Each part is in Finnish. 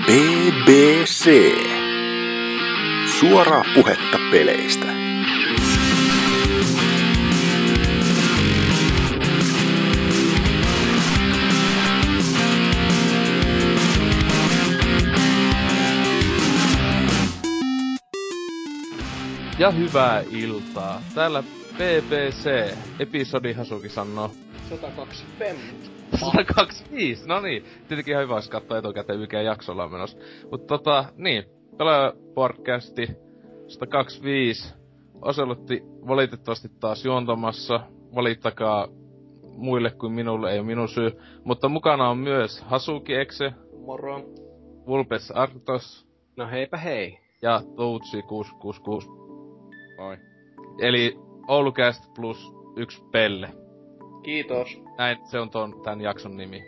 BBC. Suoraa puhetta peleistä. Ja hyvää iltaa. Täällä BBC, episodi Hasuki sanoo. 125. 125, no niin. Tietenkin ihan hyvä olisi katsoa etukäteen mikä jaksolla on menossa. Mut niin. Pelaaja-podcasti 125. Oselotti valitettavasti taas juontamassa. Valittakaa muille kuin minulle, ei ole minun syy. Mutta mukana on myös Hasuki Exe. Moro. Vulpes Artos. No heipä hei. Ja Toutsi 666. Moi. Eli Oulucast plus 1 pelle. Kiitos. Näin, se on tän jakson nimi.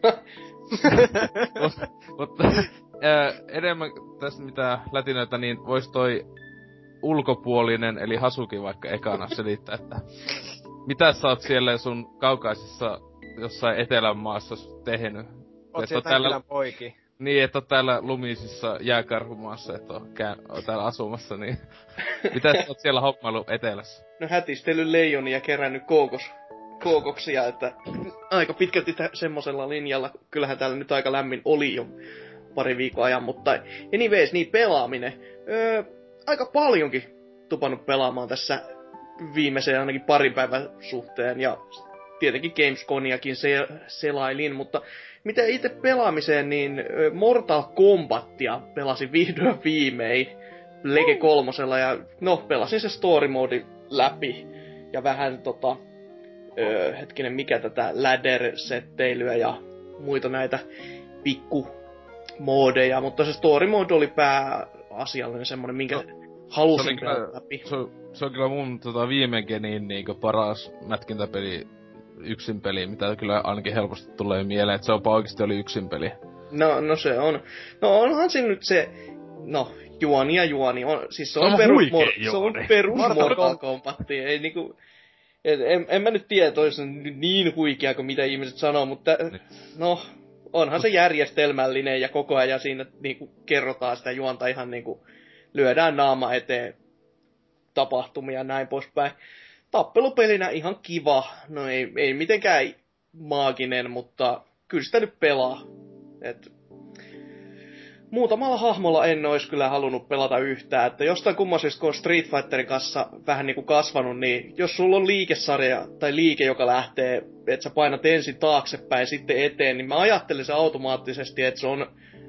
Mutta enemmän tästä mitä lätinöitä, niin vois toi ulkopuolinen, eli Hasuki vaikka ekana selittää, että mitä sä oot siellä sun kaukaisessa jossain etelän maassa tehnyt? Oot siellä täällä poiki. Niin, et oo täällä lumisissa jääkarhumaassa, et oo täällä asumassa, niin mitä sä oot siellä hommailu etelässä? No hätistellyt leijonia ja kerännyt kookoksia, että aika pitkälti semmosella linjalla. Kyllähän täällä nyt aika lämmin oli jo pari viikon ajan, mutta anyways, niin pelaaminen. Aika paljonkin tupannut pelaamaan tässä viimeiseen ainakin parin päivän suhteen, ja tietenkin Gamesconiakin selailin, mutta mitä itse pelaamiseen, niin Mortal Kombatia pelasin vihdoin viimein Lege 3, ja no, pelasin se story mode läpi, ja vähän hetkinen, mikä tätä ladder-setteilyä ja muita näitä pikkumoodeja, mutta se story mode oli pääasiallinen semmonen, minkä halusin pelata läpi. Se on kyllä mun viime genin niinku paras mätkintäpeli, yksin peli, mitä kyllä ainakin helposti tulee mieleen, että se onpa oikeesti oli yksin peli. No se on. No onhan se nyt se, juoni on, siis se on perus Mortal Kombat, ei niinku. En mä nyt tiedä, että olisi niin huikea kuin mitä ihmiset sanoo, mutta no, onhan se järjestelmällinen ja koko ajan siinä niinku kerrotaan sitä juonta ihan niinku lyödään naama eteen tapahtumia ja näin poispäin. Tappelupelinä ihan kiva, no ei mitenkään maaginen, mutta kyllä sitä nyt pelaa. Muutamalla hahmolla en ois kyllä halunnut pelata yhtään, että jostain kummasista kun on Street Fighterin kanssa vähän niinku kasvanut, niin jos sulla on liikesarja tai liike, joka lähtee, että sä painat ensin taaksepäin sitten eteen, niin mä ajattelin se automaattisesti, että se on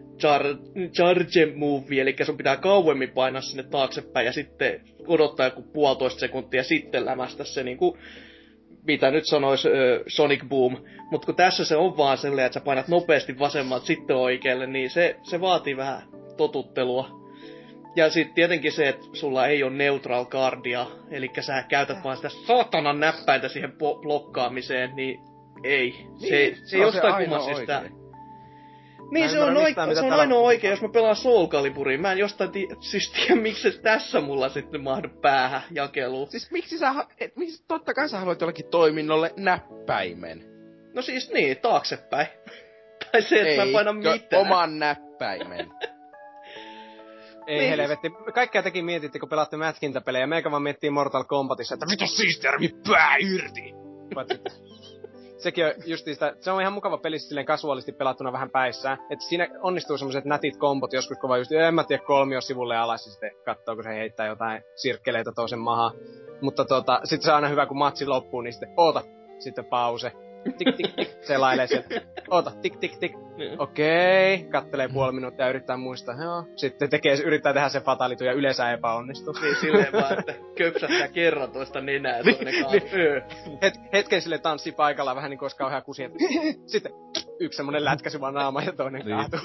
charge move, eli sun pitää kauemmin painaa sinne taaksepäin ja sitten odottaa joku 1,5 sekuntia ja sitten lämästä se niinku, mitä nyt sanois Sonic Boom. Mut kun tässä se on vaan silleen, että sä painat nopeasti vasemmalta sitten oikealle, niin se vaatii vähän totuttelua. Ja sit tietenkin se, että sulla ei ole neutral guardia, eli sä käytät vaan sitä saatanan näppäintä siihen blokkaamiseen, niin ei. Se jostain kummasista. Niin se on ainoa oikein, jos mä pelaan Soul Caliburia. Mä en jostain tiedä, miksi tässä mulla sitten mahdu päähän jakeluun. Siis miksi totta kai sä haluat jollekin toiminnolle näppäimen? No siis niin, taaksepäin. Tai se, että mä painan mitään. Oman näppäimen. Ei niin, helvetti. Kaikkea tekin mietitte, kun pelaatte mätkintäpelejä. Meikä vaan miettii Mortal Kombatissa, että vitu siistiä, pää irti! Sekin on justiista, se on ihan mukava peli silleen kasuaalisti pelattuna vähän päissään. Että siinä onnistuu semmoset nätit kombot joskus, kun vaan just, en mä tiedä, kolmio sivulle alas ja sitten kattoo, kun se heittää jotain sirkkeleitä toisen mahaan. Mutta sit se on aina hyvä, kun matsi loppuu, niin sitten oota, sitten pause. Tik tik tik, selailee sieltä. Oota, tik tik tik. Okei, kattelee puoli minuuttia ja yrittää muistaa. Joo. Sitten yrittää tehdä se fatalitu ja yleensä epäonnistuu. Niin silleen vaan, että köpsähtää kerran toista nenää ja toinen Hetken sille tanssii paikallaan vähän niinku ois kauhean kusi. Sitten yksi semmonen lätkäsi vaan naama ja toinen kaatuu.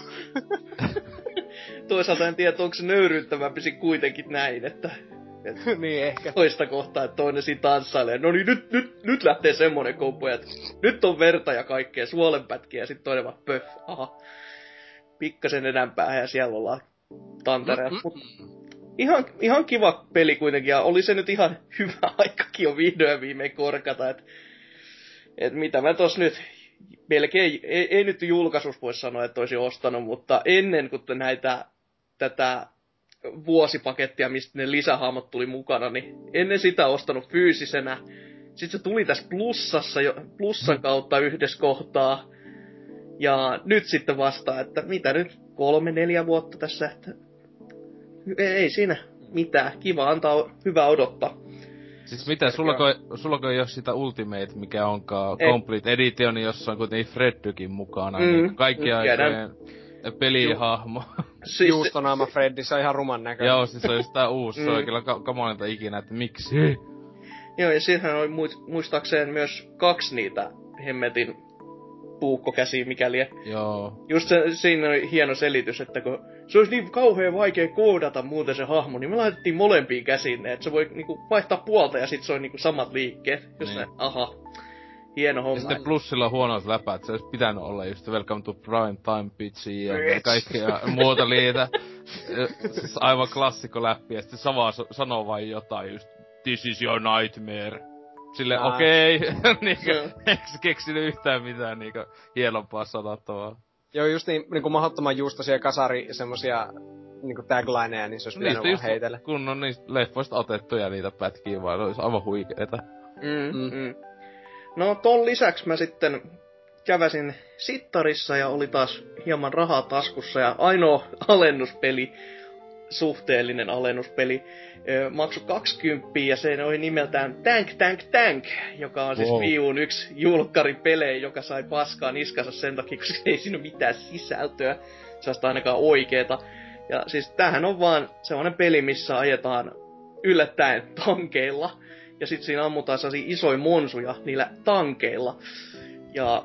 Toisaalta en tiedä, onko se nöyryyttävämpi kuitenkin näin, että niin ehkä. Toista kohtaa, että toinen siinä tanssailee. No niin, nyt lähtee semmonen kompo, että nyt on verta ja kaikkea, suolenpätkiä, ja sit toinen vaan pöff, aha. Pikkasen enempää ja siellä ollaan tantereella. Ihan kiva peli kuitenkin, ja oli se nyt ihan hyvä aikakin jo vihdoin ja viimein korkata, että mitä mä tos nyt melkein, ei nyt julkaisuus voi sanoa, että olisi ostanut, mutta ennen kuin tätä vuosipakettia, mistä ne lisähahmot tuli mukana, niin ennen sitä ostanut fyysisenä. Sitten se tuli tässä plussan kautta yhdessä kohtaa. Ja nyt sitten vastaa, että mitä nyt 3-4 vuotta tässä, että ei siinä mitään. Kiva antaa, hyvä odottaa. Siis mitä, sullako ei oo sitä Ultimate, mikä onkaan Complete Edition, jossa on kuitenkin Freddykin mukana, niin kaikki aikojen pelihahmo. Siis juustonaama Freddy, se on ihan ruman näköinen. Joo, siis se on just tää uusi, se on kyllä kamalinta ikinä, että miksi? Joo, ja siinähän oli muistaakseen myös 2 niitä hemmetin puukkokäsiä mikäli. Joo. Just siinä oli hieno selitys, että kun se olisi niin kauhean vaikea koodata muuten se hahmo, niin me laitettiin molempiin käsiin ne, että se voi niinku vaihtaa puolta ja sit se on niinku samat liikkeet. Just niin. Aha. Hieno homma. Ja sitten plussilla on huonot läpät, se olisi pitänyt olla just Welcome to Prime Time Bitchi ja kaikkea muuta liitä. Siis aivan klassikko läppi ja sitten Sava sanoo vain jotain just This is your nightmare. Silleen okei. Niinkö, eikö keksinyt yhtään mitään niinkö hienompaa sanottavaa. Joo, just niinku mahdottoman juustosia kasari semmosia niinku taglineja, niin se olisi pitänyt vaan heitellä. Kun on niistä leffoista otettuja niitä pätkiä vaan, olisi aivan huikeeta. No ton lisäksi mä sitten käväsin sittarissa ja oli taas hieman rahaa taskussa ja ainoa alennuspeli, suhteellinen alennuspeli, maksoi 20 ja se oli nimeltään Tank Tank Tank, joka on siis Wii U:n yksi julkkaripelejä, joka sai paskaa niskansa sen takia, koska ei siinä ole mitään sisältöä, sellaista ainakaan oikeeta. Ja siis tämähän on vaan sellainen peli, missä ajetaan yllättäen tankeilla. Ja sit siinä ammutaan sellaisia isoja monsuja niillä tankeilla. Ja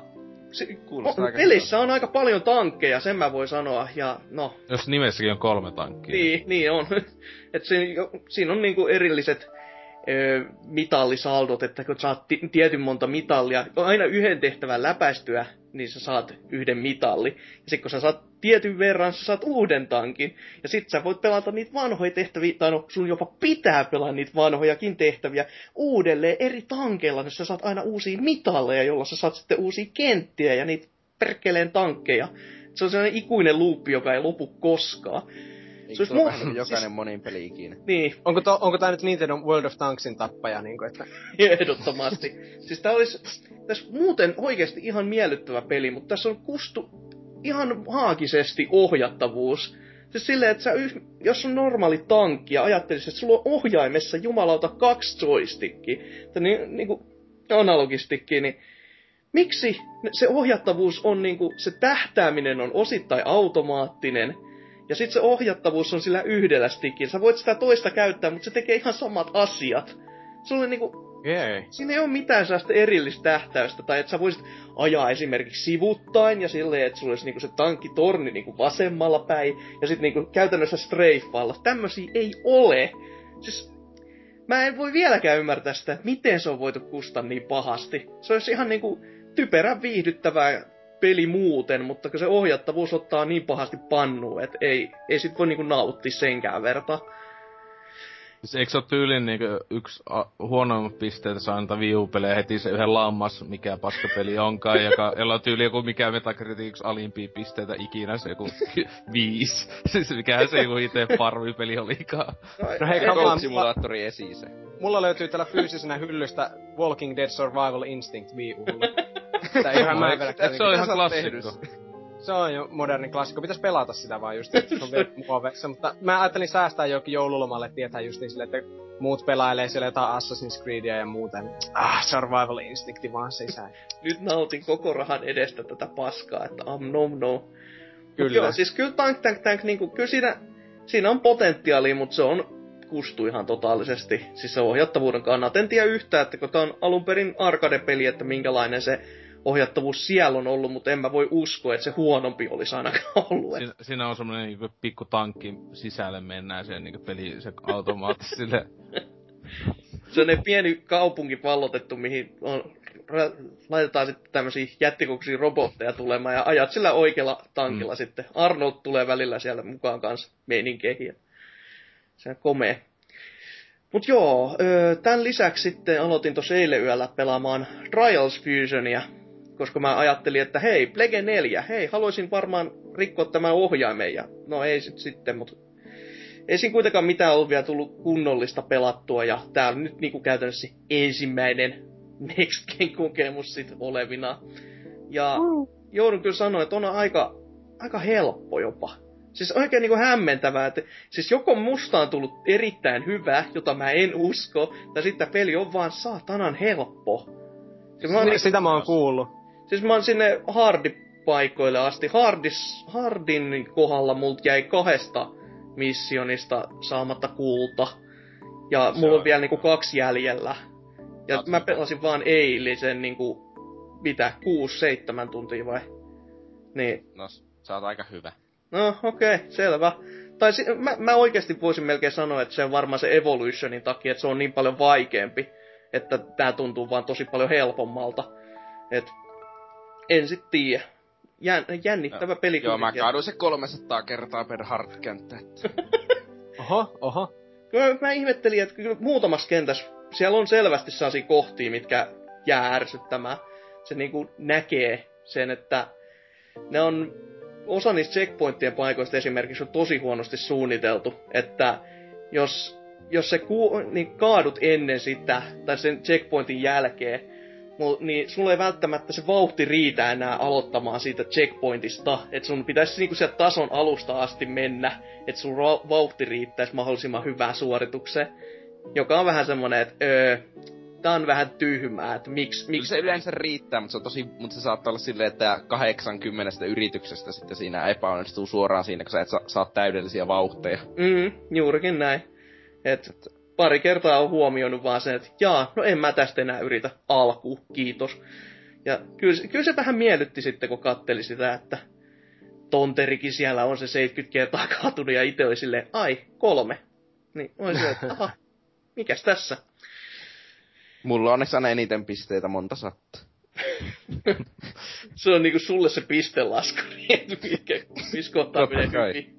pelissä on aika paljon tankkeja, sen mä voin sanoa. Ja no. Jos nimessäkin on 3 tankkia. Niin on. Et siinä on niinku erilliset mitallisaldot, että kun saat tietyn monta mitallia, aina yhden tehtävän läpäistyä, niin sä saat yhden mitalli. Ja sit kun sä saat tietyn verran, sä saat uuden tankin. Ja sit sä voit pelata niitä vanhoja tehtäviä, tai no sun jopa pitää pelata niitä vanhojakin tehtäviä uudelleen eri tankeilla, niin sä saat aina uusia mitalleja, jolla sä saat sitten uusia kenttiä ja niitä perkeleen tankkeja. Se on sellainen ikuinen luuppi, joka ei lopu koskaan. Se on vähän niin jokainen monin peli ikinä. Niin. Onko tää nyt Nintendo World of Tanksin tappaja, niinku että? Ehdottomasti. Siis tää olisi tässä muuten oikeesti ihan miellyttävä peli, mutta tässä on kustu ihan haakisesti ohjattavuus. Siis silleen, että jos on normaali tankki ja ajattelisit, että sulla on ohjaimessa jumalauta 2 joystickia, tai niinku analogistikkiä, niin miksi se ohjattavuus on niinku, se tähtääminen on osittain automaattinen, ja sit se ohjattavuus on sillä yhdellä stickillä. Sä voit sitä toista käyttää, mutta se tekee ihan samat asiat. Sulla niinku, siinä ei ole mitään sellaista erillistä tähtäystä, tai että sä voisit ajaa esimerkiksi sivuttain, ja silleen, että sulla olisi niinku se tankkitorni niinku vasemmalla päin, ja sit niinku käytännössä streifailla. Tämmösiä ei ole. Siis, mä en voi vieläkään ymmärtää sitä, että miten se on voitu kustaa niin pahasti. Se olisi ihan niinku typerän viihdyttävää peli muuten, mutta kun se ohjattavuus ottaa niin pahasti pannuun, että ei sit voi niinku nauttia senkään vertaa. Siis eikö se oo tyylin niinku yksi huonoimmat pisteitä saa antaa Wii U-pelejä heti se yhden lammas, mikä paskapeli onkaan, jolla on tyyli joku mikä Metacritic yksi alimpia pisteitä ikinä, se joku 5. Siis mikähän se joku ite parvipeli olikaan. No hei, simulaattori esi se. Mulla löytyy tällä fyysisenä hyllystä Walking Dead Survival Instinct Wii U:lla. Se on ihan klassikko. Se on jo moderni klassikko. Pitäis pelata sitä vaan just, että se on vielä muoveissa. Mutta mä ajattelin säästää jokin joululomalle, tietää just niin silleen, että muut pelailee siellä jotain Assassin's Creedia ja muuten. Survival Instincti vaan sisään. Nyt nautin koko rahan edestä tätä paskaa, että no. Kyllä. Joo, siis kyllä Tank, niinku, kyllä siinä on potentiaalia, mutta se on kustu ihan totaalisesti. Siis se ohjattavuuden kannalta. En tiedä yhtään, että kun tää on alun perin arcade-peli, että minkälainen se ohjattavuus siellä on ollut, mutta en mä voi uskoa, että se huonompi olisi ainakaan ollut. Siinä on semmonen niinku pikku tankki sisälle mennään sen niinku peli, se automaatti sille. Se on ne pieni kaupunki pallotettu, mihin laitetaan sitten tämmösiä jättikokoisia robotteja tulemaan ja ajat sillä oikealla tankilla sitten. Arnold tulee välillä siellä mukaan kanssa meininkeihin. Se on komea. Mut joo, tän lisäksi sitten aloitin tossa eilen yöllä pelaamaan Trials Fusionia. koska mä ajattelin, että hei, Plege 4, hei, haluaisin varmaan rikkoa tämän ohjaimen, ja no ei sitten, mutta ei siinä kuitenkaan mitään ollut vielä tullut kunnollista pelattua, ja tää on nyt niinku käytännössä ensimmäinen Next Gen-kokemus sit olevina. Ja joudun kyllä sanoa, että on aika helppo jopa. Siis oikein niinku hämmentävää, että siis joko musta on tullut erittäin hyvä, jota mä en usko, tai sitten peli on vaan saatanan helppo. Sitä mä oon kuullut. Siis mä oon sinne hardipaikoille asti. Hardin kohdalla multa jäi 2 missionista saamatta kulta. Ja mulla on vielä niinku 2 jäljellä. Ja mä pelasin vaan eilisen niinku, 6-7 tuntia vai? Niin. No, sä oot aika hyvä. No, okei, selvä. Tai mä oikeesti voisin melkein sanoa, että se on varmaan se Evolutionin takia, että se on niin paljon vaikeampi. Että tää tuntuu vaan tosi paljon helpommalta. Et en sit tiiä. Jännittävä peli. Joo, mä kaaduin se 300 kertaa per hard-kenttä. Oho. Kyllä mä ihmettelin, että kyllä muutamassa kentässä siellä on selvästi sellaisia kohtia, mitkä jää ärsyttämään. Se niinku näkee sen, että ne on osa niistä checkpointtien paikoista esimerkiksi on tosi huonosti suunniteltu, että jos se niin kaadut ennen sitä, tai sen checkpointin jälkeen, niin sulla ei välttämättä se vauhti riitä enää aloittamaan siitä checkpointista, että sun pitäisi niinku sieltä tason alusta asti mennä, että sun vauhti riittäisi mahdollisimman hyvään suoritukseen, joka on vähän semmonen, että tää on vähän tyhmää, että miksi se yleensä riittää, mutta se saattaa olla silleen, että 80 yrityksestä sitten siinä epäonnistuu suoraan siinä, kun sä et saa täydellisiä vauhteja. Juurikin näin. Et pari kertaa on huomioinut vaan sen, että no en mä tästä enää yritä alkuun, kiitos. Ja kyllä se vähän miellytti sitten, kun katteli sitä, että tonterikin siellä on se 70 kertaa kaatunut ja itse oli silleen, 3. Niin oli se, että aha, mikäs tässä? Mulla on onneksi aina eniten pisteitä, monta sattaa. Se on niinku sulle se pistelaskuri, että missä kohtaa menee hyvin.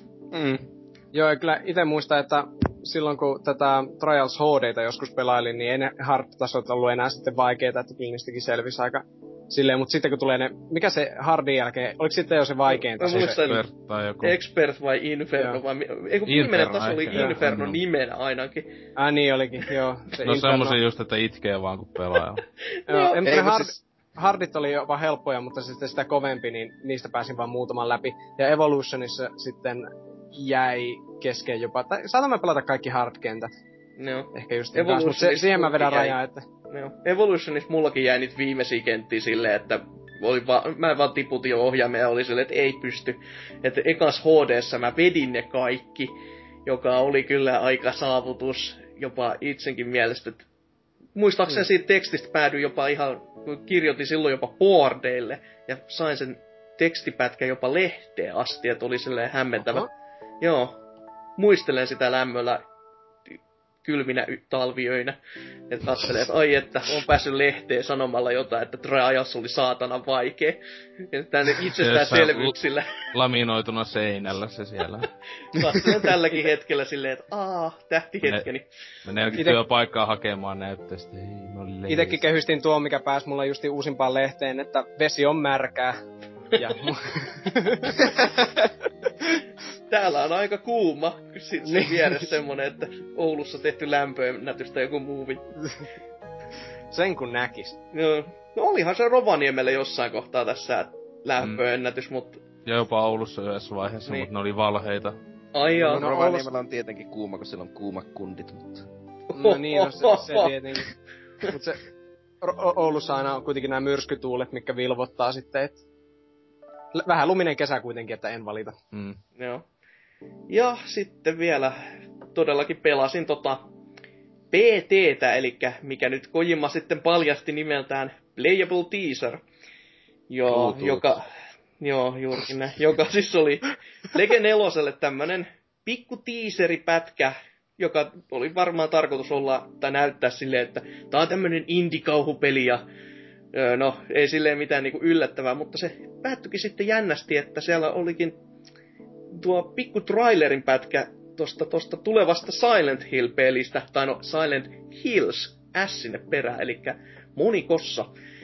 Joo, ja kyllä ite muistan, että silloin kun tätä Trials HD:tä joskus pelailin, niin ei ne hard-tasot ollut enää sitten vaikeita, että kyllä niistäkin selvisi aika silleen, mutta sitten kun tulee ne, mikä se hardin jälkeen, oliko sitten jo se vaikein taso? Expert tai joku. Expert vai Inferno, vai viimeinen taso oli Inferno nimenä ainakin. Niin olikin, joo. No semmosia just, että itkee vaan kun pelaa. Joo, hardit oli jopa helppoja, mutta sitten sitä kovempi, niin niistä pääsin vaan muutaman läpi. Ja Evolutionissa sitten jäi kesken jopa, tai saatamme pelata kaikki hard-kentät. No. Ehkä just kanssa, mutta siihen mä vedän rajaa, että... No. Evolutionissa mullakin jäi niitä viimeisiä kenttiä silleen, että mä vaan tiputin ohjaimen ja oli silleen, että ei pysty. Että ekas HD:ssä mä vedin ne kaikki, joka oli kyllä aika saavutus jopa itsenkin mielestä. Että muistaakseni siitä tekstistä päädyin jopa ihan, kirjoitin silloin jopa boardeille ja sain sen tekstipätkän jopa lehteen asti, että oli silleen hämmentävä. Joo, muistelen sitä lämmöllä kylminä talviöinä. Että katselee, että että on päässyt lehteen sanomalla jotain, että Trials oli saatanan vaikee. Tänne itsestäänselvyyksillä. Laminoituna seinällä se siellä. Katselen tälläkin hetkellä silleen, että tähtihetkeni. Menee työpaikkaa hakemaan näytteestä. Itekin kehystin tuo, mikä pääsi mulla justi uusimpaan lehteen, että vesi on märkää. Ja... Täällä on aika kuuma. Sitten vieressä semmonen, että Oulussa tehty lämpöennätystä joku muuvi. Sen kun näkis. No olihan se Rovaniemellä jossain kohtaa tässä lämpöennätys, mutta... Ja jopa Oulussa yhdessä vaiheessa, mutta ne oli valheita. Ai joo. No Rovaniemellä on tietenkin kuuma, kun siellä on kuumat kundit, mutta... No niin, se tietenkin. Mut se... Oulussa aina on kuitenkin nämä myrskytuulet, mitkä vilvottaa sitten, et... Vähän luminen kesä kuitenkin, että en valita. Joo. Ja sitten vielä todellakin pelasin PT:tä, eli mikä nyt Kojima sitten paljasti nimeltään Playable Teaser. Joo, juurikin näin. Joka siis oli Lege 4:lle tämmönen pikku teaseripätkä, joka oli varmaan tarkoitus olla, tai näyttää silleen, että tää on tämmönen indie-kauhupeli ja no, ei silleen mitään niinku yllättävää, mutta se päättyikin sitten jännästi, että siellä olikin tuo pikku trailerin pätkä tosta tulevasta Silent Hill-pelistä, tai no Silent Hills, S sinne perään, eli monikossa.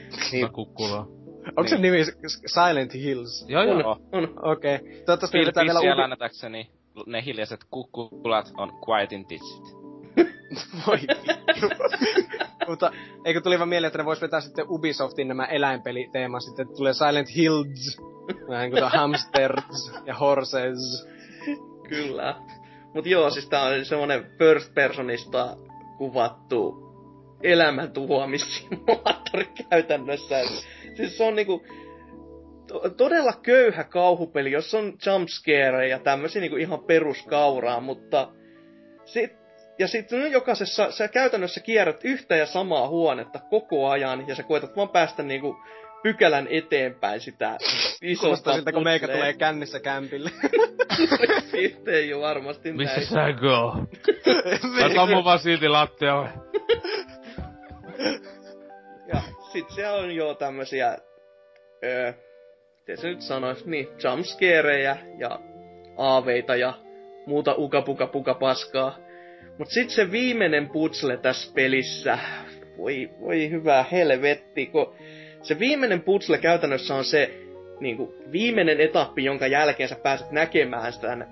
Niin. Kukkulaa. Onko se nimi Silent Hills? Joo. On. Okei. Toivottavasti Pilpis vielä siellä nähdäkseni ne hiljaiset kukkulat on Quiet in Digit. Voi vittu. Mutta eikö tuli vaan mieleen, että ne vois vetää sitten Ubisoftin nämä eläinpeliteemat sitten, että tulee Silent Hills. Vähän kuin hamsters ja horses. Kyllä. Mut joo, siis tää on semmonen first personista kuvattu elämäntuhoamissimulaattori käytännössä. Siis se on niinku todella köyhä kauhupeli, jossa on jumpscareja ja tämmösiä niinku ihan peruskauraa, mutta sitten jokaisessa sä käytännössä kierrät yhtä ja samaa huonetta koko ajan ja sä koetat vaan päästä niinku pykälän eteenpäin sitä isosta Kuulostaa siltä, kun meikä tulee kännissä kämpille. Sitten jo varmasti näin. Missä sä go? Mä sammun vaan silti lattialle. Ja sit siellä on jo tämmösiä, miten se nyt sanois, niin, jumpscareja ja aaveita ja muuta uka paskaa. Mut sit se viimeinen puzzle tässä pelissä, voi hyvää helvetti, kun se viimeinen puzzle käytännössä on se niinku viimeinen etappi, jonka jälkeen sä pääset näkemään tämän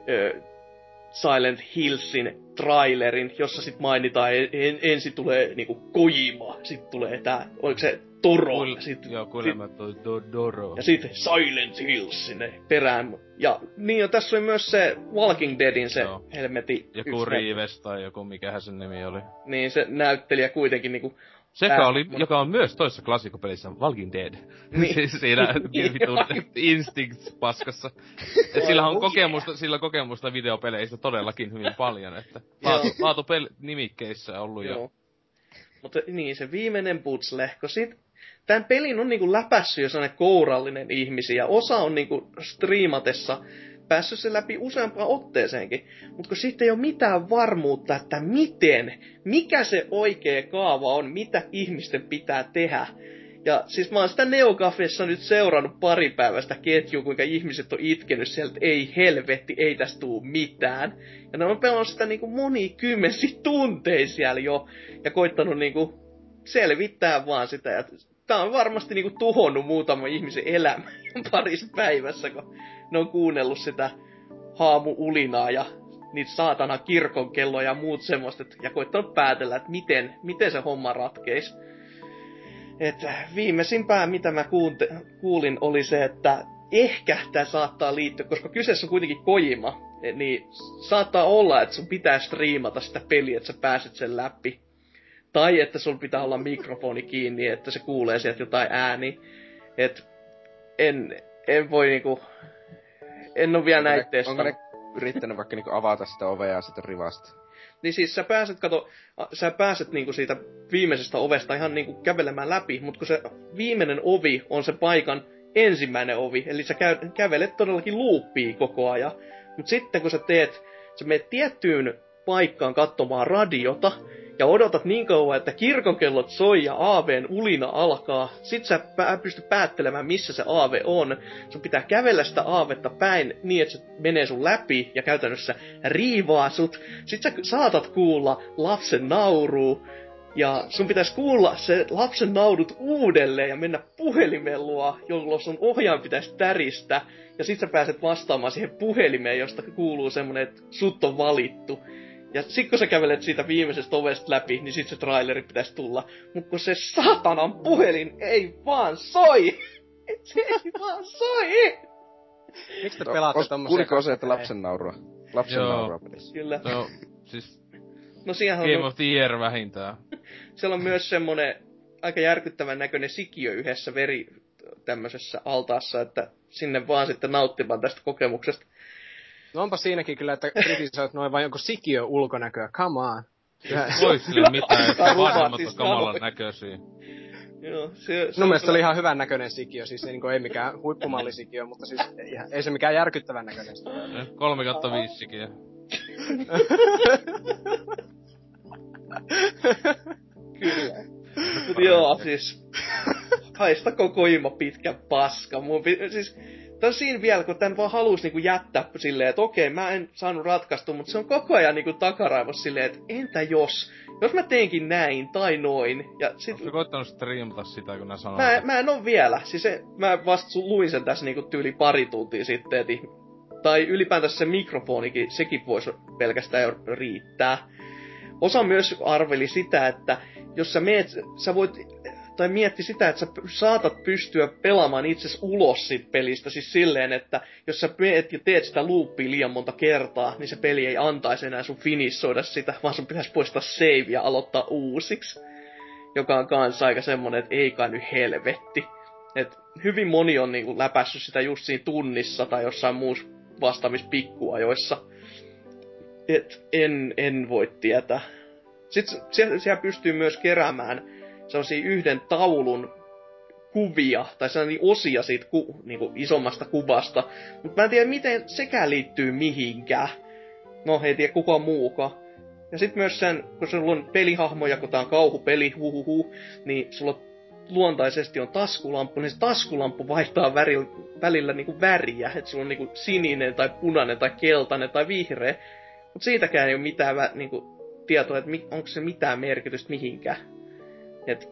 Silent Hillsin trailerin, jossa sit mainitaan, ensin tulee niinku Kojima, sit tulee tää, oliko se Toro? Joo, kuulemma Doro. Ja sitten Silent Hills sinne perään. Ja niin, ja tässä oli myös se Walking Deadin se helmeti. Joku Reeves tai joku, mikähän sen nimi oli. Niin, se näyttelijä kuitenkin niinku... joka on myös toisessa klassikkopelissä Walking Dead. Niin. Siis siinä vitun Instincts-paskassa. Et sillä kokemusta videopeleistä todellakin hyvin paljon, että laatu nimikkeissä ollut jo. Mutta niin, se viimeinen puzzle, kun tän pelin on niinku läpässyt jo sellainen kourallinen ihmisiä. Osa on niinku striimatessa päässyt sen läpi useampaan otteeseenkin. Mutta kun sitten ei ole mitään varmuutta, että mikä se oikea kaava on, mitä ihmisten pitää tehdä. Ja siis mä oon sitä Neocafessa nyt seurannut pari päivästä ketjua, kuinka ihmiset on itkenyt sieltä, että ei helvetti, ei tästä tuu mitään. Ja ne on pelannut sitä niinku monikymmensi tunteja siellä jo, ja koittanut niinku selvittää vaan sitä. Ja tää on varmasti niinku tuhonnut muutaman ihmisen elämän parissa päivässä, kun ne on kuunnellut sitä haamu-ulinaa ja niitä saatana kirkonkelloja ja muut semmoista, ja koittanut päätellä, että miten se homma ratkeisi. Että viimeisimpää, mitä mä kuulin, oli se, että ehkä tää saattaa liittyä, koska kyseessä on kuitenkin Kojima, niin saattaa olla, että sun pitää striimata sitä peliä, että sä pääset sen läpi. Tai että sun pitää olla mikrofoni kiinni, että se kuulee sieltä jotain ääniä. Et en voi niinku... En oo vielä näitä testannut. Onko ne yrittänyt vaikka niinku avata sitä ovea ja sitten rivasta? Niin siis sä pääset niinku siitä viimeisestä ovesta ihan niinku kävelemään läpi, mutta kun se viimeinen ovi on se paikan ensimmäinen ovi, eli sä kävelet todellakin loopia koko ajan. Mut sitten kun sä menet tiettyyn paikkaan katsomaan radiota, ja odotat niin kauan, että kirkonkellot soi ja aaveen ulina alkaa. Sit sä pysty päättelemään, missä se aave on. Sun pitää kävellä sitä aavetta päin niin, että se menee sun läpi ja käytännössä riivaa sut. Sit sä saatat kuulla lapsen nauruu. Ja sun pitäisi kuulla se lapsen naudut uudelleen ja mennä puhelimen luo, jolloin sun ohjaan pitäisi täristä. Ja sit sä pääset vastaamaan siihen puhelimeen, josta kuuluu semmonen, että sut on valittu. Ja sit kun sä kävelet siitä viimeisestä ovesta läpi, niin sit se traileri pitäisi tulla. Mut kun se satanan puhelin ei vaan soi! Se ei vaan soi! Miksi te pelaatte tommosia? Kuuliko se, että lapsen naurua? Lapsen naurua pelissä. Kyllä. No, siis... Game of the Year vähintään. Siellä on myös semmonen aika järkyttävän näköinen sikiö yhdessä tämmöisessä altaassa, että sinne vaan sitten nauttimaan tästä kokemuksesta. No onpa siinäkin kyllä, että kritisoit noin vain jonkun sikiö ulkonäköä, come on. Voi sille mitään, että vanhemmat on kamalan näköisiä. Joo, mun mielestä oli ihan hyvän näköinen sikiö, siis ei mikään huippumallisikio, mutta siis ei se mikään järkyttävän näköinen sikiö. 3/5 sikiö. Kyllä. Mut joo, siis haista koko Kojima pitkä paska. Siis tää on siinä vielä, kun tän vaan halus niinku jättää silleen, että okei, mä en saanut ratkaistua, mutta se on koko ajan niinku takaraivos silleen, että entä jos mä teenkin näin tai noin. Ja sit... Ootko koittanut striimata sitä, kun nää sanoo? Mä en oo vielä. Siis mä vasta luin sen tässä niinku tyyli pari tuntia sitten, että tai ylipäätänsä se mikrofonikin, sekin voisi pelkästään jo riittää. Osa myös arveli sitä, että jos sä voit, tai mietti sitä, että sä saatat pystyä pelaamaan itses ulos siitä pelistä, siis silleen, että jos sä meet ja teet sitä loopia liian monta kertaa, niin se peli ei antaisi enää sun finissoida sitä, vaan sun pitäisi poistaa save ja aloittaa uusiksi. Joka on kanssa aika semmonen, että ei kai nyt helvetti. Et hyvin moni on niinku läpässyt sitä just siinä tunnissa tai jossain muussa vastaavissa pikkuajoissa. Et en voi tietää. Sitten siellä pystyy myös keräämään sellaisia yhden taulun kuvia, tai sellaisia osia siitä niinku isommasta kuvasta. Mutta mä en tiedä, miten sekään liittyy mihinkään. No, ei tiedä kukaan muukaan. Ja sitten myös sen, kun sulla on pelihahmoja, kun tää on kauhupeli, niin sulla luontaisesti on taskulamppu, niin se taskulamppu vaihtaa välillä niinku väriä. Että sulla on niinku sininen tai punainen tai keltainen tai vihreä. Mut siitäkään ei ole mitään niinku tietoa, että onko se mitään merkitystä mihinkään. Et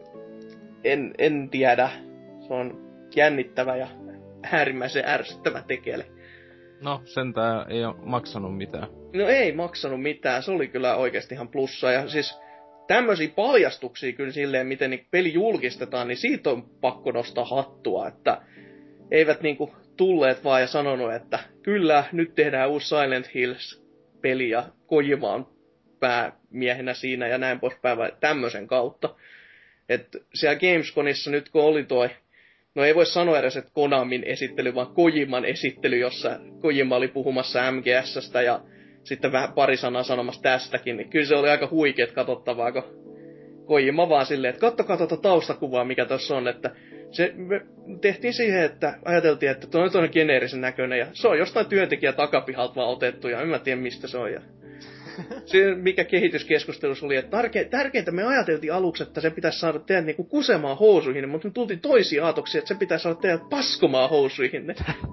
en tiedä. Se on jännittävä ja äärimmäisen ärsyttävä tekele. No, sentään ei oo maksanut mitään. No ei maksanut mitään, se oli kyllä oikeesti ihan plussa. Ja siis tämmösiä paljastuksia kyllä silleen, miten niin peli julkistetaan, niin siitä on pakko nostaa hattua. Että eivät niinku tulleet vaan ja sanonut, että kyllä, nyt tehdään uusi Silent Hills-peli ja Kojima on päämiehenä siinä ja näin poispäin, vai tämmösen kautta. Että siellä Gamesconissa nyt kun oli toi, no ei voi sanoa edes, että Konamin esittely, vaan Kojiman esittely, jossa Kojima oli puhumassa MGS:stä ja sitten vähän pari sanaa sanomassa tästäkin, niin kyllä se oli aika huikeet katsottavaa, kun Kojima vaan silleen, että kattokaa tuota taustakuvaa, mikä tuossa on, että me tehtiin siihen, että ajateltiin, että tuo on geneerisen näköinen ja se on jostain työntekijä takapihalta vaan otettu ja en mä tiedä mistä se on. Ja se, mikä kehityskeskustelussa oli, että tärkeintä me ajateltiin aluksi, että se pitäisi saada teidät niinku kusemaan housuihin, mutta me tultiin toisiin aatoksiin, että se pitäisi saada teidät paskomaan housuihin.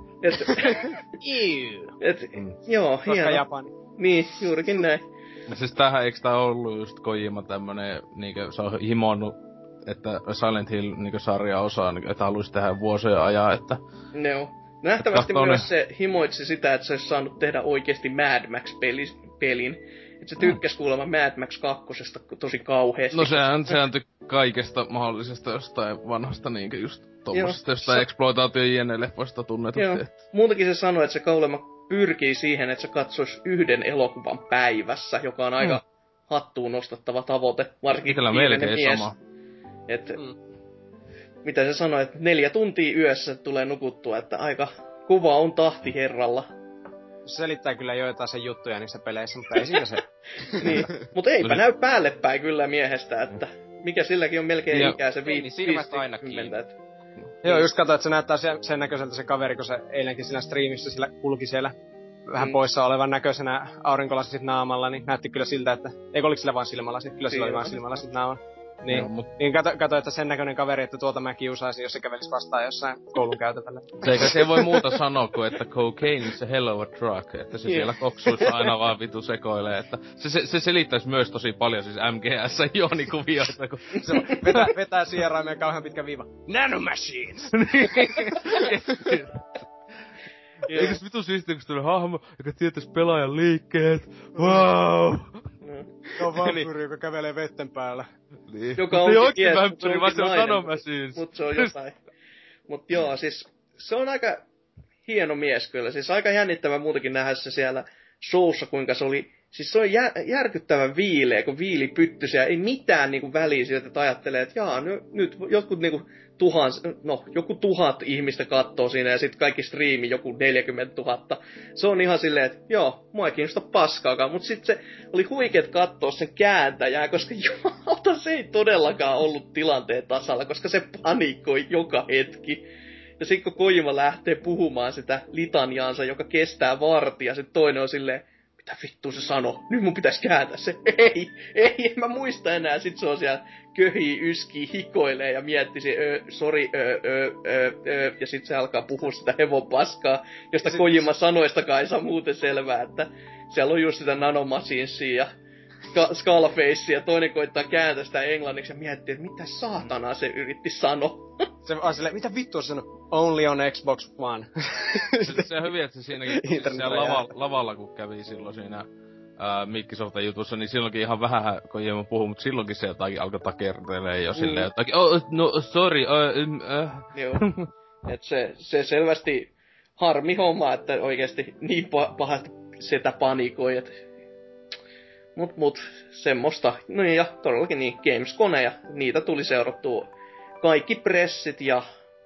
Joo, hieno. Japani. Niin, juurikin näin. No siis tähän eikö tää ollut just Kojima tämmönen, niinkö se on himonnut, että Silent Hill niinkö sarja osaa, että haluaisi tehdä vuosien ajan, että... No. Nähtävästi myös se himoitsi sitä, että se olisi saanut tehdä oikeesti Mad Max-pelin. Että se tykkäsi kuulemma Mad Max 2 tosi kauheesti. No sehän kaikesta mahdollisesta jostain vanhasta niinkö just tommosesta, jostain exploitaatio JN-leffoista tunnetusti. Joo. Muutakin se sanoi, että se kuulemma pyrkii siihen, että se katsoisi yhden elokuvan päivässä, joka on aika hattuun nostettava tavoite, varsinkin itellä melkein mies. sama. Mitä se sanoi, että 4 tuntia yössä tulee nukuttua, että aika kova on tahti herralla. Se selittää kyllä joitain sen juttuja niissä peleissä, mutta ei siinä se. Niin, mutta eipä näy päälle päin kyllä miehestä, että mikä silläkin on melkein ikää se 50. Joo, just katsoin, että se näyttää sen näköiseltä se kaveri, kun se eilenkin siinä striimissä sillä kulki siellä vähän poissa olevan näköisenä aurinkolasit naamalla, niin näytti kyllä siltä, että... Eikö oliko sillä vaan silmälasit? Kyllä sillä oli vaan silmälasit naamalla. Niin, niin kato, että sen näköinen kaveri, että tuolta mä kiusaisin, jos se kävelisi vastaan jossain koulun käytävällä. Se ei voi muuta sanoa kuin, että cocaine is a hell of a drug, että se siellä koksuissa aina vaan vitu sekoilee, että se selittäisi myös tosi paljon siis MGS-ionikuvioita, kun se vetää sieraimeen kauhean pitkä viiva. Nanomachines! Eikös vitu siistiä, kun tulee hahmo, joka tietäis pelaajan liikkeet? Wow! Se on vampyyri, joka kävelee vetten päällä. Niin. Joka on oikein vampyyri, vaan se on nanomachines. Mut se on jotain. Mut joo, siis se on aika hieno mies kyllä. Siis aika jännittävä muutenkin nähdä se siellä showssa, kuinka se oli... Siis se on järkyttävän viileä, kun viili pyttysiä. Ei mitään niinku väliä sieltä, että ajattelee, että jaa, nyt jotkut niinku joku 1000 ihmistä kattoo siinä ja sitten kaikki striimi joku 40 000. Se on ihan silleen, että joo, mua ei kiinnosta paskaakaan, mutta sitten se oli huikeet kattoo sen kääntäjää, koska jumalauta se ei todellakaan ollut tilanteen tasalla, koska se panikoi joka hetki. Ja sitten kun Kojima lähtee puhumaan sitä litaniaansa, joka kestää vartia, sitten toinen on silleen, mitä vittu se sanoo? Nyt mun pitäis kääntää se. Ei, en mä muista enää. Sit se on siellä köhii, yskii, hikoilee ja miettii sori, ja sit se alkaa puhua sitä hevon paskaa, josta Kojima sanoistakaan ei saa muuten selvää, että siellä on just sitä nanomachinesia ja Skullfacea, ja toinen koittaa kääntää sitä englanniksi ja miettii, että mitä saatanaa se yritti sanoa. Se on silleen, mitä vittua se sanoo? Only on Xbox One. Se on hyvin, että se siinäkin siellä lavalla, kun kävi silloin siinä Microsoftin jutussa, niin silloinkin ihan vähän Kojima puhuu, mutta silloinkin se jotakin alkoi takertelee jo silleen jotakin, no sorry, Joo. Et se selvästi harmi homma, että oikeesti niin pahasti sitä panikoi, et Mut semmoista. No ja todellakin niin, Gamesconeja, niitä tuli seurattua kaikki pressit ja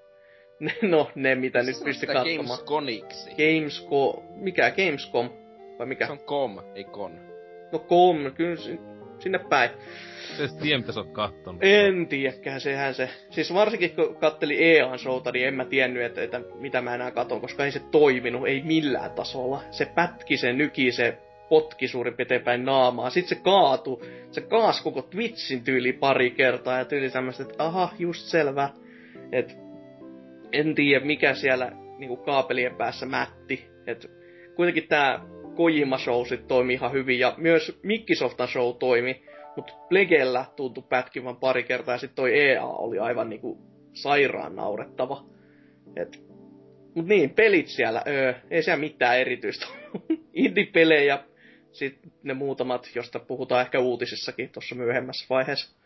ne mitä nyt pystyi katsomaan. Gamesconiksi. Mikä Gamescom? Vai mikä? Se on com, ei con. No com, kyllä sinne päin. Se tiedä, mitä sä oot kattonut. En tiedäkään, sehän se. Siis varsinkin kun katteli EA-showta, niin en mä tiennyt, että mitä mä enää katon, koska ei se toiminut, ei millään tasolla. Se pätki, se nyki, se potki suurin piirtein päin naamaa. Sitten se kaatui. Se kaasi koko Twitchin tyyli pari kertaa ja tyyli tämmöstä, että aha, just selvä. Et en tiedä mikä siellä niinku kaapelien päässä mätti. Et kuitenkin tää Kojima Show sit toimi ihan hyvin ja myös Microsoftin show toimi. Mut Plegellä tuntui pätkivän pari kertaa ja sit toi EA oli aivan niinku sairaan naurettava. Mut niin, pelit siellä, ei siellä mitään erityistä. Indie-pelejä, sit ne muutamat, josta puhutaan ehkä uutisissakin tuossa myöhemmässä vaiheessa.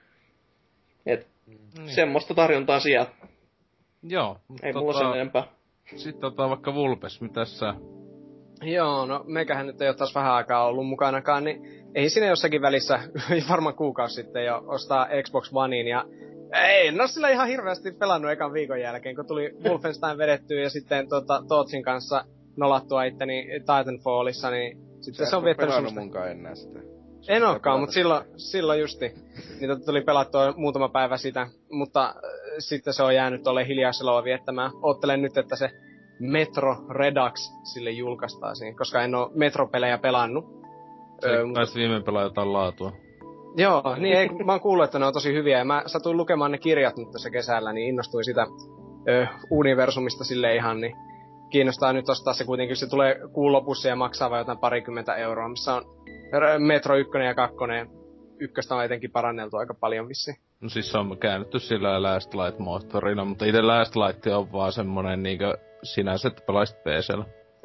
Semmoista tarjontaa siellä. Joo. Ei mulla sen enempää. Sitten vaikka Vulpes, mitäs sä? Joo, no meikähän nyt ei oo taas vähän aikaa ollut mukanakaan, niin ei siinä jossakin välissä, varmaan kuukausi sitten jo, ostaa Xbox Oneiin ja ei, no sillä ihan hirveästi pelannut ekan viikon jälkeen, kun tuli Wolfenstein vedettyä ja sitten Tootsin kanssa nolattua itteni Titanfallissa, niin sitten se on viettänyt semmoista. Munkaan enää sitä. En ookaan, mut silloin justi. Niitä tuli pelattua muutama päivä sitä, mutta sitten se on jäänyt tolle hiljaiseloa viettämään. Oottelen nyt, että se Metro Redux sille julkaistaisiin, koska en oo Metro-pelejä pelannut. Taisi viimein pelaa jotain laatua. Joo, niin mä oon kuullut, että ne on tosi hyviä, ja mä satuin lukemaan ne kirjat nyt tässä kesällä, niin innostuin sitä universumista sille ihan, niin kiinnostaa nyt ostaa se kuitenkin, se tulee kuun lopussa ja maksaa vain jotain 20 €, missä on Metro 1 ja 2, ykköstä on etenkin paranneltu aika paljon vissiin. No siis se on käännetty sillä Last Light moottorilla, mutta ite Last Light on vaan semmonen niinkö sinänsä, että pelaisit PC:llä.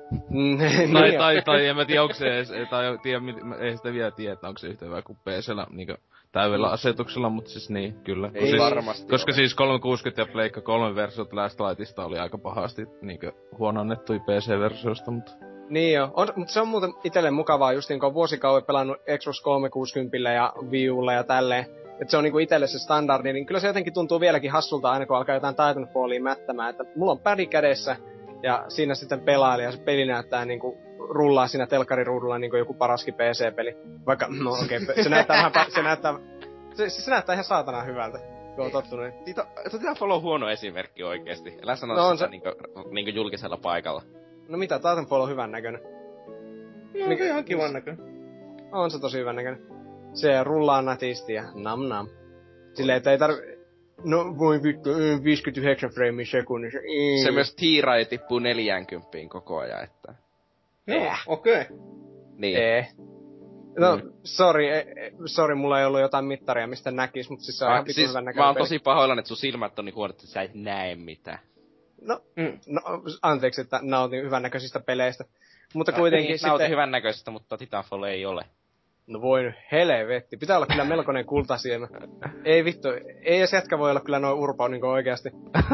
tai en mä tiedä, onko se edes, ei sitä vielä tiedä, että onko se yhtä hyvä kuin PC:llä niinkö täydellä asetuksella, mutta siis niin, kyllä. Ei siis, varmasti koska ole. Siis 360 ja Pleikka 3 versiot Last Lightista oli aika pahasti niinkö huononnettuja PC-versioista, mutta niin joo, mutta se on muuten itelle mukavaa, just kun on vuosikauan pelannut Xbox 360 ja Wii Ulla ja tälleen. Että se on niinku itelle se standardi, niin kyllä se jotenkin tuntuu vieläkin hassulta aina kun alkaa jotain Titanfallia mättämään. Että mulla on pädi kädessä ja siinä sitten pelaili ja se peli näyttää niinku rullaa siinä telkkariruudulla niinku joku paraskin PC-peli. Vaikka, no okei, se näyttää vähän, se näyttää ihan saatana hyvältä, kun on tottunut. Titanfall on huono esimerkki oikeesti. Älä sano no sitä niinku julkisella paikalla. No mitä, Titanfall on hyvän näköinen. No ihan kivan näköinen. On se tosi hyvän näköinen. Se rullaa nätisti ja nam. Silleen, että ei no voi vittu, 59 framea sekunnissa. Se myös tiiraaja tippuu 40 koko ajan, että Joo, okei. Niin. No, sorry, mulla ei ollut jotain mittaria, mistä näkis, mut siis se on ihan siis hyvän näköinen mä oon peli. tosi pahoillani, että sun silmät on niin huonot, että sä et näe mitään. No, anteeksi, että nautin hyvän näköisistä peleistä. Mutta kuitenkin niin, sitten nautin hyvän näköisistä, mutta Titanfall ei ole. No voi nyt, helvetti. Pitää olla kyllä melkoinen kultasiemä. Ei vittu, ei edes jätkä voi olla kyllä noin urpo niinku oikeasti.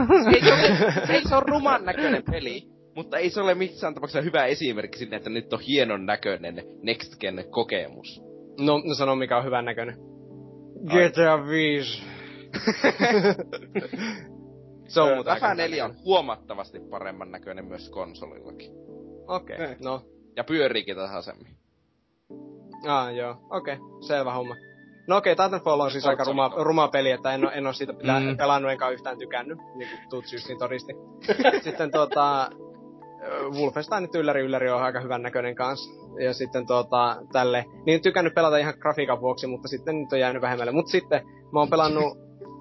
Ei se on ruman näköinen peli. Mutta ei se ole missään tapauksessa hyvä esimerkki sinne, että nyt on hienon näköinen Next Gen kokemus. No sano mikä on hyvän näköinen. GTA 5. Se on muuta Rafa 4 on huomattavasti paremman näköinen myös konsolillakin. Okei, no. Ja pyöriikin tasaisemmin. Joo, okei, selvä homma. No okei, Titanfall on siis aika ruma peli, että en oo siitä pelannut enkä yhtään tykännyt, niin kuin Tuts justiin todisti. Sitten Wolfenstein ylläri on aika hyvän näköinen kans. Ja sitten tälle. Niin en tykännyt pelata ihan grafiikan vuoksi, mutta sitten nyt on jäänyt vähemmälle. Mut sitten mä oon pelannut...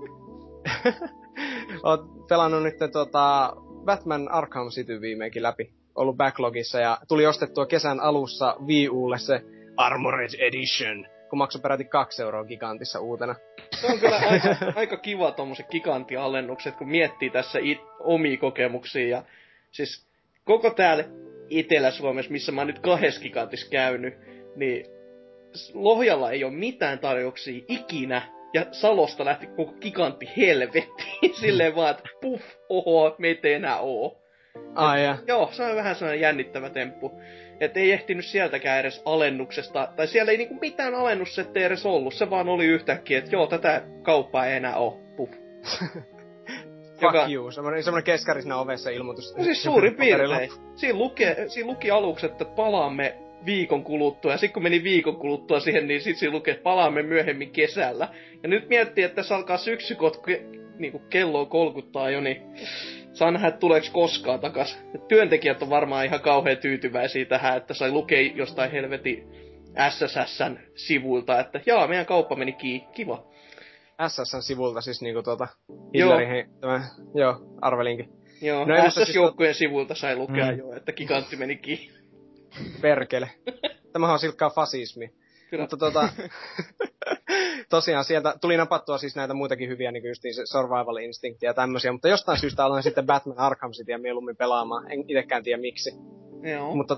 oon pelannut nyt Batman Arkham City viimeinkin läpi. Ollut backlogissa ja tuli ostettua kesän alussa Wii Ulle se Armored Edition, kun maksoi peräti 2 € gigantissa uutena. Se on kyllä aika kiva tommoset giganttialennukset, kun miettii tässä omia kokemuksia. Ja siis koko täällä Etelä-Suomessa, missä mä oon nyt 2 gigantissa käynyt, niin Lohjalla ei ole mitään tarjouksia ikinä. Ja Salosta lähti koko gigantti helvettiin. Silleen vaan, että puff, oho, meitä ei enää oo. Ai ja. Joo, se on vähän sellainen jännittävä temppu. Et ei ehtinyt sieltäkään edes alennuksesta, tai siellä ei niinku mitään alennussetteä edes ollut, se vaan oli yhtäkkiä, että joo, tätä kauppaa ei enää oo, puff. Fuck you, semmonen keskari siinä ovessa ilmoitus. No siis suurin piirtein. Siinä luki aluksi, että palaamme viikon kuluttua, ja sit kun meni viikon kuluttua siihen, niin sit siinä luki, että palaamme myöhemmin kesällä. Ja nyt miettii, että tässä alkaa syksykot, niinku kello kolkuttaa jo, niin saa nähdä, että tuleeko koskaan takas. Työntekijät on varmaan ihan kauhean tyytyväisiä tähän, että sai lukea jostain helvetin SSSn sivuilta, että jaa, meidän kauppa meni kiva. SSN sivulta siis niinku Hitlerin joo, arvelinkin. Joo, no, SS-joukkojen sivulta sai lukea jo, että gigantti meni kiinni. Perkele. Tämähän on silkkaa fasismi. Kyllä. Mutta tosiaan sieltä tuli napattua siis näitä muitakin hyviä, niin kuin justiin se Survival Instinct ja tämmösiä, mutta jostain syystä aloin sitten Batman Arkham Cityä mieluummin pelaamaan. En itekään tiedä miksi. Joo. Mutta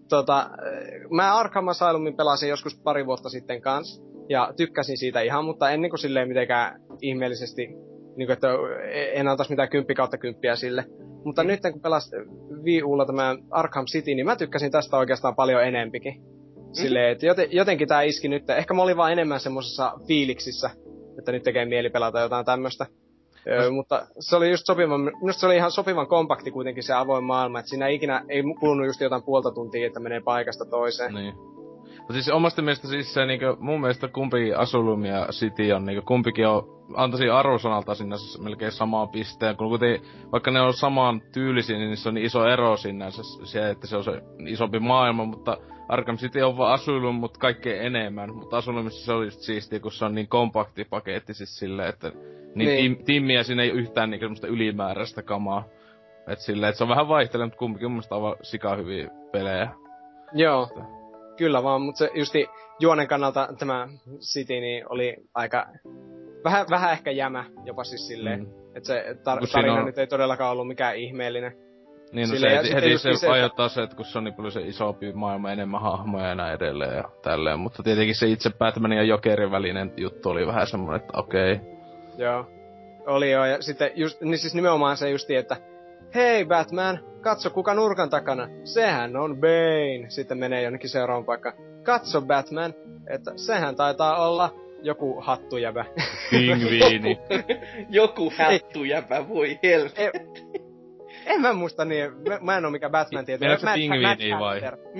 mä Arkham Asylumin pelasin joskus 2 vuotta sitten kanssa. Ja tykkäsin siitä ihan, mutta en niinku silleen mitenkään ihmeellisesti, niinku että en antaisi mitään 10/10 sille. Mutta nyt kun pelasin Wii Ulla tämä Arkham City, niin mä tykkäsin tästä oikeastaan paljon enempikin. Silleen, että jotenkin tää iski nyt. Ehkä mä olin vaan enemmän semmosessa fiiliksissä, että nyt tekee mieli pelata jotain tämmöstä. Mutta se oli just minusta se oli ihan sopivan kompakti kuitenkin se avoin maailma, että siinä ei kulunut just jotain puolta tuntia, että menee paikasta toiseen. Niin. Mutta siis omasta mielestä siis se niinku, mun mielestä kumpikin Asylum ja City on niinku, kumpikin antaisin arvosanalta sinne melkein samaan pisteen, kun vaikka ne on samaan tyylisiä, niin niissä on niin iso ero sinänsä se, että se on se isompi maailma, mutta Arkham City on vaan Asylum, mutta kaikkein enemmän. Mutta Asylumissa se oli just siistiä, kun se on niin kompakti paketti siis silleen, että niin. Timmiä siinä ei yhtään niinku semmoista ylimääräistä kamaa. Et silleen, että se on vähän vaihteleva, mutta kumpikin mun mielestä on sika hyviä pelejä. Joo. Kyllä vaan, mutta se justi juonen kannalta tämä City niin oli aika vähän ehkä jämä jopa siis silleen, että se tarina nyt ei todellakaan ollut mikään ihmeellinen. Niin, no se heti se aiheuttaa se, että kun se on niin paljon se isompi maailma, enemmän hahmoja ja näin edelleen ja tälleen, mutta tietenkin se itse Batmanin ja Jokerin välinen juttu oli vähän semmonen, että okei. Joo, oli joo, ja sitten just, niin siis nimenomaan se justi, että hei Batman, katso kuka nurkan takana, sehän on Bane. Sitten menee jonnekin seuraavaan paikkaan. Katso Batman, että sehän taitaa olla joku hattujäbä. Pingviini. Joku hattujäbä, voi helvetti. En mä muista niin, mä en oo mikä Batman tietää. Meneekö se pingviini vai?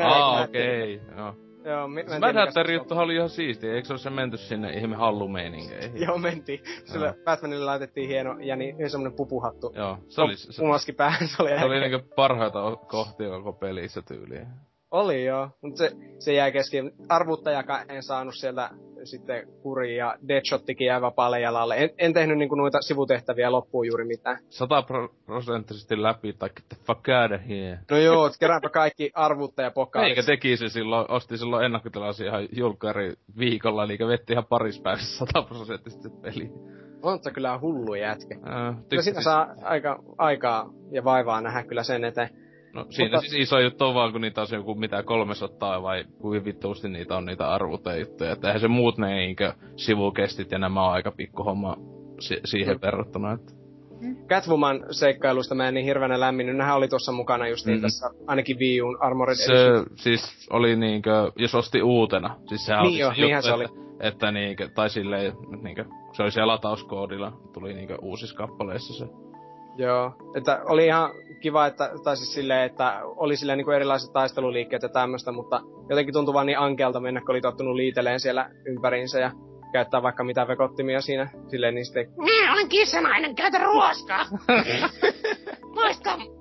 Okei, joo. Joo, Mad Hatterin juttuhan oli ihan siistiä, eikö se ole se menty sinne ihme hallumeiningeihin? Joo, mentiin. Sillä Batmanille laitettiin hieno ja niin semmonen pupuhattu. Joo, se oli Pumaski päähän, se oli niinku parhaita kohtia koko pelissä tyyliin. Oli joo, mutta se jäi kesken. Arvuuttajakaan en saanut sieltä sitten kuriin ja Deadshottikin jäi vapaalle jalalle. En tehnyt niinku noita sivutehtäviä loppuun juuri mitään. 100% läpi, tai get the fuck out of here. No joo, kerääpä kaikki arvuuttajapokaalit. Eikä teki se silloin, osti silloin ennakkotilaisia ihan julkkari viikolla, eli vetti ihan paris päivässä 100% peliä. On se kyllä hullu jätkä. Kyllä siinä saa aikaa ja vaivaa nähdä kyllä sen eteen. No siinä siis iso juttu on vaan, kun niitä on se joku mitä 300 vai kuin vittuusti niitä on niitä arvuutejuttuja. Että eihän se muut ne niinkö sivukestit ja nämä on aika pikkuhomma siihen verrattuna. Että. Catwoman seikkailusta mä en niin hirveänä lämminnyt. Nehän oli tuossa mukana justiin tässä ainakin Wii U:n Armored Edition. Se siis oli niinkö, jos osti uutena. Siis sehän niin oli niinhän se oli. Että niinkö, tai silleen niinkö, se oli siellä latauskoodilla. Tuli niinkö uusissa kappaleissa se. Joo, että oli ihan kiva, että, tai siis silleen, että oli silleen niin kuin erilaiset taisteluliikkeet ja tämmöstä, mutta jotenkin tuntui vaan niin ankealta mennä, kun oli tottunut liiteleen siellä ympäriinsä ja käyttää vaikka mitä vekottimia siinä, silleen niin sitten Minä olen kissanainen, käytä ruoskaa! Loista, kynsin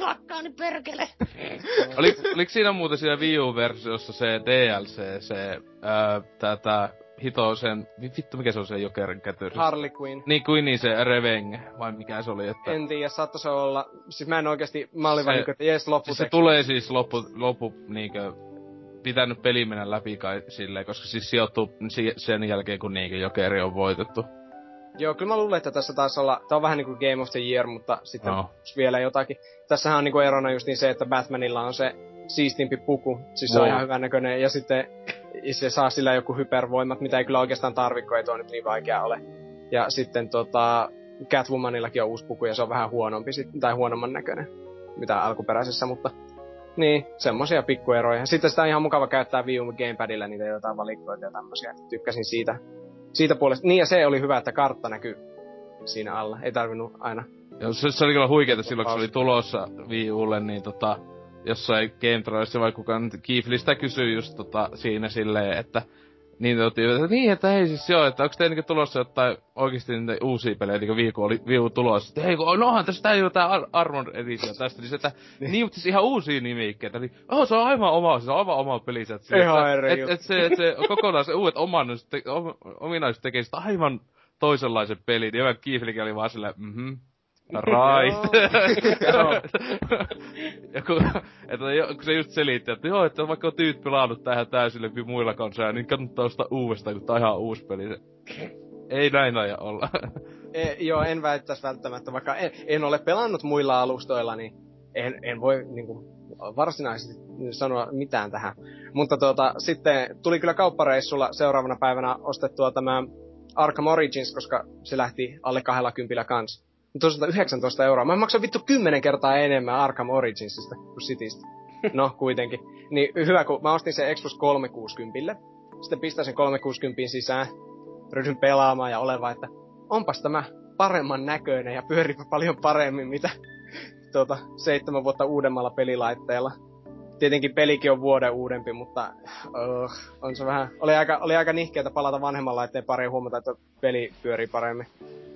tilakkaani perkele! Oliko siinä muuten siinä Wii U-versiossa se DLC, se tätä hitosen, vittu mikä se on se jokerin kätys? Harley Quinn. Niin se Revenge, vai mikä se oli, että... En tiedä, saattaisi olla, siis mä en oikeesti, mä olin vaan niinku, että jes lopputeksti. Siis se tulee siis loppu niinkö, pitänyt peli mennä läpi kai silleen, koska siis sijoittuu sen jälkeen, kun niinkö jokeri on voitettu. Joo, kyllä mä luulen, että tässä taisi olla, tää on vähän niinku Game of the Year, mutta sitten vielä jotakin. Tässähän on niinku erona just niin se, että Batmanilla on se siistimpi puku, siis se on ihan hyvän näköinen, ja sitten se saa sillä joku hypervoimat, mitä ei kyllä oikeastaan tarvitse, ei tuo nyt niin vaikea ole. Ja sitten Catwomanillakin on uusi puku, ja se on vähän huonompi tai huonomman näköinen, mitä alkuperäisessä, mutta niin, semmosia pikkueroja. Sitten sitä on ihan mukava käyttää Wii U Gamepadilla niitä jotain valikoita ja tämmösiä, tykkäsin siitä puolesta. Niin, ja se oli hyvä, että kartta näkyy siinä alla. Ei tarvinnut aina. Joo, se oli kyllä huikeeta silloin, kun se oli tulossa Wii Ulle, niin jossain Game Trollissa vai kukaan Kiiflistä kysyi just siinä silleen, että että hei siis joo, että onks teillä niinku tulossa jotain oikeesti niitä uusia pelejä, niinku Wii U tulossa. Että hei, onhan tässä tää Armor Edition tästä, niin se, että niin, mutta siis ihan uusia nimikkeitä, niin se on aivan oma peliset. Ihan eri juttu. Se kokonaan se uudet ominaiset tekee sitä aivan toisenlaisen pelin, niin hyvä Kiiflikin oli vaan silleen, right. Ja kun se just selitti, että joo, että vaikka on tyyt pelannut tähän täysille muilla konsoilla, niin kannattaa ostaa uudestaan, kun tää on ihan uusi peli. Ei näin aja olla. Joo, en väittäis välttämättä, vaikka en ole pelannut muilla alustoilla, niin en voi niinku varsinaisesti sanoa mitään tähän. Mutta sitten tuli kyllä kauppareissulla seuraavana päivänä ostettua tämä Arkham Origins, koska se lähti alle 20 kans. Tosiaan 19 €. Mä maksan vittu 10 kertaa enemmän Arkham Originsista kuin Citystä. No, kuitenkin. Niin hyvä, kun mä ostin sen Xbox 360. Sitten pistän sen 360 sisään. Ryhdyn pelaamaan ja olen vaan, että onpas tämä paremman näköinen ja pyöripä paljon paremmin, mitä 7 vuotta uudemmalla pelilaitteella. Tietenkin pelikin on vuoden uudempi, mutta on se vähän... Oli aika nihkeetä palata vanhemman laitteen pariin huomata, että peli pyörii paremmin.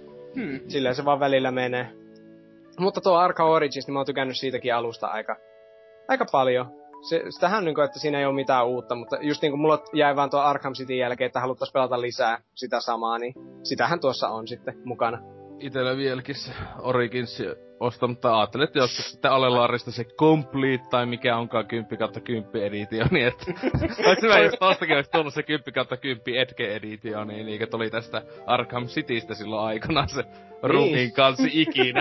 Silleen se vaan välillä menee. Mutta tuo Arkham Origins, niin mä oon tykännyt siitäkin alusta aika paljon. Sitähän niinku, että siinä ei oo mitään uutta, mutta just niinku mulla jäi vaan tuo Arkham Cityn jälkeen, että haluttais pelata lisää sitä samaa, niin sitähän tuossa on sitten mukana. Itellä vieläkin se Origins ostaa, mutta ajattelin, että joskus sitten Alelaarista se Complete tai mikä onkaan 10/10 editioni, että ois hyvä, jos tostakin ois tullut se 10/10 Edge editioni, niin tuli tästä Arkham Citystä silloin aikana se rumin kansi ikinä.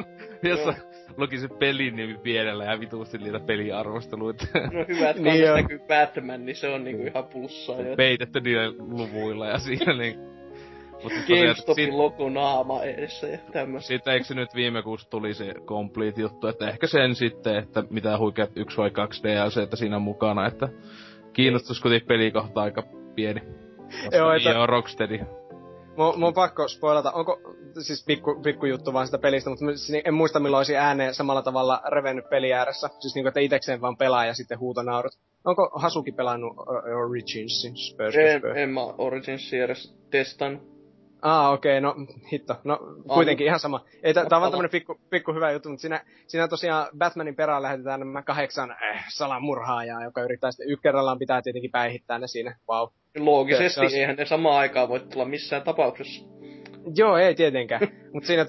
Jossa luki se pelin nimi pienellä ja vituusti niitä peliarvosteluita. No hyvä, että niin näkyy Batman, niin se on niinku ihan plussaa. Peitetty niillä luvuilla ja siinä niin... GameStopin logonaama edessä ja tämmöstä. Sitten eikö se nyt viime kuussa tuli se Complete juttu, että ehkä sen sitten, että mitä huikeat 1 vai 2 DLCtä siinä mukana, että kiinnostus kuitenkin pelikohta aika pieni. Joo, Rocksteady. Mä oon pakko spoilata, onko siis pikku juttu vaan sitä pelistä, mutta en muista milloin olisin ääneen samalla tavalla revennyt peli ääressä. Siis niinku, että itekseen vaan pelaa ja sitten huutonaurut. Onko Hasuki pelannut Originsin? En mä Originsin edes testannut. Okei, no hitto. No kuitenkin ihan sama. Tää on vaan tämmönen pikku hyvä juttu, mutta siinä tosiaan Batmanin perään lähetetään nämä 8 salamurhaajaa, joka yrittää sitten kerrallaan pitää tietenkin päihittää ne siinä. Wow. Loogisesti eihän ne samaan aikaan voi tulla missään tapauksessa. Joo, ei tietenkään. Mut siinä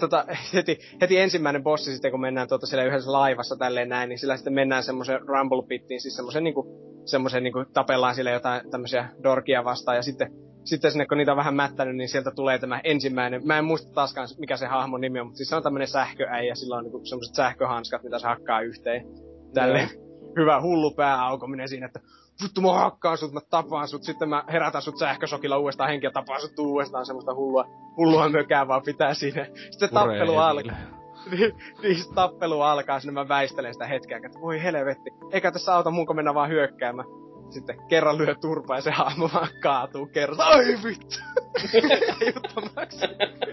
heti ensimmäinen bossi sitten, kun mennään siellä yhdessä laivassa tälleen näin, niin sillä sitten mennään semmoisen Rumble Pittiin, siis semmosen niinku tapellaan sille jotain tämmösiä dorkia vastaan, ja sitten sinne kun niitä on vähän mättänyt, niin sieltä tulee tämä ensimmäinen, mä en muista taaskaan mikä se hahmon nimi on, mutta siis se on tämmönen sähköäijä, sillä on niinku semmoset sähköhanskat, mitä se hakkaa yhteen. Tälleen hyvä hullu pääaukominen siinä, että vittu mä hakkaan sut, mä tapaan sut, sitten mä herätän sut sähkösokilla uudestaan henkiä, tapaan sut uudestaan, semmoista hullua mökää vaan pitää siinä. Sitten tappelu alkaa. Niin tappelu alkaa, sinne mä väistelen sitä hetkeä, että voi helvetti, eikä tässä auta mun mennä vaan hyökkäämään. Sitten kerran lyö turpaa ja se hahmo vaan kaatuu kerran. Ai vittu! Tajuttomaksi.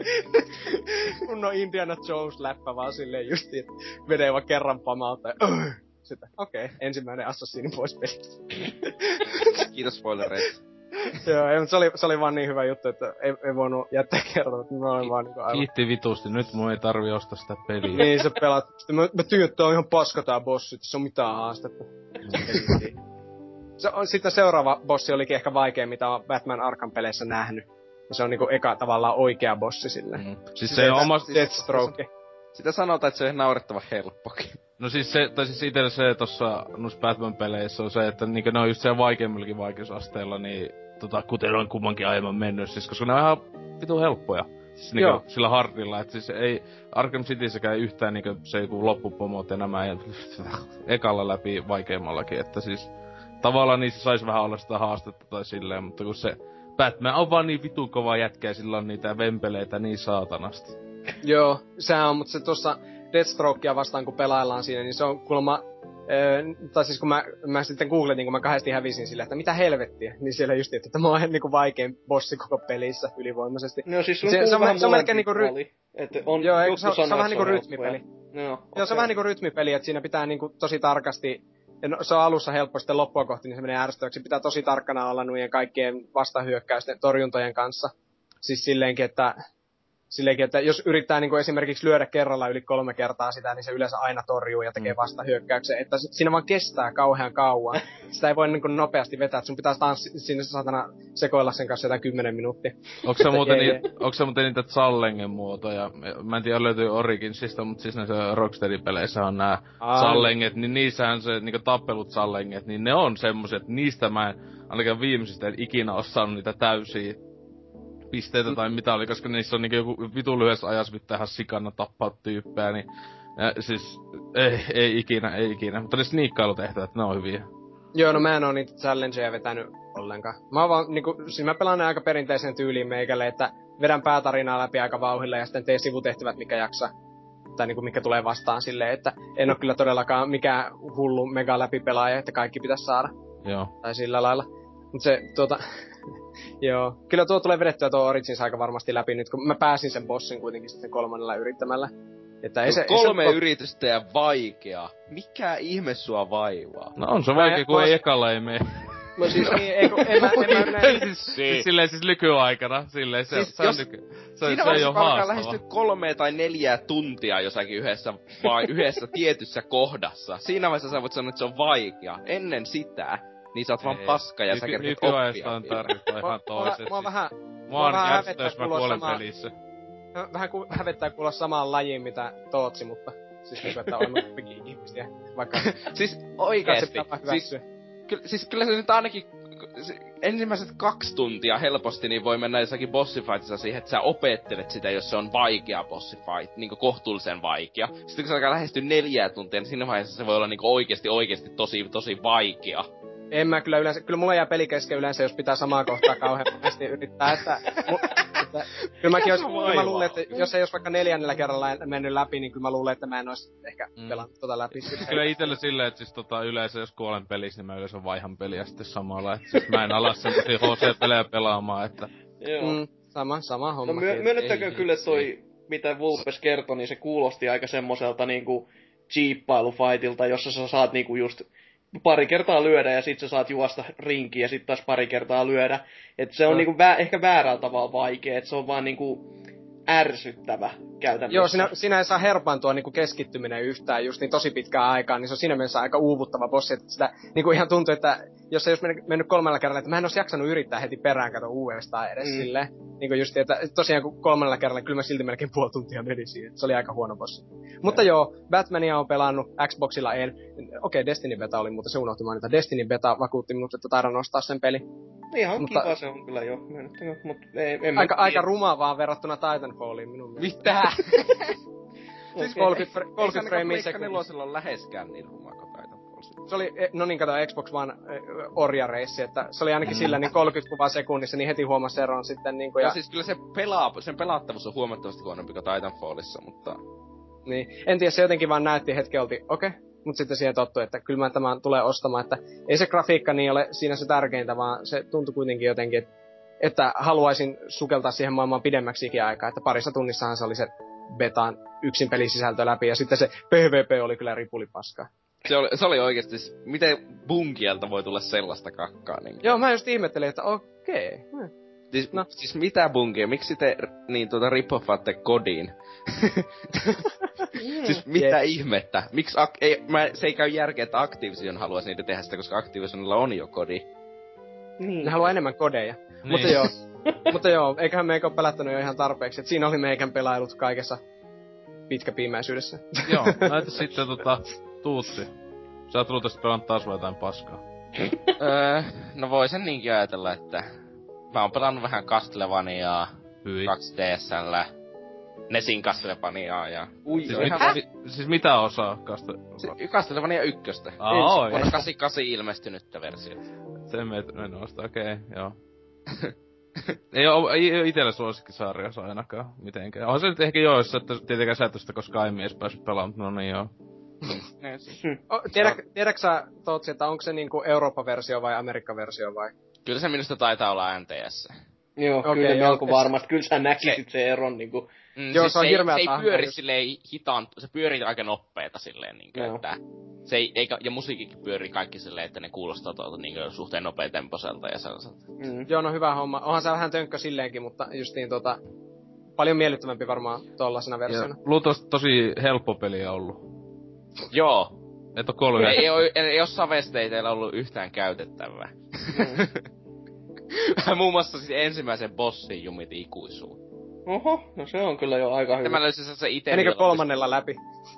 Kunnon Indiana Jones-läppä vaan silleen justiin, että menee vaan kerran pamautta ja sitten ensimmäinen assassini pois pelistä. Kiitos spoilereista. Joo, ei, mutta se oli vaan niin hyvä juttu, että ei voinut jättää kertoa. Mä olin vaan niinku aivan... Kiitti vitusti, nyt mun ei tarvi ostaa sitä peliä. Niin, se pelaat. Sitten mä tiedän, että tää on ihan paska tää bossi, että se on mitään haastetta. Sitten seuraava bossi olikin ehkä vaikea, mitä on Batman Arkham-peleissä nähnyt. Ja se on niinku eka tavallaan oikea bossi sille. Siis se on omasta... Deathstroke. Sitä sanotaan, että se on naurettavan helppokin. No siis se, tai siis itellä se tossa noissa Batman-peleissä on se, että niinku ne on just siellä vaikeimmilläkin vaikeusasteilla, niin kuten on kummankin aiemmin mennyt, siis koska ne on ihan vitu helppoja. Siis niinku sillä hardilla, että siis ei Arkham Cityssäkään yhtään niinku se joku loppupomot ja nämä ja ekalla läpi vaikeimmallakin, että siis tavallaan niissä sais vähän olla sitä haastetta tai silleen, mutta kun se Batman on vaan niin vitun kova jätkä ja sillä on niitä vempeleitä niin saatanasti. Joo, sehän on, mutta se tuossa Deathstrokea vastaan kun pelaillaan siinä, niin se on kuulemma... tai siis kun mä sitten googletin, kun mä kahdesti hävisin sille, että mitä helvettiä, niin siellä just että tämä on niinku vaikein bossi koko pelissä ylivoimaisesti. No siis se on melkein niinku joo, se on vähän niinku rytmipeli. Joo, joo, se on vähän niinku rytmipeli, että siinä pitää niinku tosi tarkasti, ja se on alussa helppo, sitten loppua kohti, niin se menee ärsyttäväksi. Pitää tosi tarkkana olla noiden kaikkien vastahyökkäysten torjuntojen kanssa. Siis silleenkin, että jos yrittää niinku esimerkiksi lyödä kerralla yli 3 kertaa sitä, niin se yleensä aina torjuu ja tekee vastahyökkäyksen. Että siinä vaan kestää kauhean kauan. Sitä ei voi niinku nopeasti vetää, että sun pitää sinne satana sekoilla sen kanssa jotain 10 minuuttia. Onko se muuten niitä Zallengen muotoja? Mä en tiedä löytyy Originsista, mutta siis näissä Rocksteadin peleissä on nää Zallenget, niin niissähän se niinku tappelut Zallenget, niin ne on semmoset, niistä mä en ainakaan viimeisistä en ikinä oo saanut niitä täysiä pisteitä tai mitä oli, koska niissä on niinku joku vitun lyhyessä ajassa pitää ihan sikana tappaa tyyppejä, niin siis ei ikinä. Mutta ne sniikkailu-tehtävät, ne on hyviä. Joo, no mä en oo niitä challengeja vetänyt ollenkaan. Mä oon vaan niinku, siis mä pelaan ne aika perinteisen tyyliin meikälle, että vedän päätarinaa läpi aika vauhdilla ja sitten teen sivutehtävät, mikä jaksaa. Tai niinku mikä tulee vastaan silleen, että en oo kyllä todellakaan mikään hullu mega läpipelaaja, että kaikki pitäisi saada. Joo. Tai sillä lailla. Mut se joo. Kyllä tuo tulee vedettyä tuo Origins aika varmasti läpi nyt, kun mä pääsin sen bossin kuitenkin sitten 3. yrittämällä. Että ei se, 3 yritystä ja vaikea. Mikä ihme sua vaivaa? No on se vaikea, kun ei ekalla ei mene. No siis niin, siis silleen siis nykyaikana, silleen se siis on siinä on jo haastava. lähestyy 3 tai 4 tuntia jossakin yhdessä tietyssä kohdassa. Siinä vaiheessa sä voit sanoa, että se on vaikea. Ennen sitä, niin sä oot vaan paska ja sä kerkeet oppia. Nykyajasta on tarvittu ihan toiset. Mua on järjestetty, jos mä kuolen pelissä. Vähän hävettää kuulla samaan lajiin, mitä Tootsi, mutta siis niinku, että on ihmisiä. Vaikka... siis oikeesti. Siis kyllä se nyt ainakin ensimmäiset 2 tuntia helposti niin voi mennä jossakin bossifightissa siihen, että sä opettelet sitä, jos se on vaikea bossifight, niinku kohtuullisen vaikea. Sitten kun se alkaa lähestyä 4 tuntia, niin siinä vaiheessa se voi olla niinku oikeesti tosi vaikea. En mä kyllä yleensä, kyllä mulla jää peli kesken yleensä, jos pitää samaa kohtaa kauheasti yrittää, että kyllä mäkin mä luulen, että jos ei jos vaikka 4. kerralla mennyt läpi, niin kyllä mä luulen, että mä en ois ehkä pelannut läpi. Kyllä itellä silleen, että siis yleensä jos kuolen pelissä, niin mä yleensä vaihan peliä sitten samalla, että siis mä en ala semmosia HC-pelejä pelaamaan, että... Joo. Sama homma. No myönnettäkö kyllä toi, mitä Vulpes kertoi, niin se kuulosti aika semmoselta niinku cheappailu-fightilta, jossa sä saat niinku just pari kertaa lyödä ja sit sä saat juosta rinkiin ja sit taas pari kertaa lyödä. Et se on niinku ehkä väärällä tavalla vaikea, et se on vaan niinku ärsyttävä käytännössä. Joo, siinä ei saa herpaantua niinku keskittyminen yhtään just niin tosi pitkään aikaan, niin se on siinä mielessä aika uuvuttava bossi, että sitä niinku ihan tuntuu, että jos ei olisi mennyt 3 kerralla, että mä en olisi jaksanut yrittää heti perään kato uudestaan edes silleen. Niinku just, että tosiaan kun 3 kerralla kyllä mä silti melkein puoli tuntia meni siihen, se oli aika huono bossi. Mutta joo, Batmania on pelannut, Xboxilla en. Okei, Destiny Beta oli, mutta se unohtui mainita. Destiny Beta vakuutti minut, että taidan nostaa sen peli. Ihan mutta kiva se on kyllä jo, mutta aika ruma vaan verrattuna Titanfalliin minun mielestä. Mitä? Siis 30 freimiä sekunnissa. On läheskään niin rumaa kuin Titanfall. Se oli, no niin kato, Xbox One orjareissi, että se oli ainakin sillä niin 30 kuvaa sekunnissa, niin heti huomasi eron sitten niinku ja... No siis kyllä sen pelaattavuus on huomattavasti huonompi kuin Titanfallissa, mutta... Niin, en tiedä, se jotenkin vaan näytti hetken oltiin, okei. Mut sitten siihen tottui, että kyllä mä tämän tulee ostamaan, että ei se grafiikka niin ole siinä se tärkeintä, vaan se tuntui kuitenkin jotenkin, että haluaisin sukeltaa siihen maailmaan pidemmäksikin aikaa, että parissa tunnissahan se oli se betaan yksin pelisisältö läpi, ja sitten se PvP oli kyllä ripulipaskaa. Se oli oikeesti, miten bunkielta voi tulla sellaista kakkaa? Niin... Joo, mä just ihmettelin, että Okei. Siis mitä bunkia? Miksi te ripoffaatte kodin? Siis mitä ihmettä? Miksi se ei käy järkeä, että Activision haluaisi niitä tehdä sitä, koska Activisionilla on jo kodi. Niin. Ne haluaa enemmän kodeja. Niin. Mutta joo, eiköhän meikä ole pelättänyt jo ihan tarpeeksi, et siinä oli meikän pelailut kaikessa pitkäpiimäisyydessä. Joo, näitä sitten Tuutsi. Sä oot luultavasti pelannut taas vai jotain paskaa. No voi sen niinkin ajatella, että mä oon pelannut vähän Castlevaniaa 2DS:llä, Nesin Castlevaniaa ja... Siis mitä osaa Castlevania 1. Vuonna 88 ilmestynyttä versiota. Sen en osta, okei, joo. Ei oo itellä suosikkisarja ainakaan mitenkään. On se nyt ehkä joissa, että tietenkään sä et sitä koskaan aiemmin edes päässyt pelaamaan, no niin joo. Tiedätkö sä, Tootsi, että onko se niinku Eurooppa-versio vai Amerikka-versio vai? Kyllä se minusta taitaa olla NTS. Joo, okay, kyllä melko varmasti. Kyllä sä näkisit sen eron niinku. Joo, se on hirveä se ei pyöri silleen hitaan, se pyörii aika nopeeta silleen niinku, että... Se ei, ja musiikkikin pyörii kaikki silleen, että ne kuulostaa niinku suhteen nopeatempoiselta ja sellaiselta. Joo, no hyvä homma. Onhan se vähän tönkkö silleenkin, mutta justiin paljon miellyttävämpi varmaan tollasena versiona. Luultavasti tosi helppo peliä ollut. Joo. Et oo 3. Ei oo savesteiteillä ollut yhtään käytettävää. Muun muassa siis ensimmäisen bossin jumit ikuisuun. Oho, no se on kyllä jo aika hyvä. Mä löysin se ite. Menikö 3. läpi?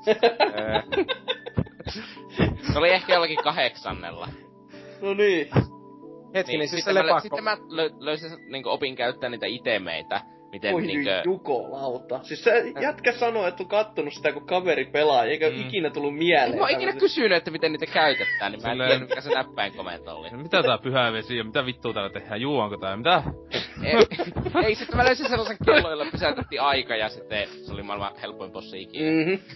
Se oli ehkä jollakin 8. No niin. Hetkinen, siis se lepakko. Sitten mä löysin niinku opin käyttää niitä itemeitä. Miten jukolauta. Siis se jätkä sanoi, että on kattonut sitä, kun kaveri pelaa, eikä ikinä tullut mieleen. Mä oon ikinä kysynyt, että miten niitä käytetään, niin mä en tiedä, mikä se näppäin komento oli. Mitä tää pyhä vesi on? Mitä vittua täällä tehdään? Juonko tää? Mitä? Ei, sitten mä löysin sellaisen kellon, jolla pysäytettiin aika, ja sitten se oli maailman helpoin bossi ikinä.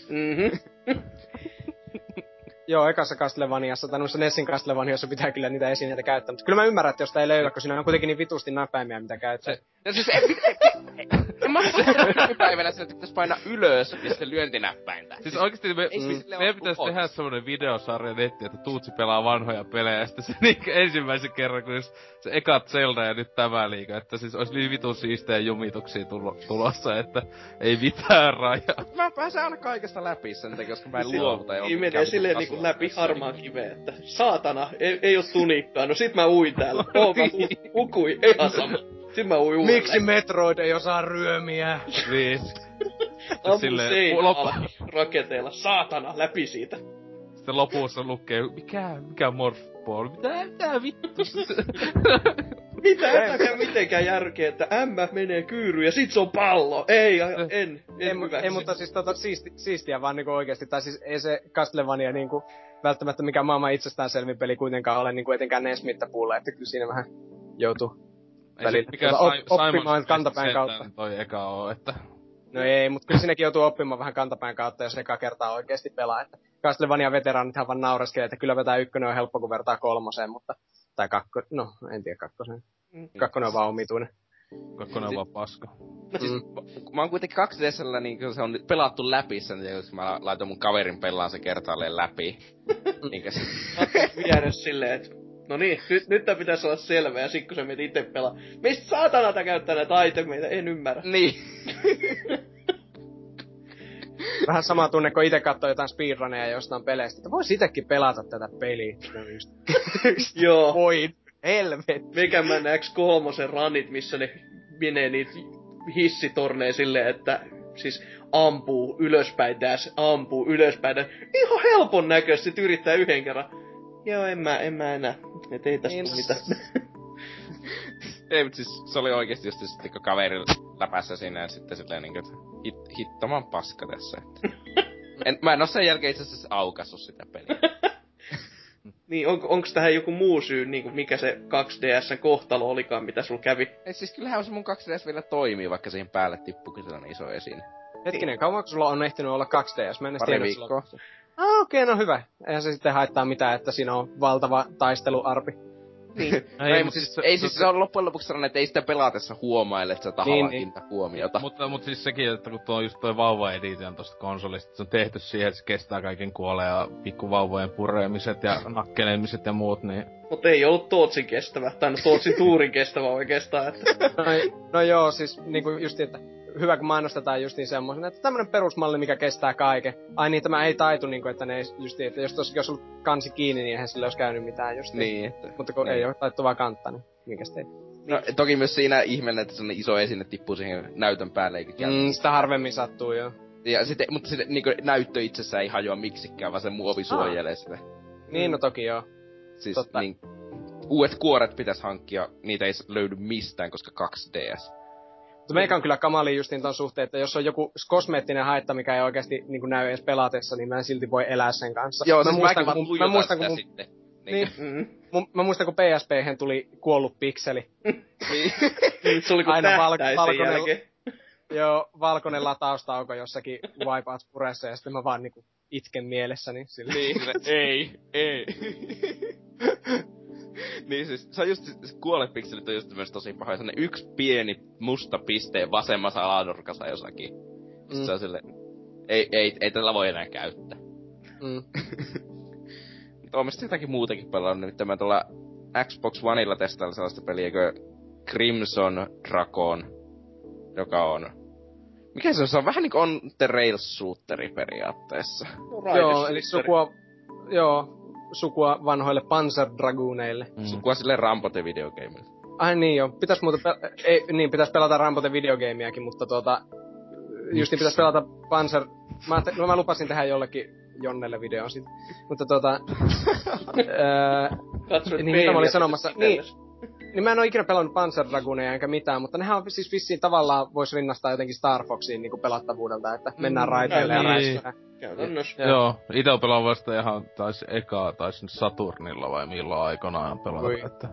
Joo, ekassa Castlevaniassa, tai noissa Nessin Castlevaniassa pitää kyllä niitä esineitä käyttää, mutta kyllä mä ymmärrän, että jos sitä ei löydä, kun siinä on kuitenkin niin vitusti näppäimiä, mitä käyttää. No siis en mä nykypäivänä sen, että pitäis painaa ylös ja sitten lyöntinäppäintä. Siis oikeesti meidän pitäis tehdä semmonen videosarja nettiin, että Tuutsi pelaa vanhoja pelejä, ja sitten se niinkö ensimmäisen kerran, kun se ekat Zelda ja nyt tämä liiga, että siis ois niin vitun siistejä jumituksia tulossa, että ei mitään rajaa. Mä pääsen aina kaikesta läpi sen takia, koska mä en luovuta. Niin menee silleen niinku läpi harmaan kiveen, että saatana, ei oo tunikkaa, no sit mä uin täällä. Mä ukuin, ihan sama. Sit mä uin uudelleen. Miksi Metroid ei osaa ryömiä? Niin. Ammu seinä raketeilla, saatana, läpi siitä. Sitten lopussa lukee, mikä Morphball? Mitä vittu? Mitä mitenkään järkeä, että M menee kyyryyn ja sit se on pallo. En mutta siis siistiä vaan niinku oikeesti. Tai siis ei se Castlevania niinku välttämättä mikään maailman itsestäänselvin peli kuitenkaan ole niinku etenkään Nesmittäpuulla, että kyllä siinä vähän joutuu välillä oppimaan kantapään kautta. Toi eka oo, että... No ei, mutta kyllä siinäkin joutuu oppimaan vähän kantapään kautta, jos eka kertaa oikeesti pelaa. Että Castlevania veteraanithan vaan nauraskelee, että kyllä vetää 1 on helppo, kun vertaa 3, mutta... Tai 2, no en tiedä 2. 2 on vaan omituinen. 2 on vaan paska. Siis, mä oon kuitenkin 2D:llä niin se on pelattu läpi sen, koska mä laitoin mun kaverin pelaan se kertaalleen läpi. Vieressä silleen, että no niin, nyt tää pitäis olla selvä, ja sit kun sä menet ite pelaa. Mistä saatana tää käyttää näitä itemeitä? En ymmärrä. Niin. Vähän sama tunne, kun ite kattoo jotain speedruneja jostain peleistä, että vois itekin pelata tätä peliä. Joo. Voi helvetti. Mega Man X3 ranit, missä ne menee niitä hissitorneja silleen, että siis ampuu ylöspäin Ihan helpon näköistä, sit yrittää yhden kerran. Joo, en mä enää. Et ei tästä niin, mitään. Ei, mut siis se oli oikeesti just sitten, kun kaveri läpässä siinä ja sitten silleen niinku, että hittoman paska tässä. Mä en oo sen jälkeen itse asiassa aukassu sitä peliä. Niin, onks tähän joku muu syy, niinku mikä se 2DS:n kohtalo olikaan, mitä sul kävi? Ei siis kyllähän se mun 2DS vielä toimii, vaikka siihen päälle tippukin sellainen iso esine. Hetkinen, kauanko sulla on ehtinyt olla 2DS? Mä en edes Pari viikkoa. Okei, no hyvä. Eihän se sitten haittaa mitään, että siinä on valtava taisteluarpi. Niin. Ei siis se on loppujen lopuksi sellainen, että ei sitä pelatessa huomaile, että sä tahalla kiinnittää huomiota. Mutta siis sekin, että kun tuo on just toi vauva edition tosta konsolista, se on tehty siihen, että se kestää kaiken kuoleen ja pikkuvauvojen puremiset ja nakkelemiset ja muut, niin... Mut ei ollut Tootsin kestävä, tai no Tootsin tuurin kestävä oikeastaan, että... No joo, siis niinku justi, että hyvä kun mainostetaan justiin semmoisen, että tämmönen perusmalli, mikä kestää kaiken. Ai niin, tämä ei taitu niinku, että ne ei justiin, että jos tossakin olisi ollut kansi kiinni, niin eihän sillä olisi käynyt mitään justiin. Niin, että... Mutta kun ei ole taittuvaa kantta, niin mikäs teit? No, toki myös siinä ihmeellinen, että sellainen iso esine tippuu siihen näytön päälle eikä sitä harvemmin sattuu, joo. Ja mutta sitten niinku näyttö itsessään ei hajoa miksikään, vaan se muovi suojelee sitä. Niin, no toki joo. Siis niin, uudet kuoret pitäis hankkia, niitä ei löydy mistään, koska 2DS. Mutta meikä on kyllä kamali justiin ton suhteen, että jos on joku kosmeettinen haitta, mikä ei oikeasti niin näy edes pelatessa, niin mä en silti voi elää sen kanssa. Joo, siis mä muistan, kun sitten. Niin. Mä muistan, kun PSP:hen tuli kuollut pikseli. Niin. Se oli kun tähtäin sen jälkeen. Joo, valkoinen lataustauko jossakin Wipeouts puressa, ja sitten mä vaan niinku itken mielessäni. Niin, ei. Niin siis, se on just, kuolleet pikselit on just myös tosi pahoja. Sellainen yksi pieni musta pisteen vasemmassa alanurkassa jossakin. Se on silleen, ei tällä voi enää käyttää. Mutta oon jotakin muutakin pelannut. Nimittäin mä tuolla Xbox Oneilla testailla sellaista peliä kuin Crimson Dragon, joka on... Mikä se on? Se on vähän niinku on The Rails shooteri periaatteessa. No, joo, eli sukua vanhoille Panzer Dragooneille. Sukua sille Rampote videogameille. Ai niin joo, pitäis muuten pitäis pelata Rampote videogameakin, mutta justiin pitäis pelata Panzer... Mä lupasin tehdä jollekin Jonnelle videon siitä. Mutta niin mitä mä olin sanomassa, niin mä en oo ikinä pelannut Panzer Dragooneja enkä mitään, mutta nehän on siis vissiin tavallaan vois rinnastaa jotenkin Star Foxiin niinku pelattavuudelta, että mennään raiteille ja räiskytään. Käytännössä. Joo, ite on pelannut vasta ihan taisi Saturnilla vai milloin aikanaan pelata, että...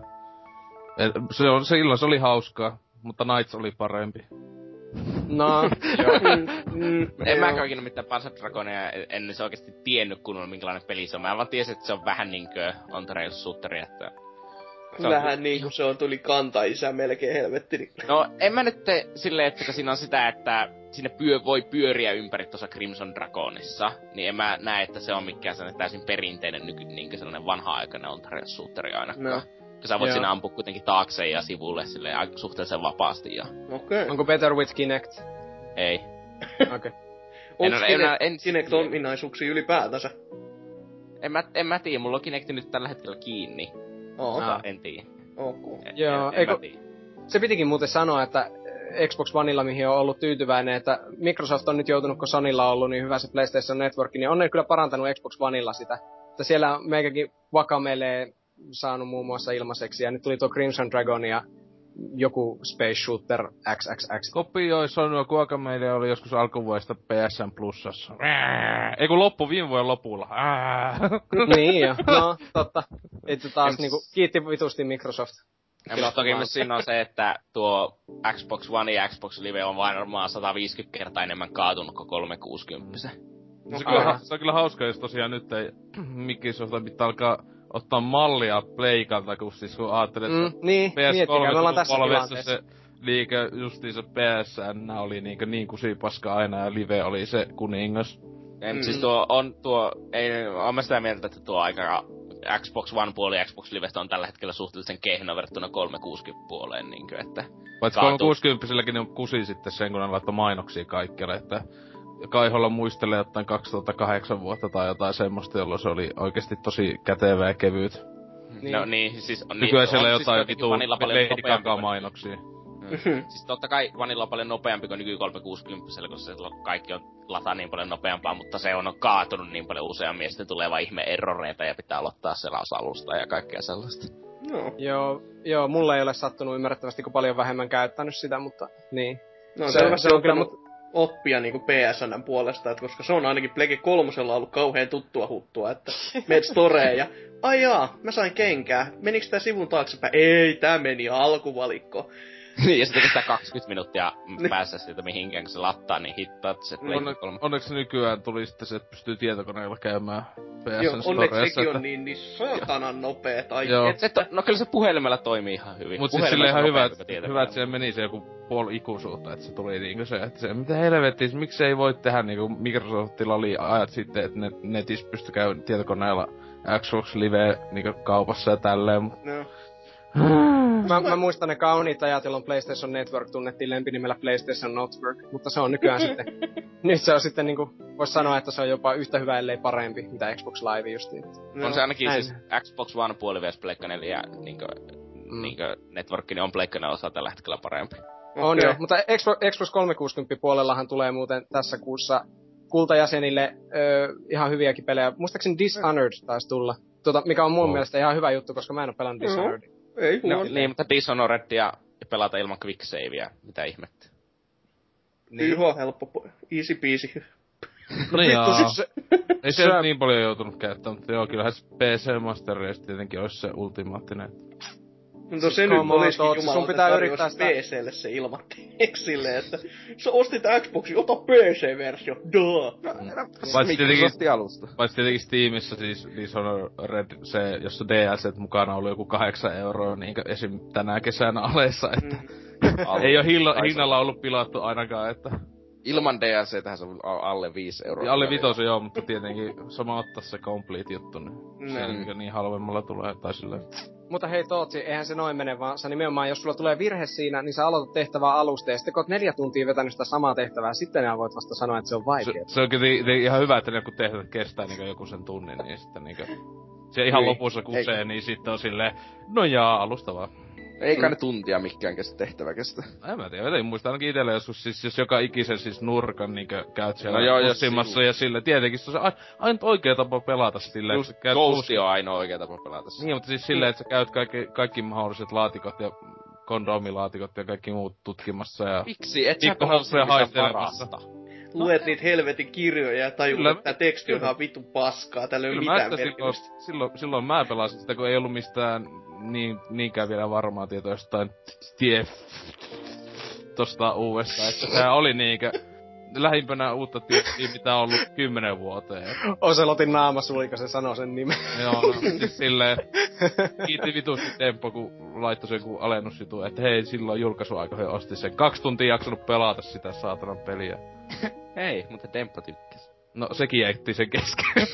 Se oli hauskaa, mutta Knights oli parempi. No, joo. En mäkään ikinä mitään Panzer Dragonia, en se oikeesti tiennyt kunnolla minkälainen peli se on. Mä vaan tiesin, että se on vähän niinkö on The Rails shooteri, että... Vähän niinku se on tuli kantaisä melkein helvetti. No, en mä nyt silleen, että siinä on sitä, että sinne voi pyöriä ympäri tuossa Crimson Dragonissa, niin en mä näe, että se on mikään sellainen täysin perinteinen niinkö sellainen vanha-aikainen on The Rails shooteri ainakaan. No. Sä voit siinä ampua kuitenkin taakse ja sivulle silleen suhteellisen vapaasti ja... Okei. Onko Better with Kinect? Ei. Okei. Onko Kinect-ominaisuuksia ylipäätänsä? En mä tiedä, mulla on Kinecti nyt tällä hetkellä kiinni. En tiedä. Joo, se pitikin muuten sanoa, että Xbox Oneilla, mihin on ollut tyytyväinen, että Microsoft on nyt joutunut, kun Sonylla on ollut niin hyvä se PlayStation Network, niin on ne kyllä parantanut Xbox Oneilla sitä. Että siellä on meikäkin Wakamelee saanut muun muassa ilmaiseksi, ja nyt tuli tuo Crimson Dragon ja joku Space Shooter XXX. Kopioi Sonua Guacamelee oli joskus alkuvuodesta PSN Plusassa. Ei kun loppu viime vuoden lopulla. Niin jo, no totta. Itse taas niinku kiitti vitusti Microsoft. Ja toki myös siinä on se, että tuo Xbox One ja Xbox Live on vain varmaan 150 kertaa enemmän kaatunut kuin 360. Se on kyllä hauska, jos tosiaan nyt ei Microsoft pitää alkaa ottaa mallia Playkalta, kun siis kun ajattelet, että PS3 se liike justiinsa PSN oli niin kusipaska aina ja Live oli se kuningas. Siis oon mä sitä mieltä, että tuo aika Xbox One puoli ja Xbox Livestä on tällä hetkellä suhteellisen kehno verrattuna 360 puoleen niinkö, että... Paitsi 360-silläkin on kusi sitten sen, kun ne laittoi mainoksia kaikkialle, että Kaiholla muistelee jotain 2008 vuotta tai jotain semmoista, jolloin se oli oikeesti tosi kätevä ja kevyt. Niin. No niin, siis... Nykyään siellä jotain vitu Lady Gaga-mainoksia. Siis totta kai Vanilla on paljon nopeampi kuin nyky 360, koska se kaikki on lataa niin paljon nopeampaa, mutta se on kaatunut niin paljon useammin ja sitten tulee vaan ihme erroreita ja pitää aloittaa selausalusta ja kaikkea sellaista. No. Joo, mulla ei ole sattunut ymmärrettävästi, kun paljon vähemmän käyttänyt sitä, mutta niin. No se on kyllä oppia niinku PSN:n puolesta, että koska se on ainakin Plege 3:lla ollut kauhean tuttua huttua, että menet storeen ja ai jaa, mä sain kenkää. Menikö tää sivun taaksepäin? Ei, tää meni alkuvalikko. Niin, ja sitten kestää 20 minuuttia päässä siitä mihinkään, kun se lattaa, niin hittaat se Play 3. Onneksi nykyään tuli sitten se, että pystyy tietokoneella käymään PSN Joo, onneksi sekin että on niin saatanan nopea. Tai joo. No kyllä se puhelimella toimii ihan hyvin. Mut siis silleen ihan hyvä, että siellä meni se joku puoli ikuisuutta, että se tuli niinku se, että se, mitä helvettiä, miksi ei voi tehdä niinku Microsoftilla oli ajat sitten, että ne netissä pystyi käymään tietokoneella Xbox Live niinku kaupassa ja tälleen, no. Mä muistan ne kauniit ajat, jolloin PlayStation Network tunnettiin lempinimellä PlayStation Network, mutta se on nykyään sitten... Nyt se on sitten niinku, vois sanoa, että se on jopa yhtä hyvä, ellei parempi, mitä Xbox Live justiin. No, on se ainakin näin. Siis Xbox One puoli vs Pleikka 4 niinkö Network, niin on Pleikka 4 osa tällä hetkellä parempi. On joo, mutta Xbox 360 puolellahan tulee muuten tässä kuussa kultajäsenille ihan hyviäkin pelejä. Muistaakseni Dishonored taisi tulla, mikä on mun mielestä ihan hyvä juttu, koska mä en oo pelannut Dishonoredia. Ei huono. Niin, mutta Dishonoredia pelata ilman quicksavea, mitä ihmettä. Niin. Ihan helppo, easy peasy. No jaa. Ei se nyt niin paljon joutunut käyttämään, mutta joo, kyllähän PC Master Race tietenkin olisi se ultimaattinen. No siis se nyt olisikin jumalauta, tarjosi PClle se ilmattiin Xille, että sä ostit Xboxin, ota PC-versio, duh! Paitsi tietenkin Steamissa siis Dishonored, se, jossa DLCt mukana on ollut joku 8 €, niinkö esim. Tänä kesänä aleissa, että ei oo hinnalla ollut pilattu ainakaan, että... Ilman DLCtähän se on alle 5 €. Ja alle 5 joo, mutta tietenkin sama ottaa se complete juttu, niin se niin halvemmalla tulee, tai silleen. Mutta hei Tootsi, eihän se noin mene, vaan sä nimenomaan, jos sulla tulee virhe siinä, niin sä aloitat tehtävää alusta, ja sitten kun oot 4 tuntia vetänyt sitä samaa tehtävää, sitten ne voit vasta sanoa, että se on vaikea. Se on kyllä ihan hyvä, että kun tehtävät kestää niin joku sen tunnin, niin sitten niin se ihan lopussa kusee, niin sitten on silleen, no jaa, alusta vaan. Eikä ne tuntia mikään tehtävä kestä. En mä tiedä, muista ainakin itelle joskus siis, jos joka ikisen siis nurkan niinkö käyt siellä pussimassa ja sille. Tietenkin se on ainut oikea tapa pelata silleen. Just Ghost on ainoa oikea tapa pelata. Niin, mutta siis silleen, että sä käyt kaikki mahdolliset laatikot ja kondomilaatikot ja kaikki muut tutkimassa ja... Miksi? Et sä pelaa parasta. Luet niitä helvetin kirjoja ja tajut, että tää teksti on ihan vitun paskaa, tällä ei oo mitään merkitystä. Silloin mä pelasin sitä, kun ei ollut mistään niinkään vielä varmaa tietoa jostain tosta uudesta, että sehän oli niinkö lähimpänä uutta tietoa, mitä on ollut 10 vuoteen. Oselotin naama suika, se sanoo sen nimen. Joo, no siis silleen, kiitti vitusti Temppo, kun laittoi sen kun alennusjutu, että hei, silloin julkaisuaika he osti sen. 2 tuntia jaksanut pelata sitä saatanan peliä. Hei, mutta Temppo tykkäs. No, sekin jäitti sen kesken.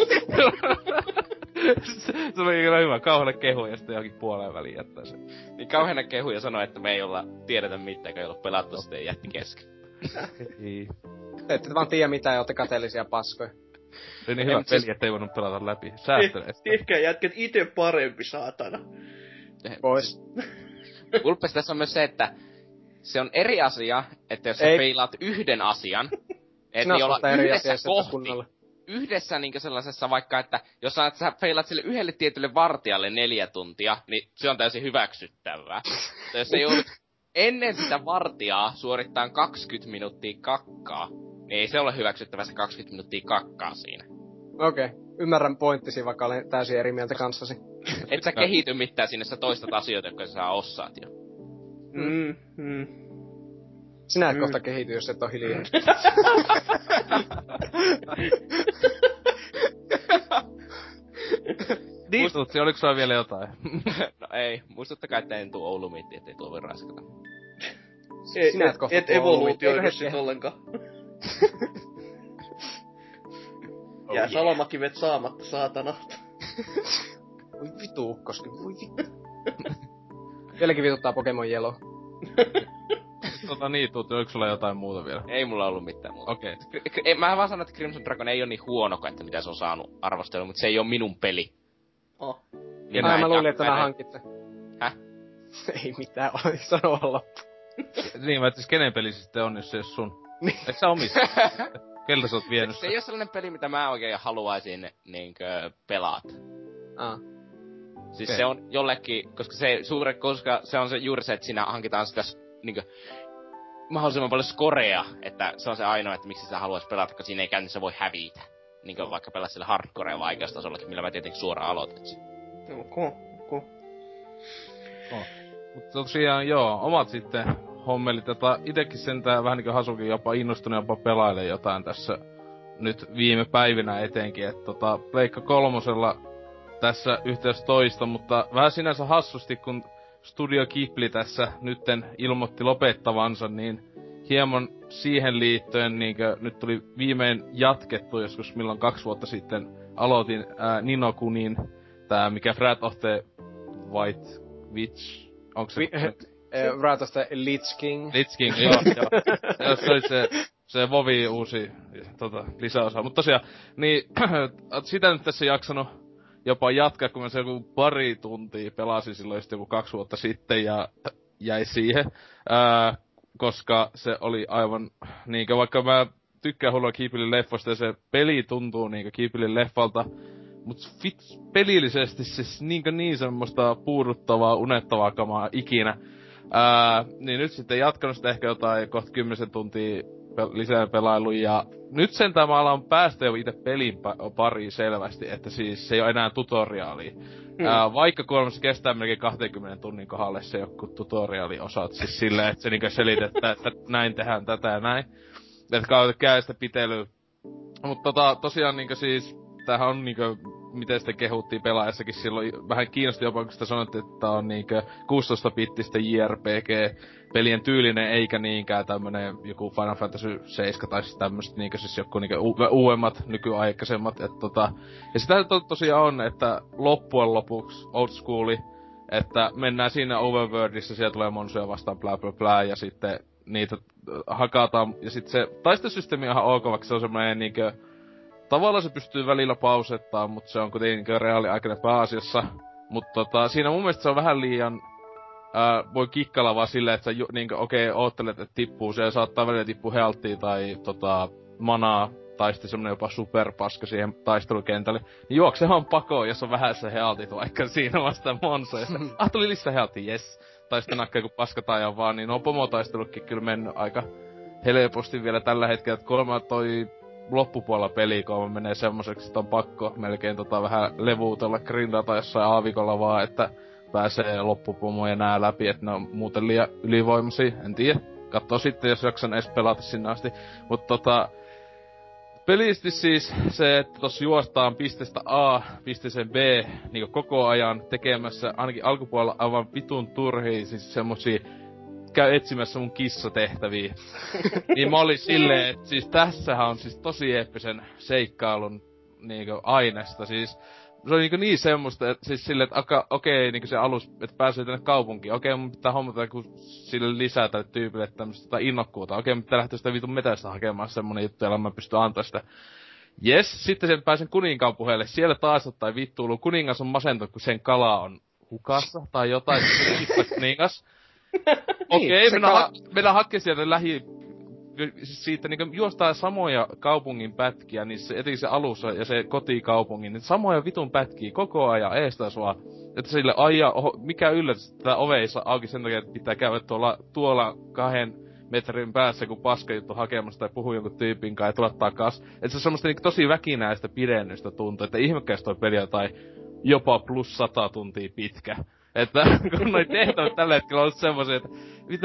Se oli kyllä hyvä, kauheena kehu ja sitten johonkin puoleen väliin jättää sen. Niin kauheena kehu ja sanoi, että me ei tiedetä mitään, kun ei olla pelattu sitten jätti kesken. Te ette vaan tiedä mitään ja ootte kateellisia paskoja. Se on niin hyvä peli, ettei voinut pelata läpi. Säästelee sitä. Tehkää jätkät ite parempi, saatana. Pois. Ulpes tässä on myös se, että se on eri asia, että jos sä feilaat yhden asian, että niin olla yhdessä kohti. Yhdessä niinkö sellaisessa vaikka, että jos sä feilat sille yhdelle tietylle vartijalle 4 tuntia, niin se on täysin hyväksyttävää. Mutta jos sä joudut ennen sitä vartijaa suorittaa 20 minuuttia kakkaa, niin ei se ole hyväksyttävää se 20 minuuttia kakkaa siinä. Okei. Ymmärrän pointtisi, vaikka olen täysin eri mieltä kanssasi. Et sä kehity mitään sinne, sä toistat asioita, jotka sä osaat jo. Sinä et kohta kehity, jos et oo hiljaa. Muistutsi, oliko sulla vielä jotain? No ei, muistuttakaa, että en tuu Oulumiittiin, ettei tuo voi raskata. Sinä et kohta et evoluutioidu sit ollenkaan. Jää salamakivet saamatta, saatana. Voi vitu ukkoski, voi vitu. Vieläkin vituttaa Pokemon Yellow. Niin, oliko sulla jotain muuta vielä? Ei mulla ollut mitään muuta. Okei. Mä vaan sanon, että Crimson Dragon ei oo niin huono, että mitä se on saanut arvostelua, mutta se ei oo minun peli. Niin mä luulin, että mä hankit sen. Häh? Ei mitään, sano vaan loppu. Niin, mä siis kenen peli se sitten on, jos se ei oo sun? Eikö sä omista? Keltä sä oot vienyt? Se ei oo sellainen peli, mitä mä oikein haluaisin niinkö pelata. Siis se on jollekin, koska se on se juuri se, että siinä hankitaan sitä niinkö mahdollisimman paljon skorea, että se on se ainoa, että miksi sä haluais pelata, koska siinä ei käynnissä voi hävitä. Niinkö vaikka pelaa sillä hardcorea vaikeustasollakin, millä mä tietenkin suoraan aloitin sen. Okay. Mutta tosiaan joo, omat sitten hommelit, itekin sentään vähän niinku Hasukin jopa innostunut jopa pelailee jotain tässä nyt viime päivinä etenkin, että Pleikka 3:lla tässä yhteydessä toista, mutta vähän sinänsä hassusti, kun Studio Ghibli tässä nytten ilmoitti lopettavansa, niin hieman siihen liittyen niinkö nyt tuli viimein jatkettu joskus milloin 2 vuotta sitten aloitin Ninokunin, tää mikä Wrath of the White Witch, onko se? Wrath of the Lich King. Lich King, joo. Se oli se WoWin uusi lisäosa. Mutta tosiaan, niin sitä nyt tässä jaksanut jopa jatkaa, kun mä se joku pari tuntia pelasin silloin just joku 2 vuotta sitten ja jäi siihen. Koska se oli aivan niinkö, vaikka mä tykkään hullua Ghiblin leffoista ja se peli tuntuu niinkö Ghiblin leffalta, mut pelillisesti se niin semmoista puuduttavaa, unettavaa kamaa ikinä. Niin nyt sitten jatkanut sitä ehkä jotain kohta 10 tuntia lisää pelailu ja nyt sentään mä alan päästä jo ite pelin pariin selvästi, että siis se ei oo enää tutoriaalia. Vaikka kuolemassa kestää melkein 20 tunnin kohdalle se joku tutoriaaliosat, siis silleen, että se niinkö selitetään, että näin tehdään tätä ja näin. Että käy sitä pitelyä. Mutta tosiaan niinkö siis, tämähän on niinkö, miten sitä kehuttiin pelaajassakin silloin, vähän kiinnosti jopa, kun sitä sanottiin, että tää on niinkö 16-bittistä JRPG-pelien tyylinen, eikä niinkään tämmönen joku Final Fantasy 7 tai siis tämmöset niinkö siis joku niinkö uudemmat, nykyaikaisemmat, että ja sitä tosiaan on, että loppujen lopuksi old schooli, että mennään siinä overworldissa, siellä tulee monsuja vastaan bla bla bla, ja sitten niitä hakataan, ja sitten se taistelusysteemi on ihan ok, vaikka se on semmoinen niinkö, tavallaan se pystyy välillä pausettaan, mutta se on kuitenkin reaaliaikainen pääasiassa. Mutta siinä mun mielestä se on vähän liian voi kikkailla vaan silleen, että sä niinkö oottelet, että tippuu, se saattaa välillä tippua healttia tai manaa, tai sitten semmonen jopa superpaska siihen taistelukentälle. Niin juoksehan pakoon, jos on vähän se healtit vaikka siinä vastaan monsoja. Tuli lisää healtia, jes. Tai sitten nakkaa joku paskatajan vaan, niin on pomotaistelutkin kyllä mennyt aika helposti vielä tällä hetkellä, että kolma toi loppupuolella pelikooma menee semmoiseksi, että on pakko melkein vähän levuutella, grindata jossain aavikolla vaan, että pääsee loppupomoja nää läpi, että ne on muuten liian ylivoimaisia, en tiedä. Kattoo sitten, jos jaksan edes pelata sinne asti. Mutta pelisti siis se, että tossa juostaan pisteestä A pisteeseen B niinku koko ajan tekemässä, ainakin alkupuolella aivan vitun turhia, siis semmosia käy etsimässä mun kissatehtäviä. Niin mä olin silleen, että siis tässähän on siis tosi eeppisen seikkailun niinku aineesta. Siis se on niin semmoista, että siis silleen, että okei, niinku se alus, että pääsee tänne kaupunkiin. Okei, mun pitää hommata joku sille lisää tälle tyypille tämmöstä innokkuutta. Okei, mun pitää lähteä sitä vitun metästä hakemaan semmonen juttu, jolla mä pystyn antaa sitä. Jes, sitten sieltä pääsen kuninkaan puheelle. Siellä taas ottaa vittuulu. Kuningas on masentunut, kun sen kala on hukassa tai jotain. Kuningas. Okei, mennään hakkeen sieltä siitä niinku juostaa samoja kaupungin pätkiä, niin se, etenkin se alussa ja se kotikaupungin, niin samoja vitun pätkiä koko ajan eestä sua. Että sille mikä yllätys, että tää ove ei saa auki sen takia, että pitää käydä tuolla 2 metrin päässä, kun paska juttu hakemassa tai puhuu jonkun tyypin kanssa ja tulla takas. Että se on semmoista niinku tosi väkinäistä pidennystä tuntuu, että ihmekäs toi peli jotain jopa plus 100 tuntia pitkä. Että kun noi tehtävät tällä hetkellä on ollut semmosia, että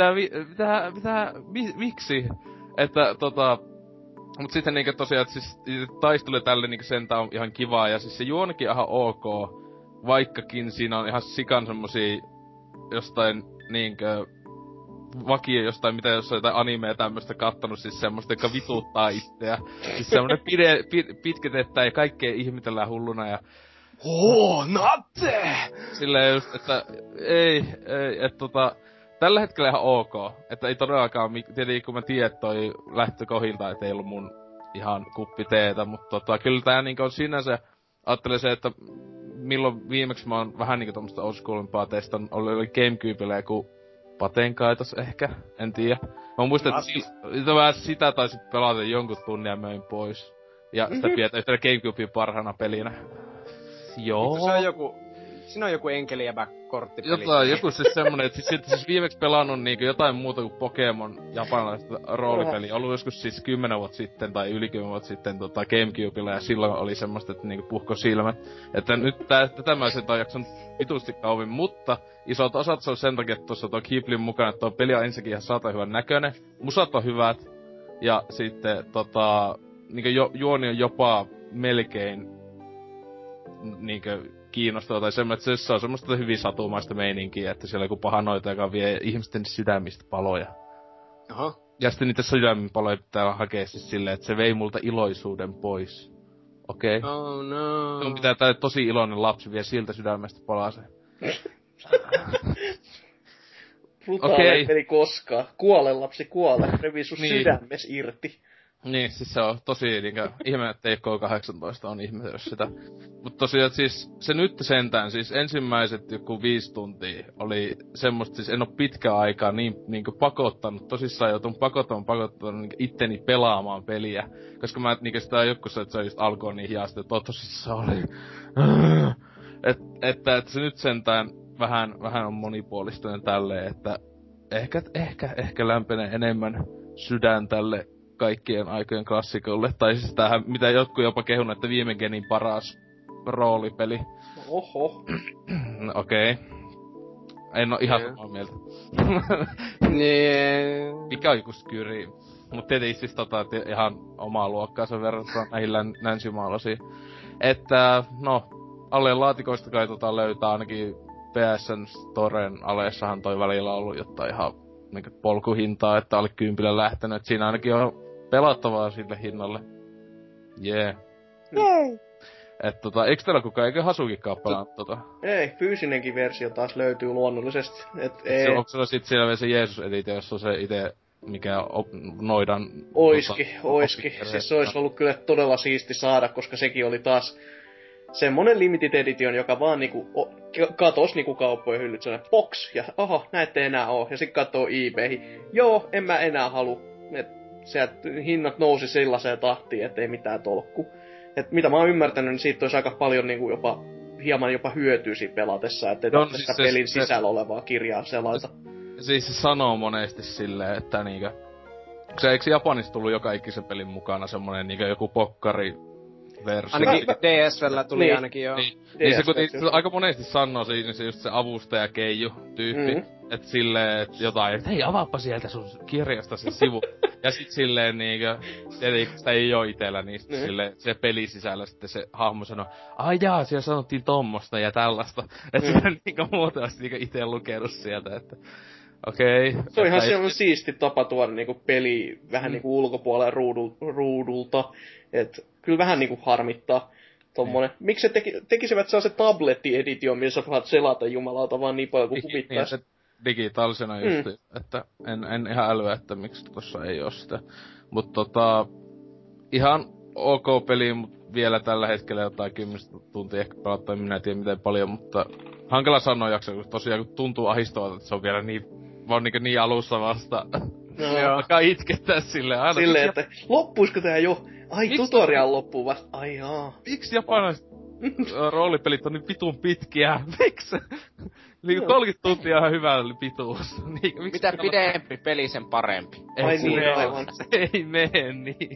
miksi? Että mut sitten niinkö tosiaan, että siis taistelu tälle niinkö sentään on ihan kivaa ja siis se juonikin ihan ok, vaikkakin siinä on ihan sikan semmosia jostain niinkö vakio jostain, mitä jos on jotain animea tämmöstä kattonut, siis semmoista, joka vituttaa itseä. Siis semmonen pitketetään ja kaikkea ihmetellään hulluna ja natte! Silleen just, että ei, että tällä hetkellä ihan ok. Että ei todellakaan, tietenkin kun mä tiedän, että toi lähtökohdilta, että ei ollut mun ihan kuppi teetä, mutta kyllä tää niinku on sinänsä, ajattelen se, että milloin viimeksi mä oon vähän niinku tommoista oldschoolimpaa teistä, oli Gamecubella joku Patenkaitos ehkä, en tiedä. Mä muistan, että sitä taisi pelata jonkun tunnin ja möin pois. Ja sitä pidetään yhtenä Gamecubin parhaana pelinä. Joo. Se on joku Siinä on joku enkeliäbä korttipeli. Joku siis semmonen, että siis viimeksi pelannut niinku jotain muuta kuin Pokemon japanilaista roolipeliä. Ollut joskus siis 10 vuotta sitten tai yli 10 vuotta sitten Gamecubella, ja silloin oli semmoista, että niinku puhko silmät. Että nyt tätä mä sen jakson vitusti kauemmin, mutta isot osat se on sen takia, että tuossa tuo Ghiblin mukana, että tuo peli on ensinnäkin ihan saatan hyvän näköinen. Musat on hyvät, ja sitten niinku juoni on jopa melkein niinku kiinnostava tai semmoinen, että se on semmoista hyvin satumaista meininkiä, että siellä joku paha noita, joka vie ihmisten sydämistä paloja. Oho. Ja sitten niitä sydämin paloja pitää hakea siis silleen, että se vei multa iloisuuden pois. Okei? Okay. Oh no. Sun pitää tää tosi iloinen lapsi vie siltä sydämestä palaseen. Brutaalein peli koskaan. Kuole lapsi, kuole. Revi sun sydämes irti. Niin, siis se on tosi niinkö ihme, että TK18 on ihme, jos sitä. Mut tosiaan siis se nyt sentään, siis ensimmäiset joku 5 tuntia oli semmoista, siis en oo pitkään aikaa niinkö pakottanut, tosissaan joutunut pakottanut niinkö itteni pelaamaan peliä. Koska mä niinkö sitä joskus, että se just alkoi niin hiasta, että tosissaan oli. Että se nyt sentään vähän on monipuolistinen tälleen, että ehkä lämpenee enemmän sydän tälle kaikkien aikojen klassikolle. Tai siis tämähän, mitä jotkut jopa kehunut, että viime genin paras roolipeli. Oho. Okei. En oo ihan samaa mieltä. Mikä on joku Skyrim? Mut tietenkin siis ihan omaa luokkaansa verrattuna näihin länsimaalaisiin. Että, no, alleen laatikoista kai löytää ainakin PSN Storen aleessahan toi välillä ollut jotain ihan niinku polkuhintaa, että alle 10 lähtenyt. Et siinä ainakin on pelattavaa sille hinnalle. Jee. Jee. Et eikö teillä kukaan, eikö Hasukikaan pelannut Ei, fyysinenkin versio taas löytyy luonnollisesti. Onko sulla sit siellä vielä se Jeesus-editio, jos on se ite, mikä noidan... Oiski. Siis se olisi ollut kyllä todella siisti saada, koska sekin oli taas semmonen limited edition, joka vaan niinku katos niinku kauppojen hyllyt, sellainen box, ja oho, näette enää oo. Ja sit kattoo eBayhin, joo, en mä enää halu. Et sieltä hinnat nousi sellaiseen tahtiin, ettei mitään tolkku. Et mitä mä oon ymmärtänyt, niin siitä olisi aika paljon niinku hieman jopa hyötyä siinä pelatessa, ettei tarvitse sitä pelin sisällä olevaa kirjaa selata. Siis se sanoo monesti silleen, että niinkö... Eikö Japanissa tullut joka ikisen pelin mukana semmonen niinkö joku pokkari versio? Ainakin DS:llä tuli niin, ainakin joo. Niin se aika monesti sanoo siinä se just se avustaja Keiju tyyppi. Et silleen, et jotain, et hei avaappa sieltä sun kirjasta se sivu. Ja sit silleen niinkö, tietenkin sitä ei oo itellä niistä silleen, se pelisisällä sitten se hahmo sanoo, ai jaa, siellä sanottiin tommosta ja tällaista. Et sitä niinkö muotoisesti niinkö ite lukenut sieltä, että okei. Se on ihan semmoinen siisti tapa tuoda niinku peli vähän niinku ulkopuolelle ruudulta. Et kyllä vähän niinku harmittaa tommonen. Miksi se tekisivät sellaisen tabletti-edition, missä saat selata jumalauta vaan niin paljon kuin huvittais. Niin, digitaalisena just, että en ihan älyä, että miksi tossa ei oo sitä. Mut ihan ok peli, mut vielä tällä hetkellä jotain 10 tuntia ehkä pelattaa, minä en tiedä miten paljon, mutta hankala sanoa jaksaa, kun tosiaan kun tuntuu ahdistavalta, että se on vielä vaan niin alussa vasta. No. Alkaa itkettää silleen aina. Silleen, että loppuisko tää jo? Ai, tutorial loppuu vasta. Ai jaa. Miksi japanilaiset roolipelit on niin vitun pitkiä? Miksi? Niinku 30 tuntia on hyvä pituus. Mitä pidempi peli, sen parempi. Ai niin, aivan. Ei mene niin.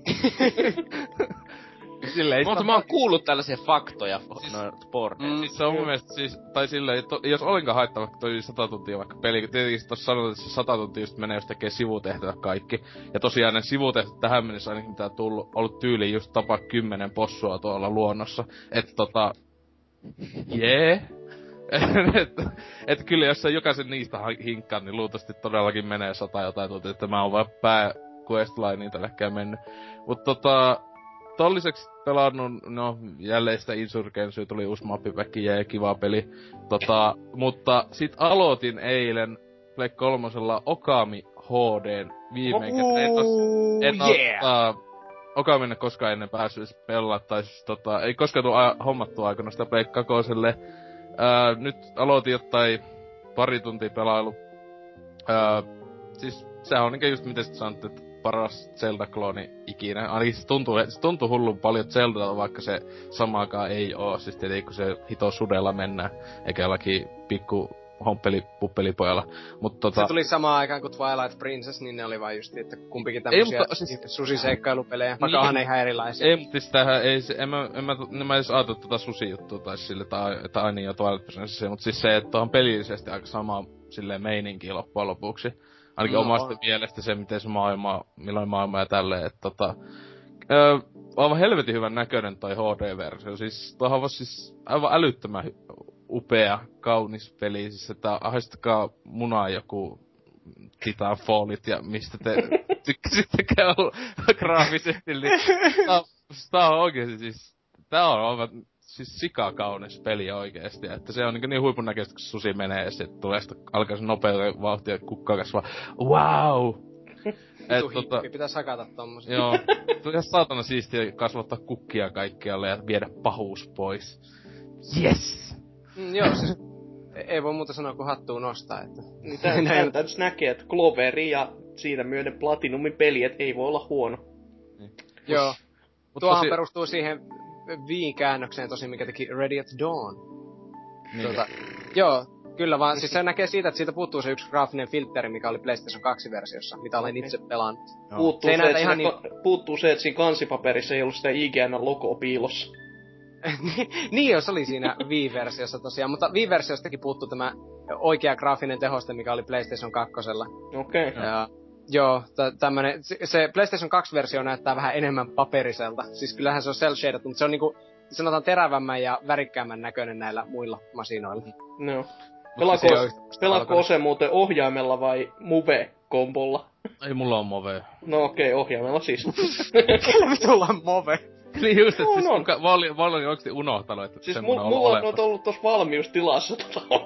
Mutta mä oon kuullut tällaisia faktoja boardeista. Siis se on mun mielestä siis, tai silleen, jos ollenkaan haittaa vaikka toi 100 tuntia vaikka peli, kun tietenkin tossa sanotaan, että se 100 tuntia just menee, jos tekee sivutehtävät kaikki. Ja tosiaan ne sivutehtävät tähän mennessä ainakin mitä on ollut tyyliin just tapaa 10 possua tuolla luonnossa. Et et kyllä jos sä jokaisen niistä hinkkaan, niin luultavasti todellakin menee 100 jotain tuntia, että mä oon vaan questlineen tälläkään mennyt. Mut tolliseksi pelannut, no jälleen sitä Insurgencyä tuli uusi mappipäkki, ja kiva peli. Mutta sit aloitin eilen Play 3:lla Okami HD:n viimein. Okami en koskaan ennen päässyt pelaa, tai siis ei koskaan tuu hommattua aikana sitä Play 2:lle. Nyt aloitin jotain pari tuntia pelailu. Siis sehän on niinkö just miten sit sanottu, että paras Zelda-klooni ikinä. Ainakin se tuntuu hullun paljon Zeldalta, vaikka se samaakaan ei oo. Siis tietenkin kun se hito sudella mennään, eikä jollakin pikku puppelipojalla. Se tuli samaan aikaan kuin Twilight Princess, niin ne oli vaan just, että kumpikin tämmösiä susiseikkailupelejä, vaikka onhan ne ihan erilaisia. Ei, mutta siis tämähän ei se, en mä edes ajatellut tota susi-juttua tai sille, tai aina jo Twilight Princess, mutta siis se, että on pelillisesti aika sama silleen meininkiä loppujen lopuksi. Ainakin omasta mielestä se, miten se millainen maailma ja tälleen, että aivan helvetin hyvän näköinen toi HD-versio. Siis toihan on siis aivan älyttömän upea, kaunis peli. Siis että haistakaa munaa joku Titanfallit ja mistä te tykkäsittekään graafisesti. Niin tää on oikeesti siis, tää on aivan siis sikakaunis peli oikeesti. Että se on niin huipun näköistä, kun susi menee ja sitten tulee sitä alkaa se nopeuden vauhtia kukkaa kasvaa. Wow! Hippi, pitäis hakata tommosia. Joo. Tuli saatana siistiä kasvattaa kukkia kaikkialle ja viedä pahuus pois. Yes! Joo, siis ei voi muuta sanoa kuin hattuun nostaa, että... Niin tää täytyis näkee, että Cloveri ja siitä myöden Platinumin peli, et ei voi olla huono. Niin. Joo. Tuohan perustuu siihen Viin käännökseen tosi, mikä teki Ready at Dawn. Niin. Joo, kyllä vaan. Siis se näkee siitä, että siitä puuttuu se yksi graafinen filtteri, mikä oli PlayStation 2-versiossa, mitä olen itse pelannut. Puuttuu se, että siinä kansipaperissa ei ollut sitä IGN-logoa piilossa. Niin se oli siinä Wii-versiossa tosiaan, mutta Wii-versiostakin puuttuu tämä oikea graafinen tehoste, mikä oli PlayStation 2. Okei. Joo, tämmönen, se PlayStation 2-versio näyttää vähän enemmän paperiselta. Siis kyllähän se on cel-shaded, mutta se on niinku, sanotaan terävämmän ja värikkäämmän näköinen näillä muilla masinoilla. No. Pelaatko se muuten ohjaimella vai Move-kombolla? Ei mulla on Move. No okei, ohjaimella siis. Kyllä vitulla on Move. Niin just, et siis Valli on oikeesti unohtanut, että siis semmonen on mulla on ollut tossa valmiustilassa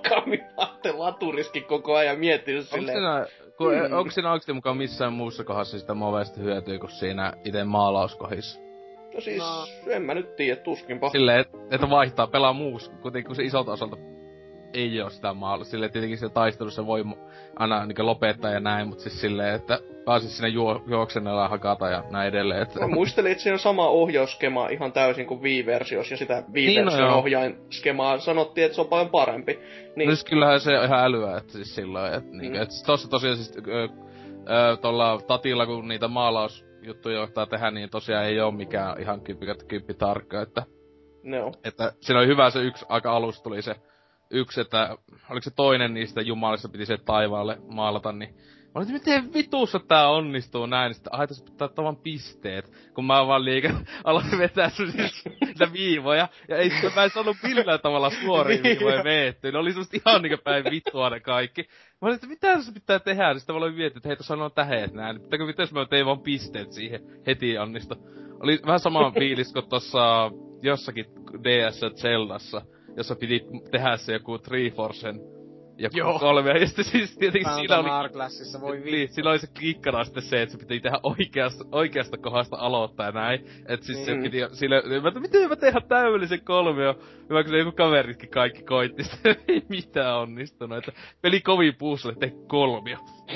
laturiskin koko ajan miettinyt silleen. Onko siinä oikeesti mukaan missään muussa kohdassa sitä Movesta hyötyä kuin siinä ite maalauskohdissa? No siis, en mä nyt tiedä, tuskinpa. Silleen, että vaihtaa, pelaa muussa, kun se isolta osalta ei oo sitä maalausta. Silleen tietenkin se taistelussa voi aina niinku lopettaa ja näin, mut siis silleen, että pääsis sinne juoksenella hakata ja näin edelleen. Että... Mä muistelin, että siinä on sama ohjausskema ihan täysin kuin Wii-versiossa, ja sitä Wii-version ohjainskemaa sanottiin, että se on paljon parempi. Niin. No siis kyllähän se on ihan älyä, että siis silloin, että niinku, et tossa tosiaan siis tolla Tatilla, kun niitä maalausjuttuja johtaa tehdä, niin tosiaan ei oo mikään ihan kymppi tarkka, että... No. Että siinä oli hyvä se yksi, aika alusta tuli se yksi, että oliko se toinen niistä jumalista piti se taivaalle maalata, niin mä olin, miten vitussa tää onnistuu näin, sitten tässä pitää tavan pisteet, kun mä vaan aloin vetää sitä viivoja, ja ei sitä mä en saanut millään tavalla suoriin viivoja veettyä, ne oli semmoset ihan niinkö päin vittua ne kaikki. Mä olin, että mitä tässä pitää tehdä, niin sitten mä aloin miettiä, että hei tossa on täheet näin, pitääkö mitäs mä tein vaan pisteet siihen, heti onnistu. Oli vähän sama fiilis kuin tossa jossakin DS Zeldassa, jossa piti tehdä se joku Triforcen joku 3, ja sitten siis tietenkin siinä oli... Niin, siinä oli se kikkana sitten se, että se piti tehdä oikeasta kohdasta aloittaa ja näin. Et siis se piti sille... Miten mä tehdä täydellisen 3? Hyvä, kun se joku kaveritkin kaikki koitti sitä. Ei mitään onnistunut, että peli kovin puusalle, tee 3.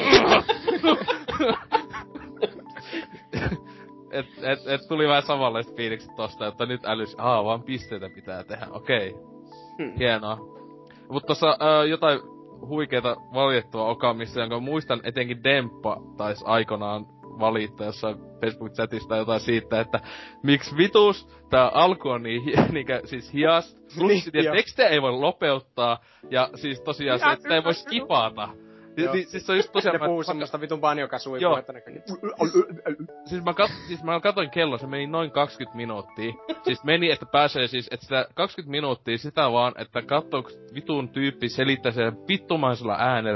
Et tuli vähän samanlaiset fiilikset tosta, että nyt älys... vaan pisteitä pitää tehdä, okei. Hienoa. Mut tossa jotain huikeeta valitettavaa okamista, jonka muistan etenkin Demppa taisi aikanaan valittaa jossain Facebook-chatista jotain siitä, että miksi vitus tää alku on niin siis hias, plus tekstejä ei voi lopeuttaa, ja siis tosiaan se, että ei voi skipata. Siis se on just tosiaan... Ne puhuu semmoista vitun banjokasui puhetta näköinen. Siis mä katoin kello, se meni noin 20 minuuttia. Siis meni, että pääsee siis, että sitä 20 minuuttia sitä vaan, että kattoo vitun tyyppi selittää sen vittumaisella äänellä.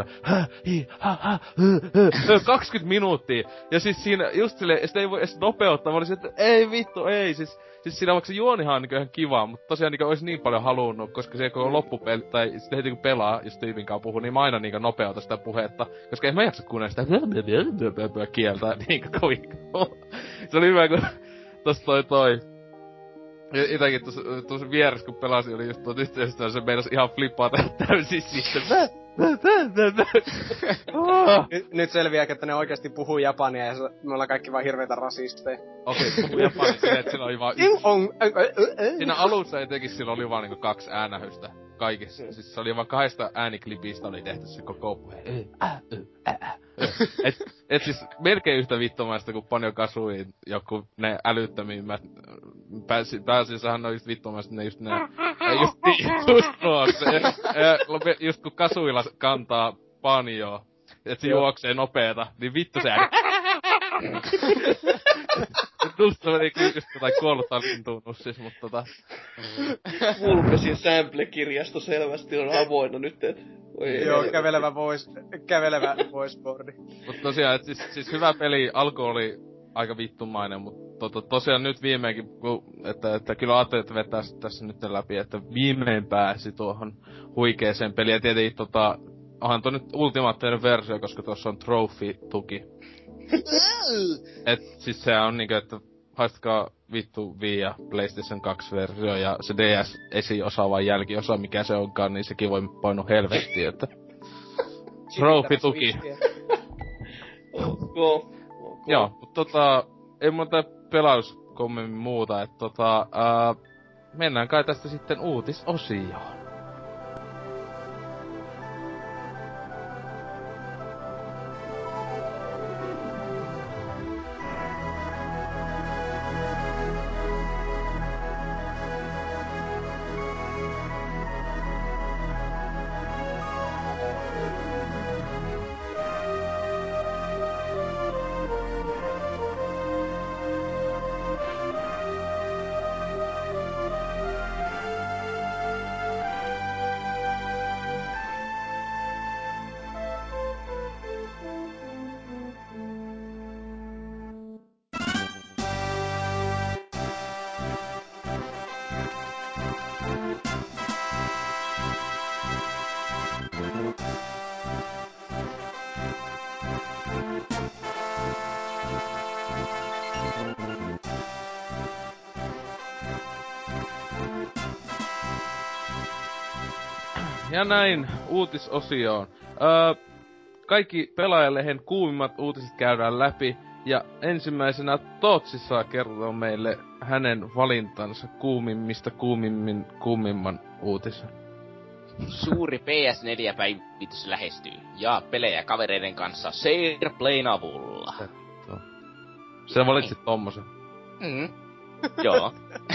20 minuuttia! Ja siis siinä just silleen, sitä ei voi edes nopeuttaa, mä olisin, että ei vittu, ei, siis siinä vaikka se juonihan on ihan kiva, mutta tosiaan niinku ois niin paljon halunnut, koska se koko loppupeli, tai sitten heti kun pelaa, jos tyypin kanssa puhuu, niin mä aina niinku nopeuta sitä puhetta, koska en mä jaksa kuunnella sitä kieltä niinku kovin. Se oli hyvä, kun tossa toi. Itäkin tuossa vieressä, kun pelasin, oli just tuo tyttöystävä, se meinas ihan flippaa täysin siitä. Nyt selviääkö, että ne oikeesti puhuu japania ja me ollaan kaikki vaan hirveitä rasisteja. Okei, puhuu japania silleen, että sillä oli vaan Siinä alussa etenkin sillä oli vaan niinku 2 äänähystä kaikissa. Siis se oli vaan 2 ääniklipistä oli tehty se koko puhe. Et siis melkein yhtä vittumaista kuin Banjo Kazooien joku ne älyttömimmät. Pääasiassahan ne on just vittumaista ne just ne. Just kun Kazooilla kantaa Banjoa, et se juoksee nopeeta, niin vittu se ääni. Tuosta meni kyykystä tai kuollutta lintuun nussis, mut Vulpesin sample-kirjasto selvästi on avoinna nyt, et... Joo, kävelevä voiceboardi. Mut tosiaan, et siis hyvä peli, alku oli aika vittumainen, mut tosiaan nyt viimeinkin, että kyllä ajattelin, että vetää tässä nyt läpi, että viimein pääsi tuohon huikeeseen peliin. Ja tietenkin onhan tuo nyt ultimaattinen versio, koska tuossa on trophy-tuki. Et siis se on niinkö, että haistakaa vittu Wii ja PlayStation 2-versio ja se DS-esiosa vai jälkiosa, mikä se onkaan, niin sekin voi painua helvettiin, että... Trophy-tuki. Okay. Joo, mutta ei muuta pelauskommentin muuta, että mennään kai tästä sitten uutisosioon. Ja näin uutisosioon. Kaikki Pelaajalehen kuumimmat uutiset käydään läpi. Ja ensimmäisenä Tootsi saa kertoa meille hänen valintansa kuumimman uutisen. Suuri PS4-päivitys lähestyy. Ja pelejä kavereiden kanssa SharePlayn avulla. Sä valitsit tommosen. Joo.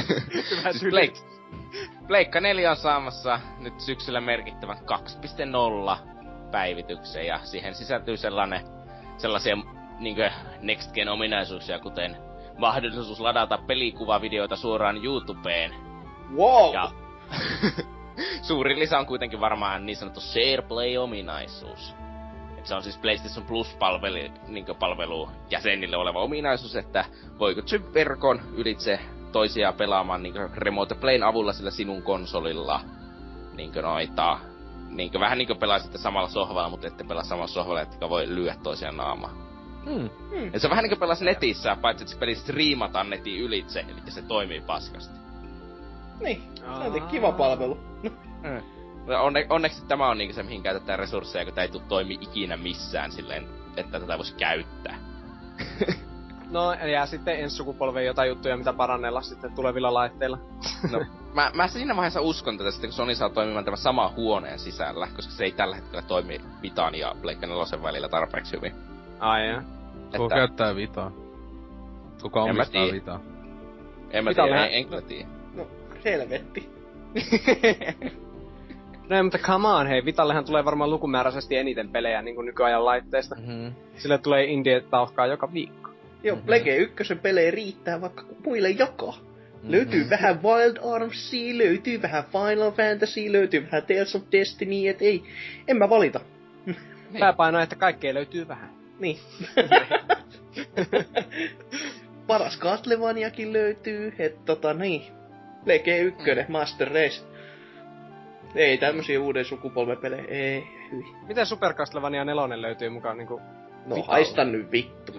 Siis Pleikka 4 on saamassa nyt syksyllä merkittävän 2.0 päivityksen ja siihen sisältyy sellaisia niinkö Next Gen -ominaisuuksia, kuten mahdollisuus ladata pelikuvavideoita suoraan YouTubeen. Wow! Ja suurin lisä on kuitenkin varmaan niin sanottu SharePlay-ominaisuus. Et se on siis PlayStation Plus-palvelu jäsenille oleva ominaisuus, että voi kutsua verkon ylitse toisia pelaamaan niinkö Remote Playn avulla sillä sinun konsolilla. Niinkö vähän niinkö pelaisitte samalla sohvalla, mutta ette pelaa samalla sohvalla, ettekä voi lyödä toisiaan naamaa. Ja se on vähän niinkö pelas netissä, paitsi että se peli striimataan netin ylitse, eli se toimii paskasti. Niin, se on kiva palvelu. Onneksi tämä on niinkö se, mihin käytetään resursseja, kun tää ei toimi ikinä missään silleen, että tätä vois käyttää. No, ja sitten ensi sukupolven jotain juttuja, mitä parannella sitten tulevilla laitteilla. No, mä siinä vaiheessa uskon tätä sitten, kun Sony saa toimimaan tämän saman huoneen sisällä, koska se ei tällä hetkellä toimi Vitan ja Pleikka 4 välillä tarpeeksi hyvin. Ai jaa. Kuka käyttää Vitaa? Kuka omistaa Vitaa? En mä tiedä, en kyllä tiedä. No, helvetti. No mutta come on, hei, Vitallehan tulee varmaan lukumääräisesti eniten pelejä niin kuin nykyajan laitteesta. Sille tulee indie-tauhkaa joka viikko. Joo, Plege 1 pelejä riittää vaikka muille jakaa. Löytyy vähän Wild Armsia, löytyy vähän Final Fantasy, löytyy vähän Tales of Destiny, et ei, en mä valita. Pääpaino, että kaikkea löytyy vähän. Niin. Paras Castlevaniakin löytyy, et niin. Plege 1, Master Race. Ei tämmösiä uuden sukupolven pelejä, ei, hyi. Miten Super Castlevania 4 löytyy mukaan niinku... No Vitalla? Haista nyt vittu.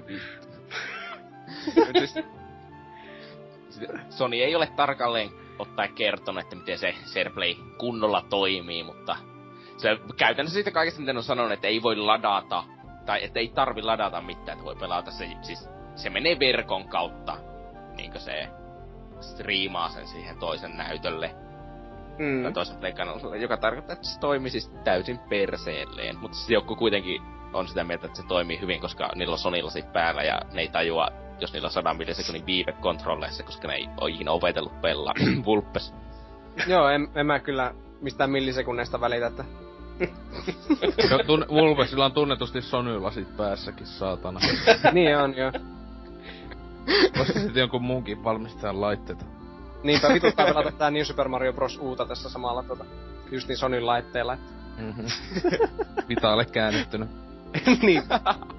Sony ei ole tarkalleen ottaen kertonut, että miten se SharePlay kunnolla toimii, mutta se käytännössä siitä kaikesta, mitä on sanonut, että ei voi ladata, tai että ei tarvi ladata mitään, että voi pelata se, siis se menee verkon kautta, niinkö se striimaa sen siihen toisen näytölle. Tai toisen Play-kanavalle, joka tarkoittaa, että se toimii siis täysin perseelleen. Mutta siis joku kuitenkin on sitä mieltä, että se toimii hyvin, koska niillä on Sony-lasit päällä ja ne ei tajua, jos niillä on 100 millisekunnin viive kontrolleissa, koska ne ei oo ikinä opetellut pelaa. Vulppes. Joo, en mä kyllä mistään millisekunneista välitä, että... Vulpesilla on tunnetusti Sony-lasit päässäkin, saatana. Niin on, joo. Voisi sitten jonkun muunkin valmistajan laitteita. Niinpä vituttaa pelata tää New Super Mario Bros. Uta tässä samalla just niin Sonyn laitteella. Vitaalle käännettynä. Niinpä.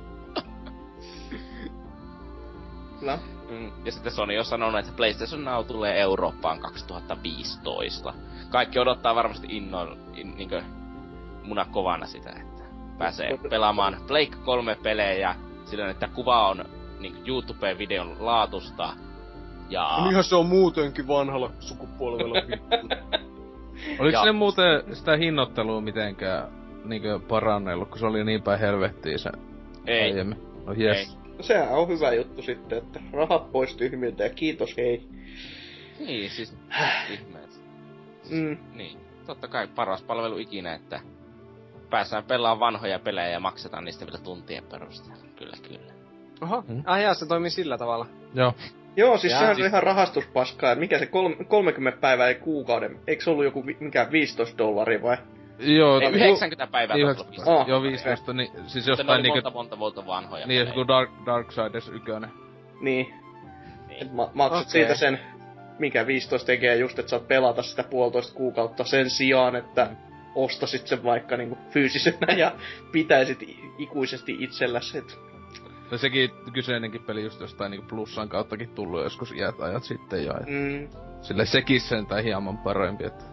Kyllä. Ja sitten Sony on sanonut, että PlayStation Now tulee Eurooppaan 2015. Kaikki odottaa varmasti niinkö munakovana sitä, että pääsee pelaamaan Play 3 pelejä sillä, että kuva on niinkö YouTube-videon laatusta. Ja... Niinhän se on muutenkin vanhalla sukupolvella. Oliko ne muuten sitä hinnoittelua mitenkään niinkö parannellut, kun se oli niin päin helvettiä se aiemmin? No jes. Ei. No sehän on hyvä juttu sitten, että rahat pois tyhmiltä ja kiitos hei. Niin, siis ihmeet. Niin, totta kai paras palvelu ikinä, että päästään pelaamaan vanhoja pelejä ja maksetaan niistä vielä tuntien perusteella. Kyllä. Oho, se toimii sillä tavalla. Joo. Joo, siis sehän on ihan rahastuspaskaa. Mikä se 30 päivää ei kuukauden? Eikö se ollut joku $15 vai? Joo. 90 päivää totta. Joo, 15. Niin, siis jostain niinkö... monta vanhoja niin, joku Darksiders 1. Niin. Maksat siitä sen, mikä 15 tekee just, että saat pelata sitä 1,5 kuukautta sen sijaan, että ostasit sen vaikka niinku fyysisenä ja pitäisit ikuisesti itselläsi. Tai sekin kyseinenkin peli just jostain niinku plussan kauttakin tullut joskus iät ajat sitten jo. Sille sekin sentään hieman parempi, että...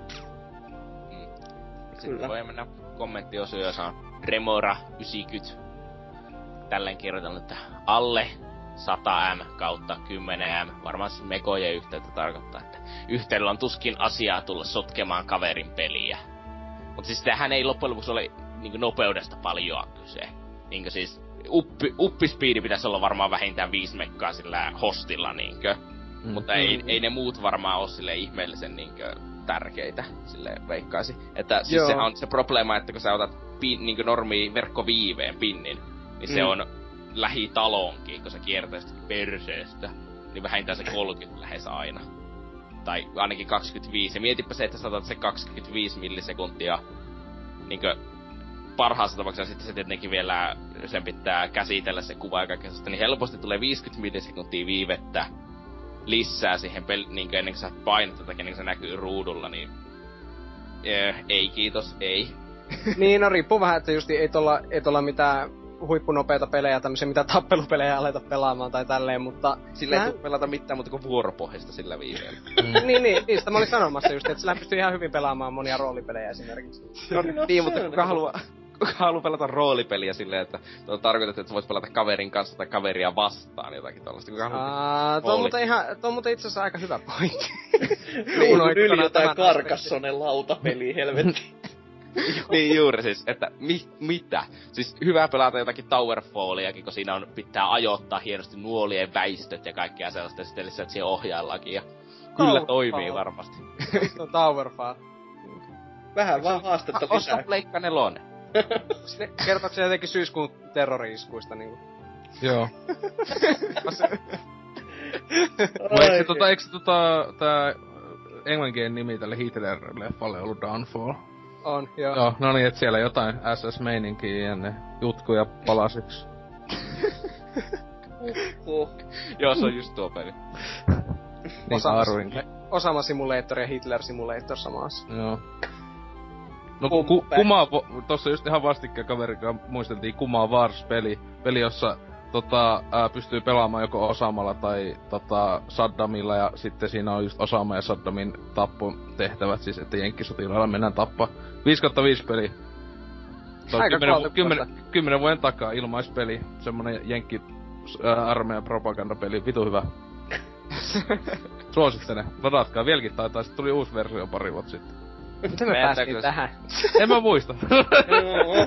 Sitten voi mennä kommenttiosioon, jossa on Remora90. Tälleen kirjoitan, että alle 100M kautta 10M. Varmaan siis mekojen yhteyttä tarkoittaa, että yhteydellä on tuskin asiaa tulla sotkemaan kaverin peliä. Mut siis tämähän ei loppujen lopuksi ole niinku nopeudesta paljoa kyse. Niinku siis uppispiidi pitäisi olla varmaan vähintään 5 mekkaa sillä hostilla niinkö. Mutta ei ne muut varmaan oo silleen ihmeellisen niinkö tärkeitä, silleen veikkaisi. Että siis sehän on se probleema, että kun sä otat niinkö normii verkkoviiveen pinnin, niin se on lähitaloonkin, kun sä kiertää sitä perseestä, niin vähintään se 30 lähes aina. Tai ainakin 25. Ja mietipä se, että sä otat se 25 millisekuntia niinkö parhaassa tapauksessa sitten se tietenkin vielä sen pitää käsitellä se kuva ja kaikkea, niin helposti tulee 50 millisekuntia viivettä lisää siihen niinkö ennen kuin sä painat tätä, ennen kuin se näkyy ruudulla, niin ei kiitos, ei. Niin, no riippuu vähän, että justi ei tolla mitään huippunopeita pelejä, tämmösiä mitä tappelupelejä aleta pelaamaan tai tälleen, mutta... Sillä ei tuu pelata mitään muuta kuin vuoropohjasta sillä viiveellä. niin, sitä mä olin sanomassa just, että sillä pystyy ihan hyvin pelaamaan monia roolipelejä esimerkiksi. No niin, mutta kuka haluaa pelata roolipeliä silleen, että tarkoitat, että sä vois pelata kaverin kanssa tai kaveria vastaan jotakin tollaista. Tuo on muuten itse asiassa aika hyvä pointti. Niin, yli jotain Carcassonen lautapeliä, helvetti. Niin juuri siis, että mitä? Siis hyvä pelata jotakin Towerfalliakin, kun siinä pitää ajoittaa hienosti nuolien väistöt ja kaikkea sellaista, ja sitten lisäät siihen ohjaillakin, ja kyllä toimii varmasti. Se on Towerfall. Vähän vaan haastetta lisää. Osta Pleikka 4. Kertooko se jotenkin syyskuun terrori-iskuista niinku? Joo. Eikö tää englanninkielinen nimi tälle Hitler-leffalle ollut Downfall? On, joo. Joo, no niin, et siellä jotain SS-meininkiä ja ne jutkuja palasiksi. Joo, se on just tuo peli. Osama Simulator ja Hitler Simulator samassa. Joo. No tossa just ihan vastikään kaverikaan muisteltiin Kuma Wars-peli. Peli, jossa pystyy pelaamaan joko Osamalla tai Saddamilla, ja sitten siinä on just Osama ja Saddamin tappotehtävät, siis että jenkkisotilailla mennään tappaa. 5/5 peli. Se on 10 vuoden takaa ilmaispeli, semmonen jenkki armeijan propagandapeli, vitu hyvä. Suosittelen, ladatkaa vieläkin taitaa, sit tuli uusi versio pari vuotta sitten. Miten me päästiin tähän? En mä muista. Joo.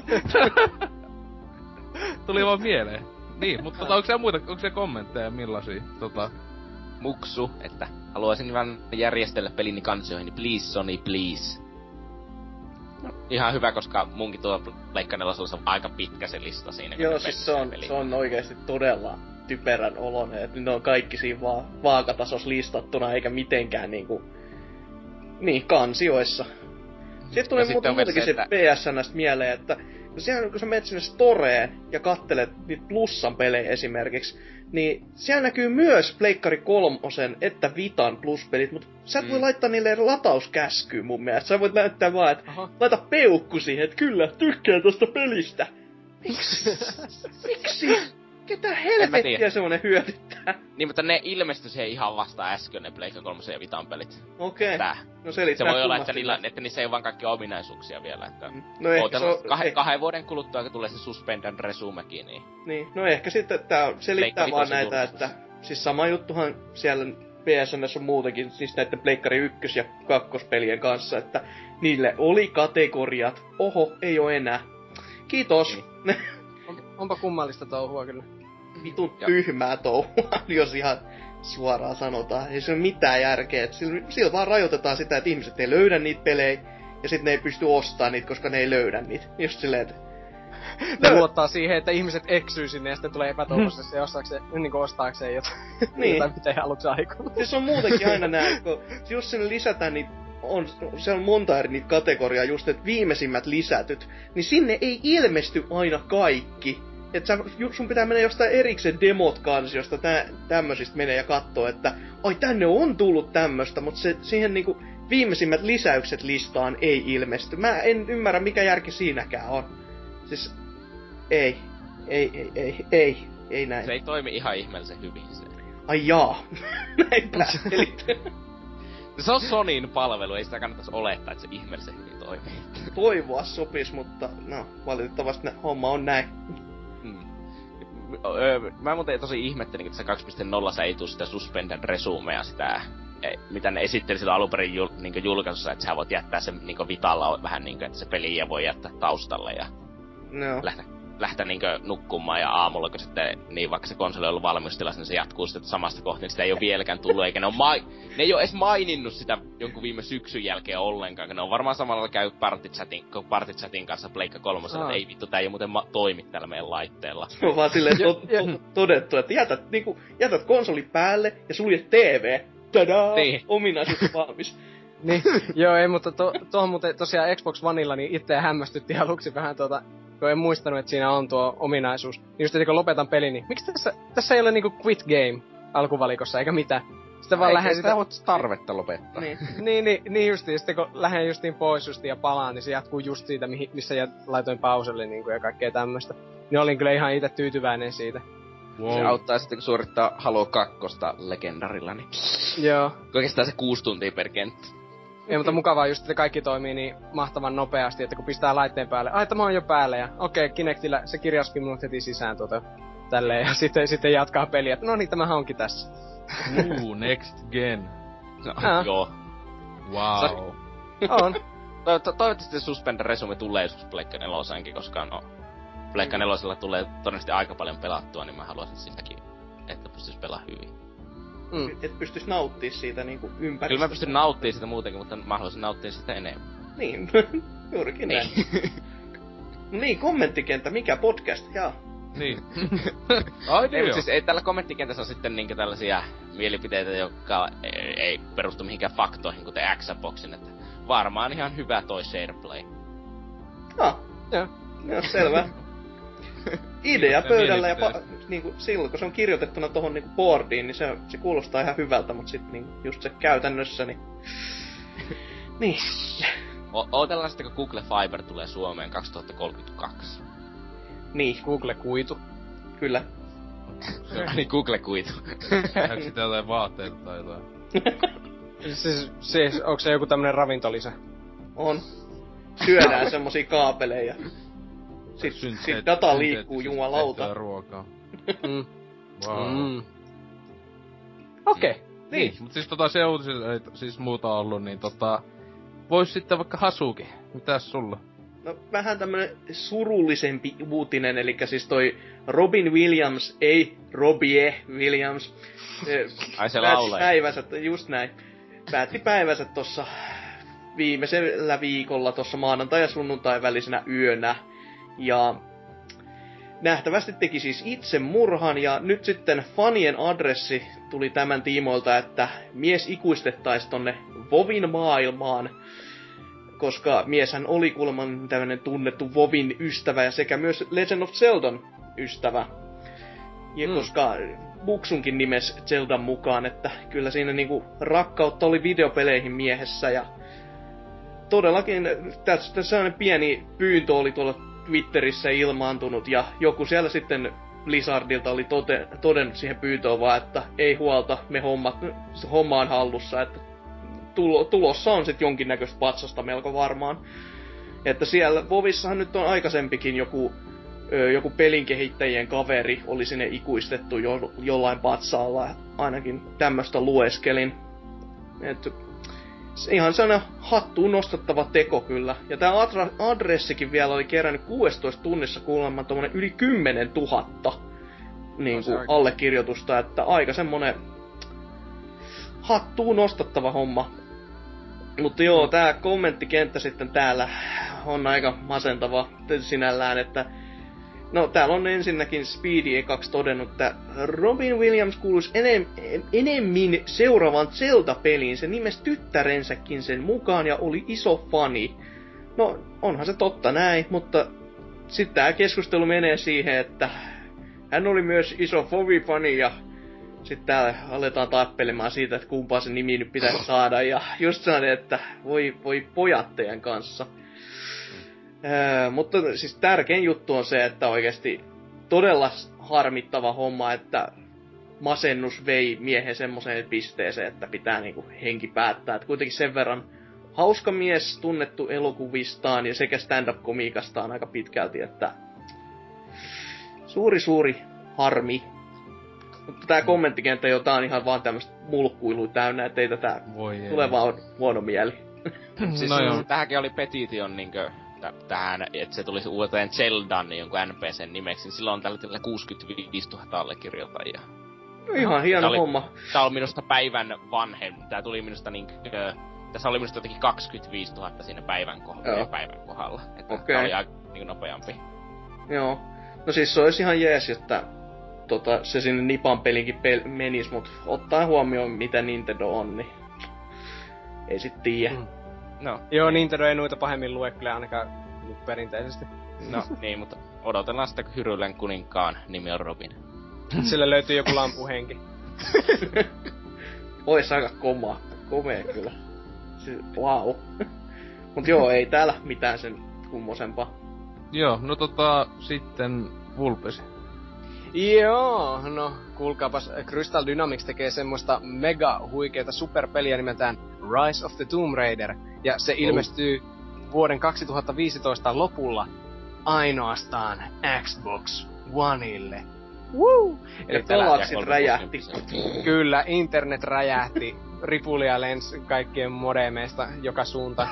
Tuli vaan mieleen. Niin, mutta onko siellä kommentteja millaisia? Muksu, että haluaisin vaan järjestellä pelini kansioihin, niin please Sony, please. No, ihan hyvä, koska munkin Pleikka 4 on aika pitkä se lista siinä. Joo, siis se on oikeesti todella typerän oloinen, että ne on kaikki siinä vaan vaakatasos listattuna, eikä mitenkään niinku... Niin, kansioissa. Sitten tuli muutenkin se PSN:stä mieleen, että kun sä menet sinne storeen ja kattelet niitä Plussan pelejä esimerkiksi, niin siellä näkyy myös Pleikkari 3 että Vitan Plus-pelit, mutta sä et voi laittaa niille latauskäskyyn mun mielestä. Sä voit näyttää vaan, että laita peukku siihen, että kyllä, tykkään tosta pelistä. Miksi? Ketä helvettiä semmonen hyödyttää? Niin, mutta ne ilmestyi siihen ihan vasta äsken, ne Pleikka 3 ja Vitan pelit. Okei. No selittää. Se voi olla, että niissä ei oo vaan kaikkia ominaisuuksia vielä, että... No ehkä kahden vuoden kuluttua, kun tulee se Suspended Resumekin, niin... Niin, no ehkä sitten tää selittää vaan näitä, että... Siis sama juttuhan siellä PSN:ssä on muutenkin, siis näitten Pleikkari 1- ja 2-pelien kanssa, että niille oli kategoriat, oho, ei oo enää. Kiitos. Niin. Onpa kummallista touhua kyllä. Vitun tyhmää touhua, jos ihan suoraan sanotaan. Ei se ole mitään järkeä. Sillä vaan rajoitetaan sitä, että ihmiset ei löydä niitä pelejä, ja sitten ne ei pysty ostamaan niitä, koska ne ei löydä niitä. Just silleen, että... Ne luottaa siihen, että ihmiset eksyy sinne ja sitten tulee epätoivoisesti niin ostaakseen jotain, niin. Jotain mitä ei aluksi aikonut. Se on muutenkin aina näin, kun jos sinne lisätään niitä se on monta eri niitä kategoriaa, just että viimeisimmät lisätyt, niin sinne ei ilmesty aina kaikki. Että sun pitää mennä jostain erikseen demot-kansiosta tämmöisistä menee ja katsoo, että ai tänne on tullut tämmöstä, mutta siihen niinku viimeisimmät lisäykset listaan ei ilmesty. Mä en ymmärrä mikä järki siinäkään on. Siis ei näin. Se ei toimi ihan ihmeellisen hyvin se. Ai jaa, näinpä. Se on Sonyn palvelu, ei sitä kannattais olettaa, että se ihmeellisen hyvin toimii. Toivoa sopis, mutta no, valitettavasti homma on näin. Mä muuten tosi ihmettelin, että se 2.0 ei tuu sitä Suspended Resumea, sitä, mitä ne esitteli silloin alunperin julkaisussa, että sä voit jättää sen Vitalla vähän että se peliä voi jättää taustalle ja lähteä nukkumaan ja aamulla, kun sitten, niin vaikka se konsoli on ollut valmistilassa, niin se jatkuu sitten samasta kohtaa, niin sitä ei ole vieläkään tullut, eikä ne ei ole edes maininnut sitä jonkun viime syksyn jälkeen ollenkaan, kun ne on varmaan samalla käy Party-chatin kanssa Pleikka 3, että ei vittu, tää ei muuten toimi tällä meidän laitteella. Se on vaan silleen todettu, että jätät konsoli päälle ja suljet TV. Tadaa! Niin. Ominaisuus valmis. Niin, joo, ei, mutta tuohon muuten tosiaan Xbox Oneilla niin itseä hämmästytti aluksi vähän kun en muistanut, että siinä on tuo ominaisuus. Niin just, että kun lopetan pelin, niin miksi tässä ei ole niinku quit game alkuvalikossa, eikä mitään? Sitten vaan lähden sitä voit tarvetta lopettaa. Niin justiin, sitten kun lähden justiin pois justiin ja palaan, niin se jatkuu just siitä, missä laitoin pauselle niinku ja kaikkea tämmöstä. Niin olin kyllä ihan itse tyytyväinen siitä. Wow. Se auttaa sitten, kun suorittaa Halo 2 legendarilla, niin... Joo. Oikeastaan se 6 tuntia per kenttä. Ei, mutta mukavaa just, että kaikki toimii niin mahtavan nopeasti, että kun pistää laitteen päälle, ai tämä on jo päällä ja okei, Kinectillä se kirjaskin minut heti sisään tälleen ja sitten jatkaa peliä, että no niin, tämähän onkin tässä. Next gen. No, joo. Wow. On. Toivottavasti Suspended Resume tulee joskus Pleikka 4:nkin, koska no... Pleikka 4:lla tulee todennäköisesti aika paljon pelattua, niin mä haluaisin siltäkin, että pystyis pelaamaan hyvin. Et pystyis nauttii siitä niinku ympäristöstä. Kyllä mä pystyn nauttii sitä muutenkin, mutta mä haluaisin nauttia sitä enemmän. Niin, juurikin näin. No niin, kommenttikenttä, mikä podcast, jaa. Niin. Ei, siis ei tällä kommenttikentässä on sitten niinkö tällaisia mielipiteitä, jotka ei perustu mihinkään faktoihin, kuten Xboxin, että varmaan ihan hyvä toi SharePlay. Joo, selvä. Idea pöydällä ja niinku silloin, kun se on kirjoitettuna tohon niinku boardiin, niin se kuulostaa ihan hyvältä, mut sit niinku just se käytännössä, niin... niin. Ootellaan sitten, kun Google Fiber tulee Suomeen 2032. Niin. Google Kuitu. Kyllä. Niin, Google Kuitu. Onko sitä jotain vaatteita tai jotain? Siis, onko se joku tämmönen ravintolisä? On. Syödään semmosia kaapeleja. Sit data liikkuu jumalauta. Ruokaa. Wow. Okei. Niin, mut siis se uutisissa ei siis muuta ollut, niin vois sitten vaikka Hasuki. Mitäs sulla? No vähän tämmönen surullisempi uutinen, eli siis toi Robin Williams, ei Robbie Williams. Ai se laulaja. Päivänsä, just näin. Päätti päivänsä tossa viimeisellä viikolla tossa maanantai- ja sunnuntai välisenä yönä. Ja nähtävästi teki siis itse murhan, ja nyt sitten fanien adressi tuli tämän tiimoilta, että mies ikuistettaisi tonne Vovin maailmaan, koska mieshän oli kuulemma tämmönen tunnettu Vovin ystävä ja sekä myös Legend of Zeldan ystävä. Ja koska Buksunkin nimes Zeldan mukaan, että kyllä siinä niinku rakkautta oli videopeleihin miehessä, ja todellakin tästä sellainen pieni pyyntö oli tuolla Twitterissä ilmaantunut, ja joku siellä sitten Blizzardilta oli todennut siihen pyyntöön vaan, että ei huolta, homma on hallussa, että tulossa on sit jonkinnäköistä patsasta melko varmaan. Että siellä Vovissahan nyt on aikaisempikin joku pelinkehittäjien kaveri oli sinne ikuistettu jollain patsaalla, ainakin tämmöstä lueskelin. Että ihan sellainen hattuun nostettava teko kyllä. Ja tää adressikin vielä oli kerännyt 16 tunnissa kuulemma tommonen yli 10 000 niin kuin allekirjoitusta, että aika semmonen hattuun nostettava homma. Mutta joo, tää kommenttikenttä sitten täällä on aika masentava sinällään, että no täällä on ensinnäkin Speedy ekaksi todennut, että Robin Williams kuuluisi enemmän seuraavan Zelda-peliin. Se nimesi tyttärensäkin sen mukaan ja oli iso fani. No, onhan se totta näin, mutta sitten tää keskustelu menee siihen, että hän oli myös iso Fovi-fani ja sitten täällä aletaan tappelemaan siitä, että kumpaa se nimi nyt pitäisi saada. Ja just sellainen, että voi pojat teidän kanssa. Mutta siis tärkein juttu on se, että oikeesti todella harmittava homma, että masennus vei miehen semmoseen pisteeseen, että pitää niinku henki päättää. Et kuitenkin sen verran hauska mies, tunnettu elokuvistaan ja sekä stand-up-komiikastaan aika pitkälti, että suuri harmi. Mutta tää kommenttikenttä jo, tää on ihan vaan tämmöstä mulkkuilua täynnä, ettei tätä tule vaan huono mieli. Siis tähänkin oli petition niinkö tähän, että se tulisi uuteen Zeldan niin jonkun NPCn nimeksi, niin silloin on tällä hetkellä 65 000 allekirjoittajia. Ihan hieno homma. Tää on minusta päivän vanhem. Tää tuli minusta tässä oli minusta jotenkin 25 000 siinä päivän kohdalla. Että tää oli aika nopeampi. Joo. No siis se olisi ihan jees, että se sinne Nipan pelinkin menis, mut ottaen huomioon mitä Nintendo on, niin ei sit tiedä. No. Joo, Nintendo ei noita pahemmin lue kyllä ainakaan perinteisesti. No niin, mutta odotellaan sitä, kun Hyrylän kuninkaan nimi on Robin. Sille löytyy joku lampuhenki. Ois aika komea kyllä. Wow. Mut joo, ei täällä mitään sen kummosempaa. Joo, no sitten Vulpesi. Joo, no kuulkaapas, Crystal Dynamics tekee semmoista mega huikeeta superpeliä nimeltään Rise of the Tomb Raider. Ja se ilmestyy vuoden 2015 lopulla ainoastaan Xbox Oneille. Woo! Eli pelaksit räjähti. Kyllä, internet räjähti. Ripulia lensi kaikkien modemeista joka suunta.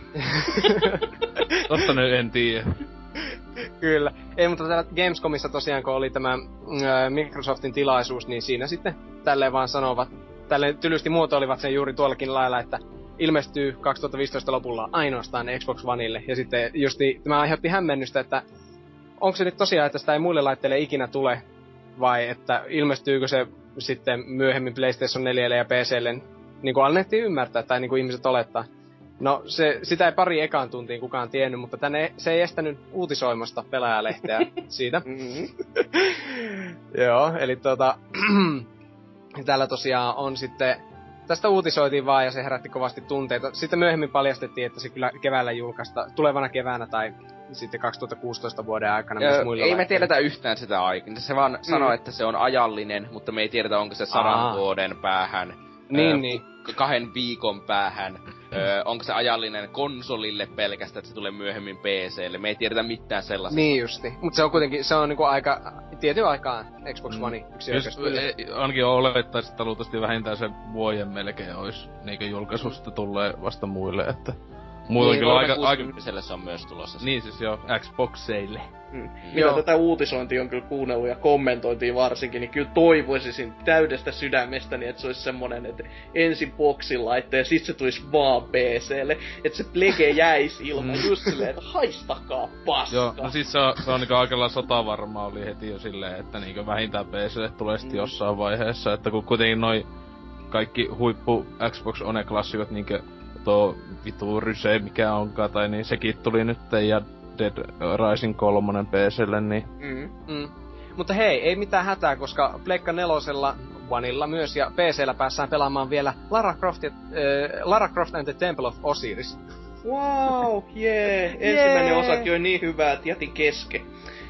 Totta nyt en tiedä. Kyllä. Ei, mutta täällä Gamescomissa tosiaan, kun oli tämä Microsoftin tilaisuus, niin siinä sitten tälleen vaan sanovat, tälleen tylysti muotoilivat sen juuri tuollakin lailla, että ilmestyy 2015 lopulla ainoastaan Xbox Oneille. Ja sitten justi tämä aiheutti hämmennystä, että onko se nyt tosiaan, että sitä ei muille laitteille ikinä tule, vai että ilmestyykö se sitten myöhemmin PlayStation 4 ja PClle, niin kuin annettiin ymmärtää, tai niin kuin ihmiset olettaa. No, sitä ei pari ekaan tuntiin kukaan tiennyt, mutta se ei estänyt uutisoimasta Pelaajalehteä siitä. Joo, eli täällä tosiaan on sitten, tästä uutisoitiin vaan ja se herätti kovasti tunteita. Sitten myöhemmin paljastettiin, että se kyllä keväällä tulevana keväänä tai sitten 2016 vuoden aikana myös muilla ei me tiedetä yhtään sitä aikaa. Se vaan sanoo, että se on ajallinen, mutta me ei tiedetä, onko se 100 vuoden päähän. Niin. 2 viikon päähän. Onko se ajallinen konsolille pelkästään, että se tulee myöhemmin PClle. Me ei tiedetä mitään sellaista. Niin justi. Mutta se on kuitenkin, se on niinku aika, tietyn aikaan Xbox One ainakin olettaisi, että luultavasti vähintään se vuoden melkein olisi niinku julkaisusta tulee vasta muille, että Mulla niin, kyllä aika... 60 se on myös tulossa. Niin siis joo, Xboxeille. Mitä tätä uutisointia on kyllä kuunnellut ja kommentointia varsinkin, niin kyllä toivoisin täydestä sydämestäni, että se olisi semmonen, että ensin boxin laittaa ja sit se tulisi vaan PClle. Että se plege jäisi ilman just silleen, että haistakaa paska. Joo, no siis se on niinku aika sotavarmaa oli heti jo silleen, että niinku vähintään PClle tulee sitten jossain vaiheessa. Että kun kuitenkin noi kaikki huippu Xbox One-klassikot niinkö tuo vitu Ryse mikä onkaan, tai niin sekin tuli nyt ja Dead Rising 3 PClle, niin... Mutta hei, ei mitään hätää, koska Pleikka 4:lla, Oneilla myös, ja PCllä päässään pelaamaan vielä Lara Croft and the Temple of Osiris. Wow, jee! Ensimmäinen osakin on niin hyvä, että jätin kesken.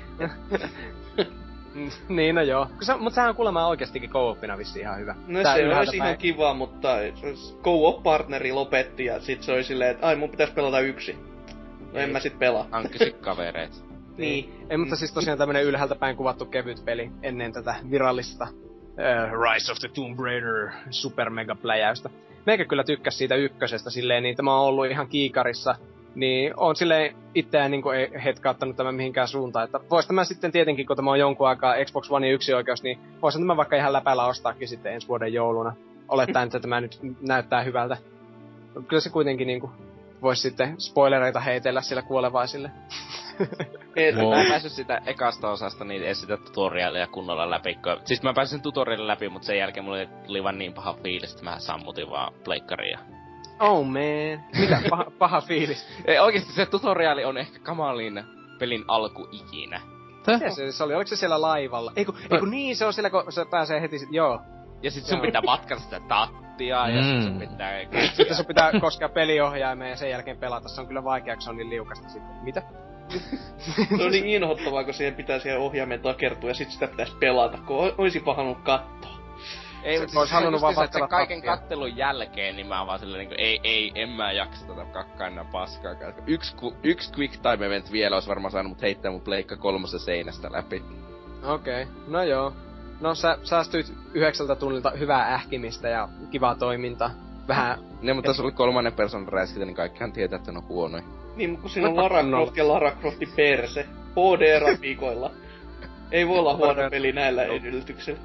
Niin, no joo. Mutta sehän on kuulemma oikeestikin co-opina vissiin ihan hyvä. No se olisi ihan kiva, mutta co-op-partneri lopetti ja sit se oli silleen, että ai mun pitäis pelata yksin. No en mä sit pelaa. Hankkisit kavereet. Niin. Ei, mutta siis tosiaan tämmönen ylhäältä päin kuvattu kevyt peli ennen tätä virallista Rise of the Tomb Raider super mega pläjäystä. Meikä kyllä tykkäs siitä ykkösestä silleen, niin tämä on ollut ihan kiikarissa. Niin on silleen itseään niinku ei hetkauttanut tämän mihinkään suuntaan, että vois tämä sitten tietenkin, kun tämä on jonkun aikaa Xbox One yksi oikeus, niin voisin tämä vaikka ihan läpällä ostaakin sitten ensi vuoden jouluna. Olettaen, että tämä nyt näyttää hyvältä. Kyllä se kuitenkin niinku vois sitten spoilereita heitellä sillä kuolevaisille. Mä en päässyt sitä ekasta osasta niin edes sitä tutorialia kunnolla läpi. Siis mä pääsin tutorialin läpi, mutta sen jälkeen mulle tuli vaan niin paha fiilis, että mä sammutin vaan pleikkaria. Oh man. Mitä? Paha fiilis. Ei, oikeesti se tutoriaali on ehkä kamalin pelin alku ikinä. Mitä se oli? Oliko se siellä laivalla? Eiku niin, se on siellä, kun se pääsee heti joo. Ja sit sun pitää matkata sitä tattia, ja sit sun pitää... Sitten sun pitää koskea peliohjaimeen ja sen jälkeen pelata. Se on kyllä vaikea, kun se on niin liukasta sitten. Mitä? Se on niin inhottavaa, kun siihen pitää siihen ohjaimen takertua ja sit sitä pitäis pelata, kun oisin halunnut katsoa. Ei, mutta siis halunnut vaan sen kaiken kattelun jälkeen, niin mä oon vaan silleen niinku, en mä jaksa tätä kakkainnan paskaa. Yksi quick time event vielä ois varmaan saanut mut heittää mun Pleikka 3 seinästä läpi. Okei, no joo. No sä säästyit 9 tunnilta hyvää ähkimistä ja kivaa toimintaa. Vähän... Ne, mutta tässä oli kolmannen persoonan räiskintä, niin kaikkihan tietää, että ne on huonoja. Niin, kun siinä on Lara Croft ja Lara Croftin perse. HD-grafiikoilla. Ei voi olla huono peli näillä edellytyksillä.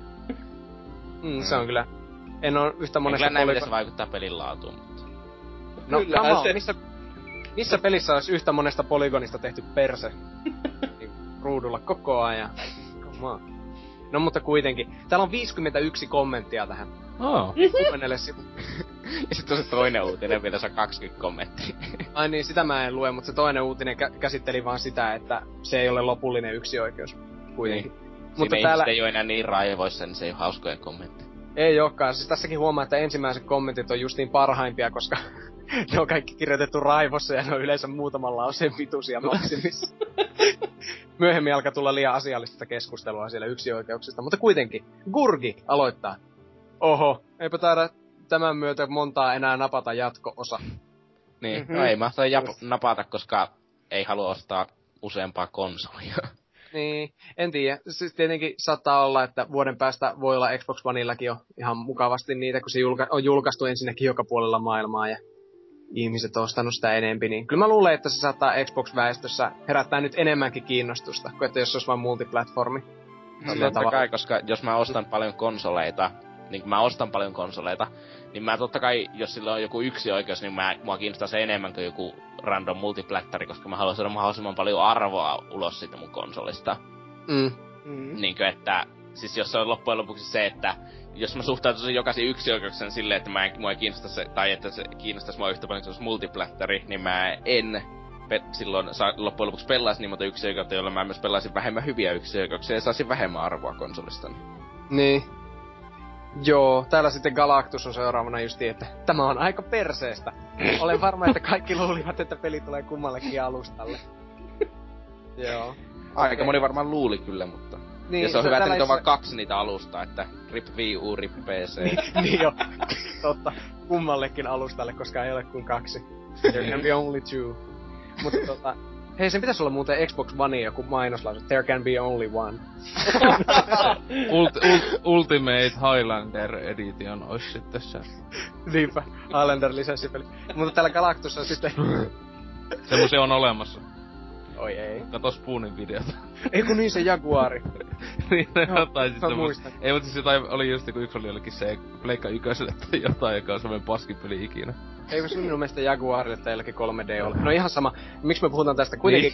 Se on kyllä. En oo yhtä monesta kyllä näin, miten se vaikuttaa pelin laatuun, mutta... No, missä pelissä olisi yhtä monesta polygonista tehty perse? Ruudulla koko ajan. Come on. No mutta kuitenkin. Täällä on 51 kommenttia tähän. Kymmenelle sivulle. Ja sit on se toinen uutinen, vielä se on 20 kommenttia. Ai niin, sitä mä en lue, mutta se toinen uutinen käsitteli vaan sitä, että se ei ole lopullinen yksioikeus. Kuitenkin. Niin. Mutta siinä täällä... ei oo enää niin raivoissa, niin se ei oo hauskoja kommentteja. Ei ookaan. Siis tässäkin huomaa, että ensimmäiset kommentit on justiin parhaimpia, koska ne on kaikki kirjoitettu raivossa ja ne on yleensä muutaman lauseen pituisia maksimissa. Myöhemmin alkaa tulla liian asiallista keskustelua siellä yksioikeuksista, mutta kuitenkin. Gurgi aloittaa. Oho, eipä taida tämän myötä montaa enää napata jatko-osa. Niin, no ei mahtaa napata, koska ei halua ostaa useampaa konsolia. Niin, en tiedä. Siis tietenkin saattaa olla, että vuoden päästä voi olla Xbox Oneillakin jo ihan mukavasti niitä, kun se on julkaistu ensinnäkin joka puolella maailmaa ja ihmiset on ostanut sitä enempi, niin kyllä mä luulen, että se saattaa Xbox-väestössä herättää nyt enemmänkin kiinnostusta, kuin että jos se olisi vain multiplatformi. Totta kai, koska jos mä ostan paljon konsoleita, niin mä totta kai, jos sillä on joku yksi oikeus, niin mua kiinnostaa se enemmän kuin joku random multiplattari, koska mä haluan saada mahdollisimman paljon arvoa ulos siitä mun konsolista. Niinkö, että siis jos se on loppujen lopuksi se, että jos mä suhtautuisin jokaisen yksioikeuksen silleen, että mua ei kiinnosta se, tai että se kiinnostaisi mua yhtä paljon kuin se multiplattari, niin mä en silloin loppujen lopuksi pelaisi niin monta yksioikeutta, jolla mä myös pelaisin vähemmän hyviä yksioikeuksia ja saisin vähemmän arvoa konsolistani. Niin. Joo, täällä sitten Galactus on seuraavana justiin, että tämä on aika perseestä. Olen varma, että kaikki luulivat, että peli tulee kummallekin alustalle. Joo. Aika moni varmaan luuli kyllä, mutta... Niin, ja se on hyvä, että nyt on vaan 2 niitä alustaa, että RIP Wii U, RIP PC. niin jo, totta. Kummallekin alustalle, koska ei ole kuin 2. There can be only 2. Mutta hei, sen pitäisi olla muuten Xbox One joku mainoslause. There can be only one. Ultimate Highlander Edition ois sitten se. Niinpä, Highlander lisenssipeli. Mutta täällä Galactus on sitten Semmosia on olemassa. Oi ei. Kato Spoonin videota. Ei kun niin se Jaguari. Niin, jotain mä sitten. muistan. Ei, mutta siis jotain oli just kun yksi oli jollekin se Pleikka ykköselle tai jotain, joka on semmoinen paskin peli ikinä. Ei kun minun mielestä Jaguarille tai jollekin 3D oli. No ihan sama. Miksi me puhutaan tästä kuitenkin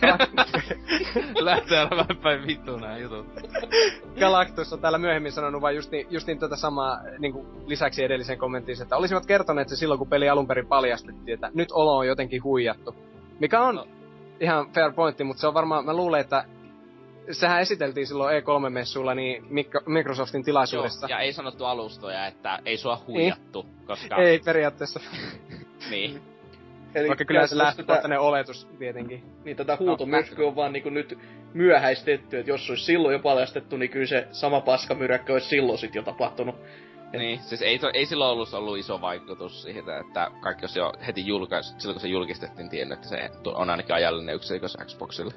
Lähtee aina vähän päin vittu nää jutut. Galactus on täällä myöhemmin sanonut vaan justiin tätä samaa niinku lisäksi edelliseen kommenttiin, että olisivat kertoneet se silloin kun peli alun perin paljastettiin, että nyt olo on jotenkin huijattu. Mikä on ihan fair pointti, mutta se on varmaan, mä luulen, että sehän esiteltiin silloin E3-messuilla niin Microsoftin tilaisuudessa. Joo, ja ei sanottu alustoja, että ei sua huijattu, koska... Ei periaatteessa. Niin. Eli vaikka kyllä se lähtökohtainen oletus tietenkin. Niin tätä huutomyrskyä on vaan niinku nyt myöhäistetty, että jos olisi silloin jo paljastettu, niin kyllä se sama paskamyräkkö olisi silloin sit jo tapahtunut. Niin, siis ei silloin ollut iso vaikutus siitä, että kaikki olisi jo heti silloin kun se julkistettiin tiennyt, että se on ainakin ajallinen yksikös Xboxille.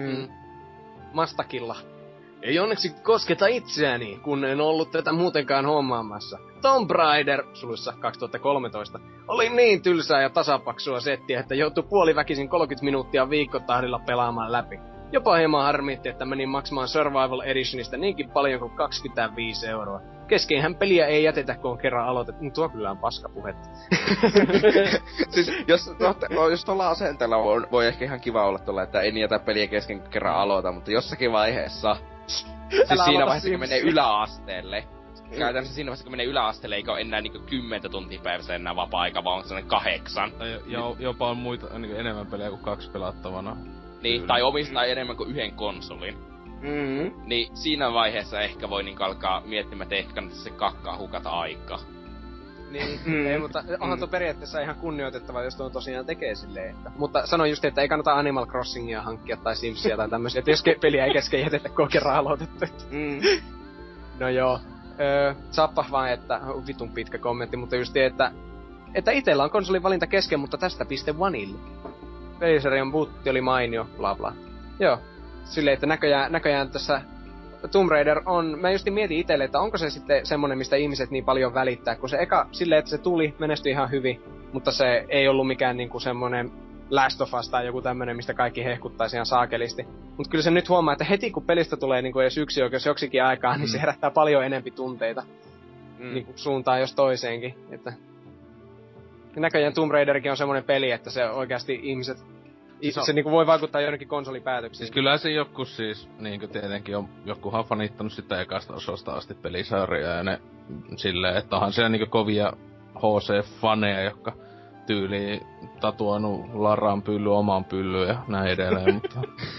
Mastakilla. Ei onneksi kosketa itseäni, kun en ollut tätä muutenkaan hommaamassa. Tomb Raider, suluissa 2013, oli niin tylsää ja tasapaksua settiä, että joutui puoliväkisin 30 minuuttia viikkotahdilla pelaamaan läpi. Jopa hieman harmitti, että menin maksamaan Survival Editionista niinkin paljon kuin 25 €. Keskeenhän peliä ei jätetä, kun on kerran aloitettu. Tuo kyllä on paskapuhetta. Siis jos tuolla asenteella voi ehkä ihan kiva olla tuolla, että en jätä peliä kesken kerran aloita, mutta jossakin vaiheessa... Siis siinä vaiheessa, kun menee yläasteelle. Käytännössä siinä vaiheessa, kun menee yläasteelle, eikä ole enää 10 tuntia päivässä enää vapaa-aika, vaan on sellainen 8. Jopa on muita niin enemmän pelejä kuin 2 pelattavana. Niin, tai omistaa enemmän kuin yhden konsolin. Niin siinä vaiheessa ehkä voi niin alkaa miettimään, että ehkä kannattaisi se kakkaa hukata aikaa. Niin, ei, mutta onhan tuo periaatteessa ihan kunnioitettava, jos tuo tosiaan tekee silleen, että... Mutta sanon just, että ei kannata Animal Crossingia hankkia tai Simsia tai tämmösiä, että jos peliä ei kesken jätetä, kun on kerran aloitettu. No joo. Sappa vaan, että vitun pitkä kommentti, mutta just että itellä on konsolin valinta kesken, mutta tästä piste Vanille. Pelisarjan bootti oli mainio, bla bla. Joo. Silleen, että näköjään tässä Tomb Raider on, mä just mietin itelle, että onko se sitten semmonen, mistä ihmiset niin paljon välittää, kun se eka silleen, että se tuli, menestyi ihan hyvin, mutta se ei ollut mikään niinku semmonen Last of Us tai joku tämmönen, mistä kaikki hehkuttaisi ihan saakelisti. Mut kyllä se nyt huomaa, että heti kun pelistä tulee niinku edes yksi oikeus joksikin aikaa, niin se herättää paljon enempi tunteita niinku suuntaan jos toiseenkin, että... Ja näköjään Tomb Raiderikin on semmonen peli, että se oikeasti ihmiset... Se niinku voi vaikuttaa jonnekin konsolipäätöksiin. Siis kyllä se joku siis, niinku tietenkin on jokuhan fanittanut sitä ekasta osasta asti pelisarjaa ja ne silleen, että onhan siellä niinku kovia HC-faneja, jotka tyyliin tatuoinut Laraan pylly omaan pyllyyn ja näin edelleen, mutta...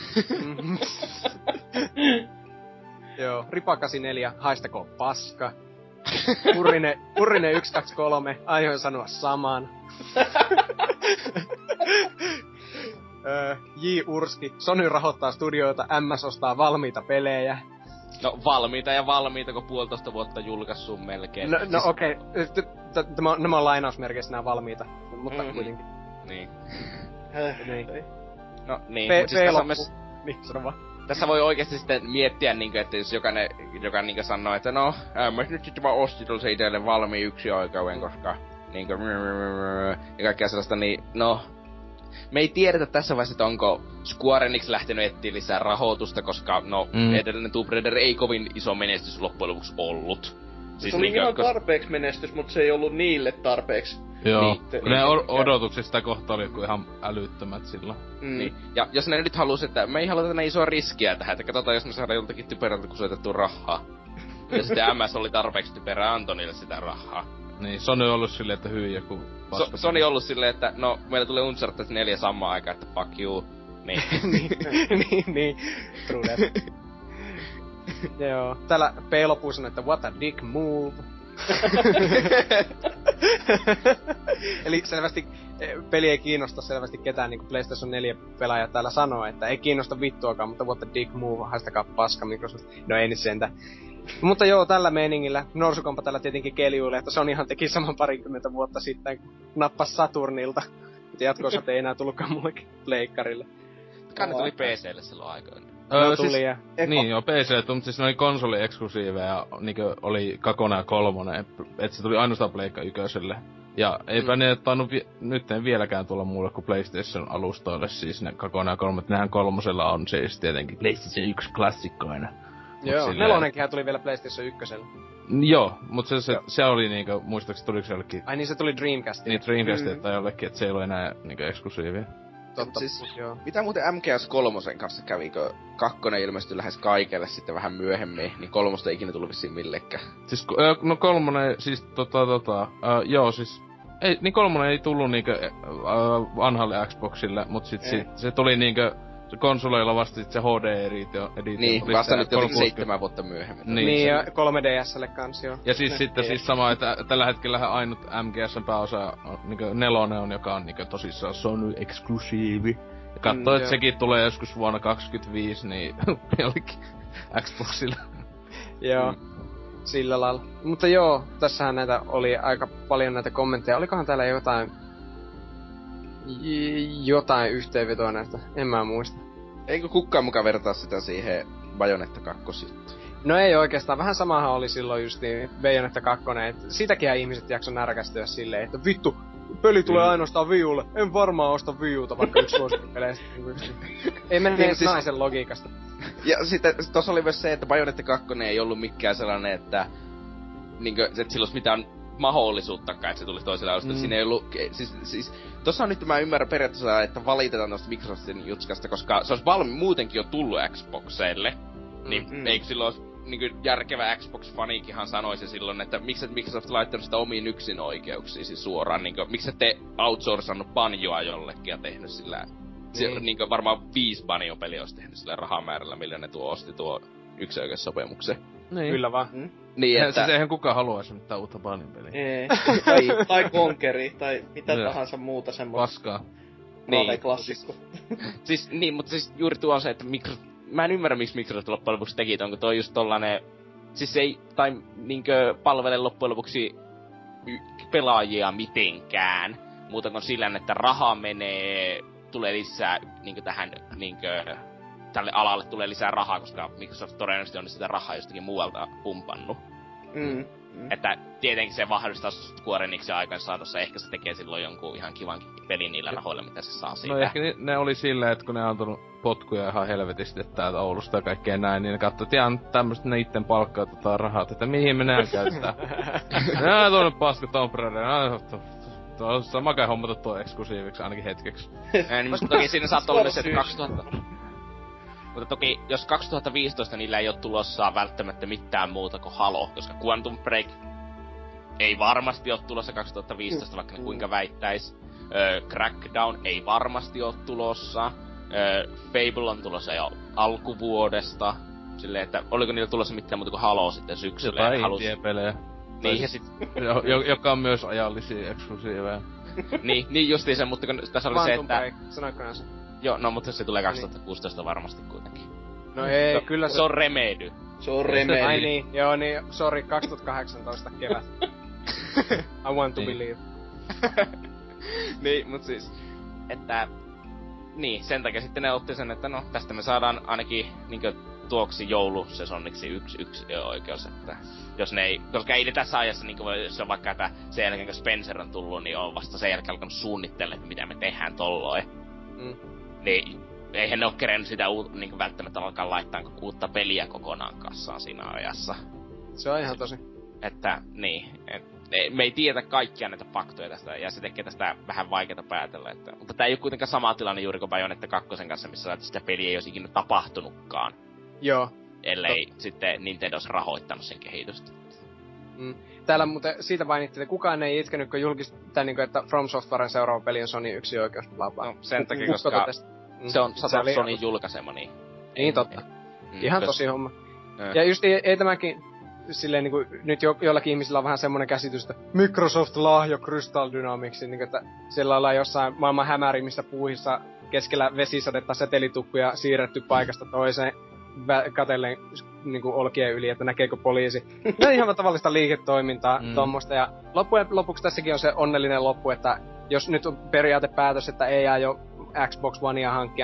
Joo, Ripa 84, haistako paska. Purrinen 123, aion sanoa saman. J. Urski, Sony rahoittaa studioita, MS ostaa valmiita pelejä. No valmiita, kun 1,5 vuotta julkaissut melkein. No siis... okei, nämä on lainausmerkeissä nämä valmiita, mutta kuitenkin. Niin. Niin. No niin, mut siis tässä on myös... Niin, sano vaan. Tässä voi oikeesti sitten miettiä niinkö, että jos joka niinkö sanoo, että no, mä nyt sitten vaan ostin tuolla itelle valmiin yksi oikeuden, koska niinkö ja kaikkea sellaista, niin no... Me ei tiedetä tässä vaiheessa, että onko Square Enix lähtenyt etsiä lisää rahoitusta, koska edellinen Tomb Raider ei kovin iso menestys loppujen lopuksi ollut. Siis se oli ihan tarpeeksi menestys, mutta se ei ollut niille tarpeeksi. Joo, niin, ne odotukset sitä kohtaa oli ihan älyttömät silloin. Niin. Ja jos ne nyt halus, että me ei haluta tänne isoa riskiä tähän, että katsotaan jos me saadaan joltakin typerältä kusoitettua rahaa. Ja sitten MS oli tarpeeksi typerä Antonille sitä rahaa. Niin, Sony on ollut silleen, että hyi joku... Sony on ollut silleen, että no, meillä tulee Uncharted 4 samaan aikaan, että fuck you. Niin. niin. True that. Joo. Täällä P-lopu sanoi, että what a dick move. Eli selvästi peli ei kiinnosta selvästi ketään, niin kuin PlayStation 4 pelaaja täällä sanoo, että ei kiinnosta vittuakaan, mutta what a dick move, haistakaa paska Microsoft. No ei nyt sentä. Mutta joo, tällä meiningillä, Norsukompa tällä tietenkin keljuilee, että Sonyhan teki saman 20 vuotta sitten, kun nappas Saturnilta. Mutta jatko-osat ei enää tullutkaan mullekin pleikkarille. Kai ne tuli PClle silloin aikoina. No tuli ja... Niin joo, PClle, mutta siis ne oli konsoli-eksklusiiveja, niinkö oli 2 ja 3, et se tuli ainoastaan Pleikka ykköselle. Ja eipä ne tainnut nyt ei vieläkään tulla muulle kuin PlayStation-alustoille, siis ne kakona ja kolmet. Nehän kolmosella on siis tietenkin PlayStation 1 klassikkoina. Joo, nelonenkinhän tuli vielä PlayStation 1. Joo, mut se oli niinkö, muistaakseni tuliko se jollekin... Ai niin, se tuli Dreamcastiin. Niin, Dreamcastiin tai jollekin, et se ei oo enää niinkö eksklusiivia. Totta, siis, joo. Mitä muuten MGS3 kanssa kävikö? Kakkonen ilmestyi lähes kaikelle sitten vähän myöhemmin, niin kolmosta ei ikinä tullut vissiin millekään. Siis, no kolmonen, siis joo siis... Ei, niin kolmonen ei tullu niinkö vanhalle Xboxille, mut se tuli niinkö... Se konsoleilla vasta sit se HD-editio. Niin, vasta nyt jotenkin 7 vuotta myöhemmin. Niin ja 3DS:lle kans joo. Ja siis sitten siis sama, että tällä hetkellähän ainut MGS:n pääosa niinkö nelonen on, joka on niinkö tosissaan Sony-eksklusiivi. Ja katsoo, että sekin tulee joskus vuonna 2025, niin jollekin Xboxilla. Joo. Sillä lailla. Mutta joo, tässähän näitä oli aika paljon näitä kommentteja. Olikohan täällä jotain yhteenvetoa näistä? En mä muista. Eikö kukaan mukaan vertaa sitä siihen Bayonetta 2? No ei oikeastaan. Vähän samahan oli silloin justiin Bayonetta 2. Sitäkin ihmiset jakso närkästyä silleen, että vittu, peli tulee ainoastaan Wii Ulle. En varmaan osta Wii Uta, vaikka yksi suosikkipeleistä. Ei mene edes naisen logiikasta. Ja sitten tossa oli myös se, että Bayonetta 2 ei ollut mikään sellainen, että niinkö, että sillä olisi mitään mahdollisuuttakaan, että se tulisi toiselle alustalle. Siinä ei ollut... Siis tossa on nyt mä ymmärrän periaatteessa, että valitetaan tosta Microsoftin jutskasta, koska se olisi muutenkin jo tullut Xboxeille. Niin eikö silloin olisi niin järkevä Xbox-faniikinhan sanoisi silloin, että miksi Microsoft laittanut sitä omiin yksinoikeuksiin siis suoraan, niin kuin, miksi ette outsourcannut Banjoa jollekin ja tehnyt sillä... Niin kuin varmaan 5 Banjo-peliä olisi tehnyt sillä rahamäärällä, millä ne osti tuo yksioikeussopimuksen. Niin. Kyllä vaan. Niin, että... Siis eihän kukaan haluaisi mitään uutta Banjo-peliä. Ei. tai Conqueri, tai mitä tahansa muuta semmoista. Paskaa. Niin. Klassikko. Siis, niin, mutta siis juuri tuo on se, että mä en ymmärrä, miksi Microsoft loppujen lopuksi teki ton, kun toi just tollanen... Siis ei, tai niinkö palvele loppujen lopuksi pelaajia mitenkään. Muuta kuin sillä, että raha menee, tulee lisää niinkö tähän, niinkö... Tälle alalle tulee lisää rahaa, koska Microsoft todennäköisesti on sitä rahaa jostakin muualta pumpannut. Että tietenkin se vahvistaa Square Enixin aikansa saatossa. Ehkä se tekee silloin jonkun ihan kivan pelin niillä rahoilla, mitä se saa siitä. No ehkä ne oli silleen, että kun ne on antanut potkuja ihan helvetisti täältä Oulusta ja kaikkea näin, niin ne katsoi, että ihan tämmöstä ne itten palkkaa rahaa, että mihin me näin käytetään. Nää tuonne paska Tomb Raider, tuossa makea hommata tuo eksklusiiviksi ainakin hetkeksi. Niin, mutta toki siinä saattaa olla se, että 2000... Mutta toki, jos 2015 niillä ei oo tulossa välttämättä mitään muuta kuin Halo, koska Quantum Break ei varmasti oo tulossa 2015, vaikka ne kuinka väittäis. Crackdown ei varmasti oo tulossa. Fable on tulossa jo alkuvuodesta. Silleen, että oliko niillä tulossa mitään muuta kuin Halo sitten syksyllä. Jotain indie-pelejä. Niin, ja sit... joka on myös ajallisia eksklusiiveja. niin justiin se, mutta kun tässä oli se, että... Sanoitko näin se? Joo, no mutta se tulee 2016 varmasti kuitenkin. No ei, kyllä se on Remedy. Se on Remedy. Ai niin, joo niin, sorry, 2018 kevät. I want to believe. Niin, mut siis, että... Niin, sen takia sitten ne otti sen, että no, tästä me saadaan ainakin niinkö tuoksi joulusesonniksi yksi oikeus, että jos ne ei, koska ei ne tässä ajassa niinkö voi, jos on vaikka, että sen jälkeen kun Spencer on tullut, niin on vasta sen jälkeen alkanut suunnittelemaan, että mitä me tehdään tolloin. Niin, eihän ne oo kerennyt sitä niinkö välttämättä alkaa laittaa uutta peliä kokonaan kassaan siinä ajassa. Se on ihan tosi. Että, niin, me ei tiedä kaikkia näitä faktoja tästä, ja se tekee tästä vähän vaikeata päätellä, että... Mutta tää ei oo kuitenkaan sama tilanne juuri kuin Bayonetta 2 kanssa, missä sitä peliä ei ois ikinä tapahtunutkaan. Joo. Ellei sitten Nintendo ois rahoittanut sen kehitystä. Täällä muuten siitä mainittiin, että kukaan ei itkenyt, kun julkistaa, niin että From Softwaren seuraava peli on Sony yksi oikeus, bla bla. No, sen takia, koska se on Sonyn julkaisema, niin... Niin totta. Ihan tosi homma. Ja just ei tämäkin... Silleen niinku, nyt joillakin ihmisillä on vähän semmonen käsitys, että Microsoft lahjo Crystal Dynamicsin, niinku, että siellä ollaan jossain maailman hämärimmissä puuhissa keskellä vesisadetta setelitukkuja siirretty paikasta toiseen katellen niinku olkien yli, että näkeekö poliisi. No ihan tavallista liiketoimintaa tommosta, ja loppujen lopuksi tässäkin on se onnellinen loppu, että jos nyt on periaatepäätös, että ei aio Xbox Onea hankkia, niin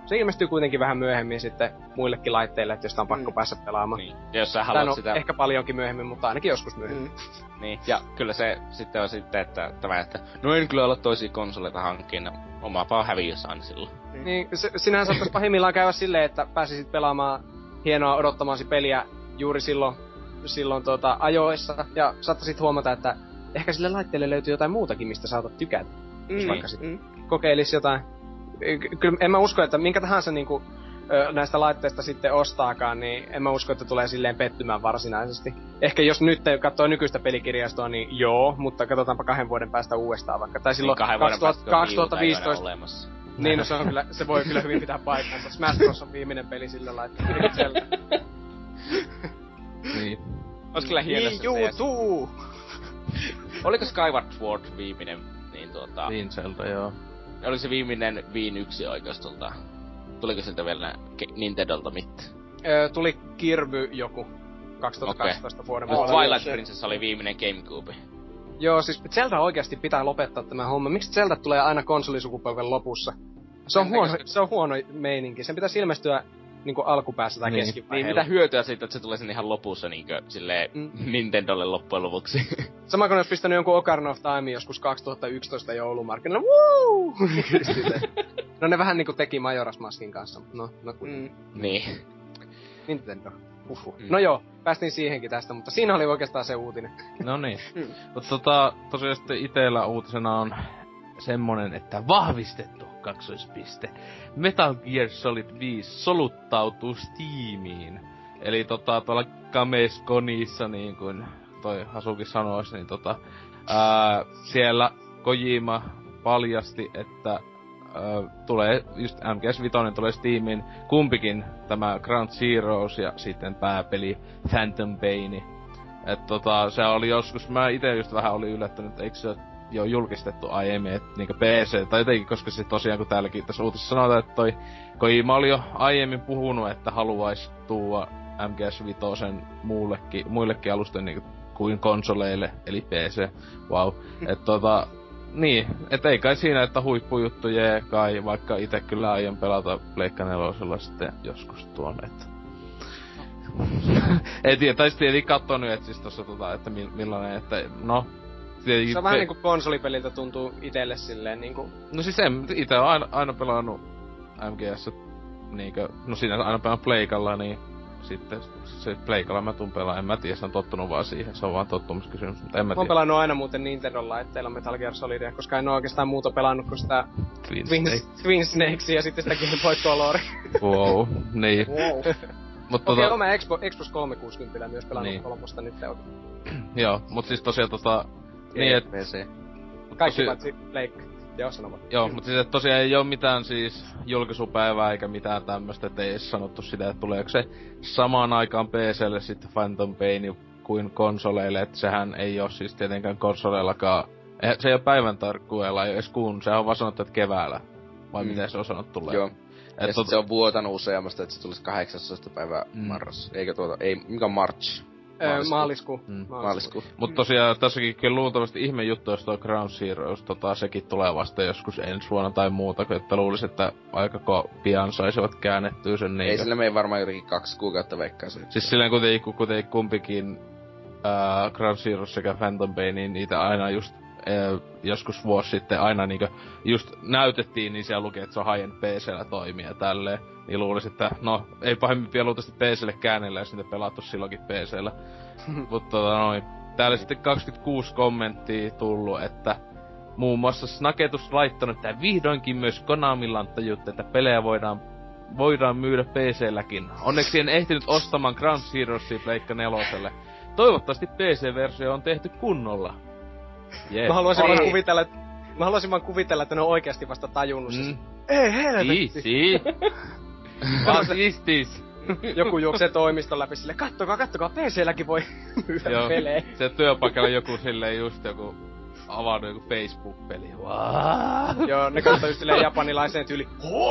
Se ilmestyy kuitenkin vähän myöhemmin sitten muillekin laitteille, että josta on pakko päästä pelaamaan. Niin. Ja jos sä haluat sitä... ehkä paljonkin myöhemmin, mutta ainakin joskus myöhemmin. Niin, ja kyllä se sitten on sitten, että no en kyllä ala toisia konsoleita hankkiin, omaapa on häviössä aina silloin. Niin, sinähän saattais pahimmillaan käydä silleen, että pääsisit pelaamaan hienoa odottamaasi peliä juuri silloin ajoissa, ja saattaisit huomata, että ehkä sille laitteelle löytyy jotain muutakin, mistä saatat tykätä. Jos vaikka sit kokeilis jotain. Kyllä en mä usko, että minkä tahansa niinku näistä laitteista sitten ostaakaan, niin en mä usko, että tulee silleen pettymään varsinaisesti. Ehkä jos nyt katsoo nykyistä pelikirjastoa, niin joo, mutta katsotaanpa 2 vuoden päästä uudestaan vaikka. Tai silloin 2015. Olemassa. Niin, no se voi kyllä hyvin pitää paikkansa. Smash Bros on viimeinen peli sillä laitteella. Niin. Ois kyllä hieno niin, YouTube! Oliko Skyward Sword viimeinen, Niin Zelda, joo. Oli se viimeinen Viin 1 oikeastolta. Tuliko siltä vielä Nintendolta mitään? Tuli Kirby joku 2012 vuoden puolella. Twilight Princess oli viimeinen GameCube. Joo, siis Zelda oikeasti pitää lopettaa tämä homma. Miksi Zelda tulee aina konsolisukupolven lopussa? Se on huono meininki. Sen pitäisi ilmestyä niinku alkupäässä tai keskivaiheella. Niin, mitä hyötyä siitä, että se tulee sen ihan lopussa niinkö silleen Nintendolle loppujen lopuksi. Sama kun olisi pistänyt jonkun Ocarina of Time joskus 2011 joulumarkkinoilla. Woo! No ne vähän niinku teki Majora's Maskin kanssa. No Niin. Nintendo. No joo, päästiin siihenkin tästä, mutta siinä oli oikeastaan se uutinen. No niin. Mutta tosiaan sitten itellä uutisena on semmonen, että vahvistettu kaksoispiste. Metal Gear Solid 5 soluttautuu Steamiin. Eli tuolla Gamesconissa, niin kuin toi Hasuki sanois, niin siellä Kojima paljasti, että tulee just MGS5 tulee Steamiin kumpikin tämä Ground Zeroes ja sitten pääpeli Phantom Pain. Et se oli joskus, mä ite just vähän olin yllättynyt, että eikö se jo julkistettu aiemmin, että niinku PC, tai jotenkin, koska se tosiaan kun täälläkin tässä uutisessa sanotaan, että toi Kojima oli jo aiemmin puhunut, että haluais tuua MGS5 muillekin alustoille niinku kuin konsoleille, eli PC, wow. Et niin, et ei kai siinä, että huippujuttu jee kai, vaikka ite kyllä aion pelata Pleikka 4 sitten joskus tuon, että... ei tiedä, tai sitten tietenkin kattoo nyt, et siis tossa että millainen, että no... Se on vähän niinku konsolipeliltä tuntuu itelle silleen niinku... No siis ite on aina pelannut MGS, niinkö... No siinä aina pelannut Pleikalla, niin... Sitten se Pleikalla mä tuun pelaan, en mä tiedä, se on tottunut vaan siihen, se on vaan tottumuskysymys, mutta en mä tiedä. Mä oon pelannut aina muuten Nintendon laitteilla Metal Gear Solidia, koska en oo oikeastaan muuta pelannut kuin sitä Twin Snakesia ja sitten sitä Game Boy Coloria. Wow, niin. Wow. Okei, oon mä Xbox 360 myös pelannut niin. 3 nyt oikein. Joo, mut siis tosiaan niin et... PC. Kaikki paitsi Pleikka. Joo, sano vaan. Joo, mut siis et tosiaan ei oo mitään siis julkaisupäivää eikä mitään tämmöstä, et ei edes sanottu sitä, että tuleeko se samaan aikaan PC:lle sitten Phantom Pain kuin konsoleille, et sehän ei oo siis tietenkään konsoleillakaan. Se ei oo päivän tarkkuudella, ei edes kuun, se on vaan sanottu, että keväällä. Vai miten se on sanottu tulee? Joo. Ja se on vuotanut useammasta, että se tulisi 18. päivä marras. Eikä mikä on March? Maaliskuu. Mut tosiaan tässäkin kyllä luultavasti ihme juttu, jos toi Ground Zeroes, sekin tulee vasta joskus ensi vuonna tai muuta, että luulis, että aika pian saisivat käännettyä sen niin. Ei sillä mene varmaan jotenkin 2 kuukautta veikkaisi. Siis silleen kuitenkin kumpikin Ground Zeroes sekä Phantom Pain, niin niitä aina just joskus vuosi sitten aina niinkö just näytettiin, niin siellä luki, että se on high-end PC:llä toimii ja tälleen. Niin luulis, että no, ei pahemmin vielä luultavasti PC:lle käännellä, jos niitä pelattu silloinkin PC:llä. Mutta täällä sitten 26 kommenttia tullut, että muun muassa Snaketus laittanut, että vihdoinkin myös Konamilla on tajuttu, että pelejä voidaan myydä PC:lläkin. Onneksi en ehtinyt ostamaan Ground Zeroesia Pleikka 4:lle. Toivottavasti PC-versio on tehty kunnolla. Yeah. Mä haluaisin vaan kuvitella, että ne on oikeasti vasta tajunnut siis. Ei helvetti! Vasistis! Joku juoksee toimiston läpi silleen, kattokaa, PC-lläkin voi myydä pelejä. Se työpaikalla joku silleen just joku avannut joku Facebook-peli. Joo, ne katsoo just silleen japanilaiseen tyyli.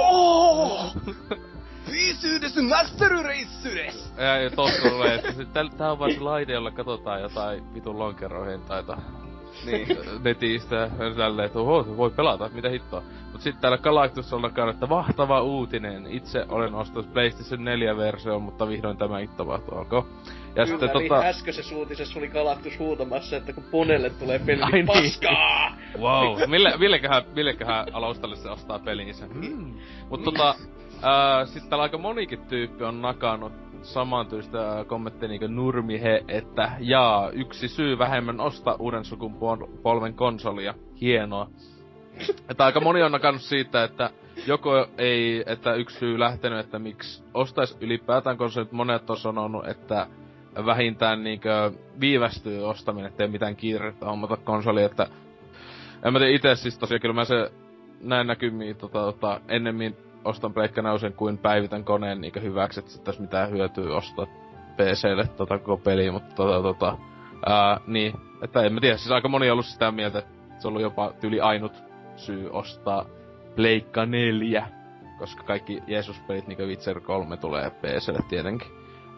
PC desu Master Race desu! Ja tossa tulee, että tää on vaan se laite, jolla katsotaan jotain vitun lonkeroihin tai netistä ja tälleen, että voi pelata, mitä hittoa. Mut sit täällä Galactus on nakannut, että mahtava uutinen. Itse olen ostanut PlayStation 4-versio, mutta vihdoin tämäkin tapahtuu, alkoi. Ja kyllä, sitten niin äskeisessä uutisessa oli Galactus huutamassa, että kun Ponelle tulee peli, niin paskaa! Wow, milleköhän alustalle se ostaa pelinsä? Mut sit täällä aika monikin tyyppi on nakannut samantyistä kommentteja niinku Nurmihe, että yksi syy vähemmän ostaa uuden sukupolven konsolia. Hienoa. Että aika moni on nakannut siitä, että joko ei, että yksi syy lähtenyt, että miksi ostais ylipäätään konsolit. Monet on sanonut, että vähintään niinkö viivästyy ostaminen, ettei mitään kiirettä hommata konsoli, että en mä tiedä ite siis tosiaan, kyllä mä se näin näkymiin ennemmin ostan Pleikka Neusen kuin päivitän koneen niinkö hyväksi, että sit mitään hyötyä ostaa PC:lle koko peli, mutta niin, että en mä tiedä, siis aika moni on ollut sitä mieltä, että se on ollut jopa tyyli ainut syy ostaa Pleikka 4, koska kaikki Jeesus-pelit niinkö Witcher 3 tulee PC:lle tietenkin.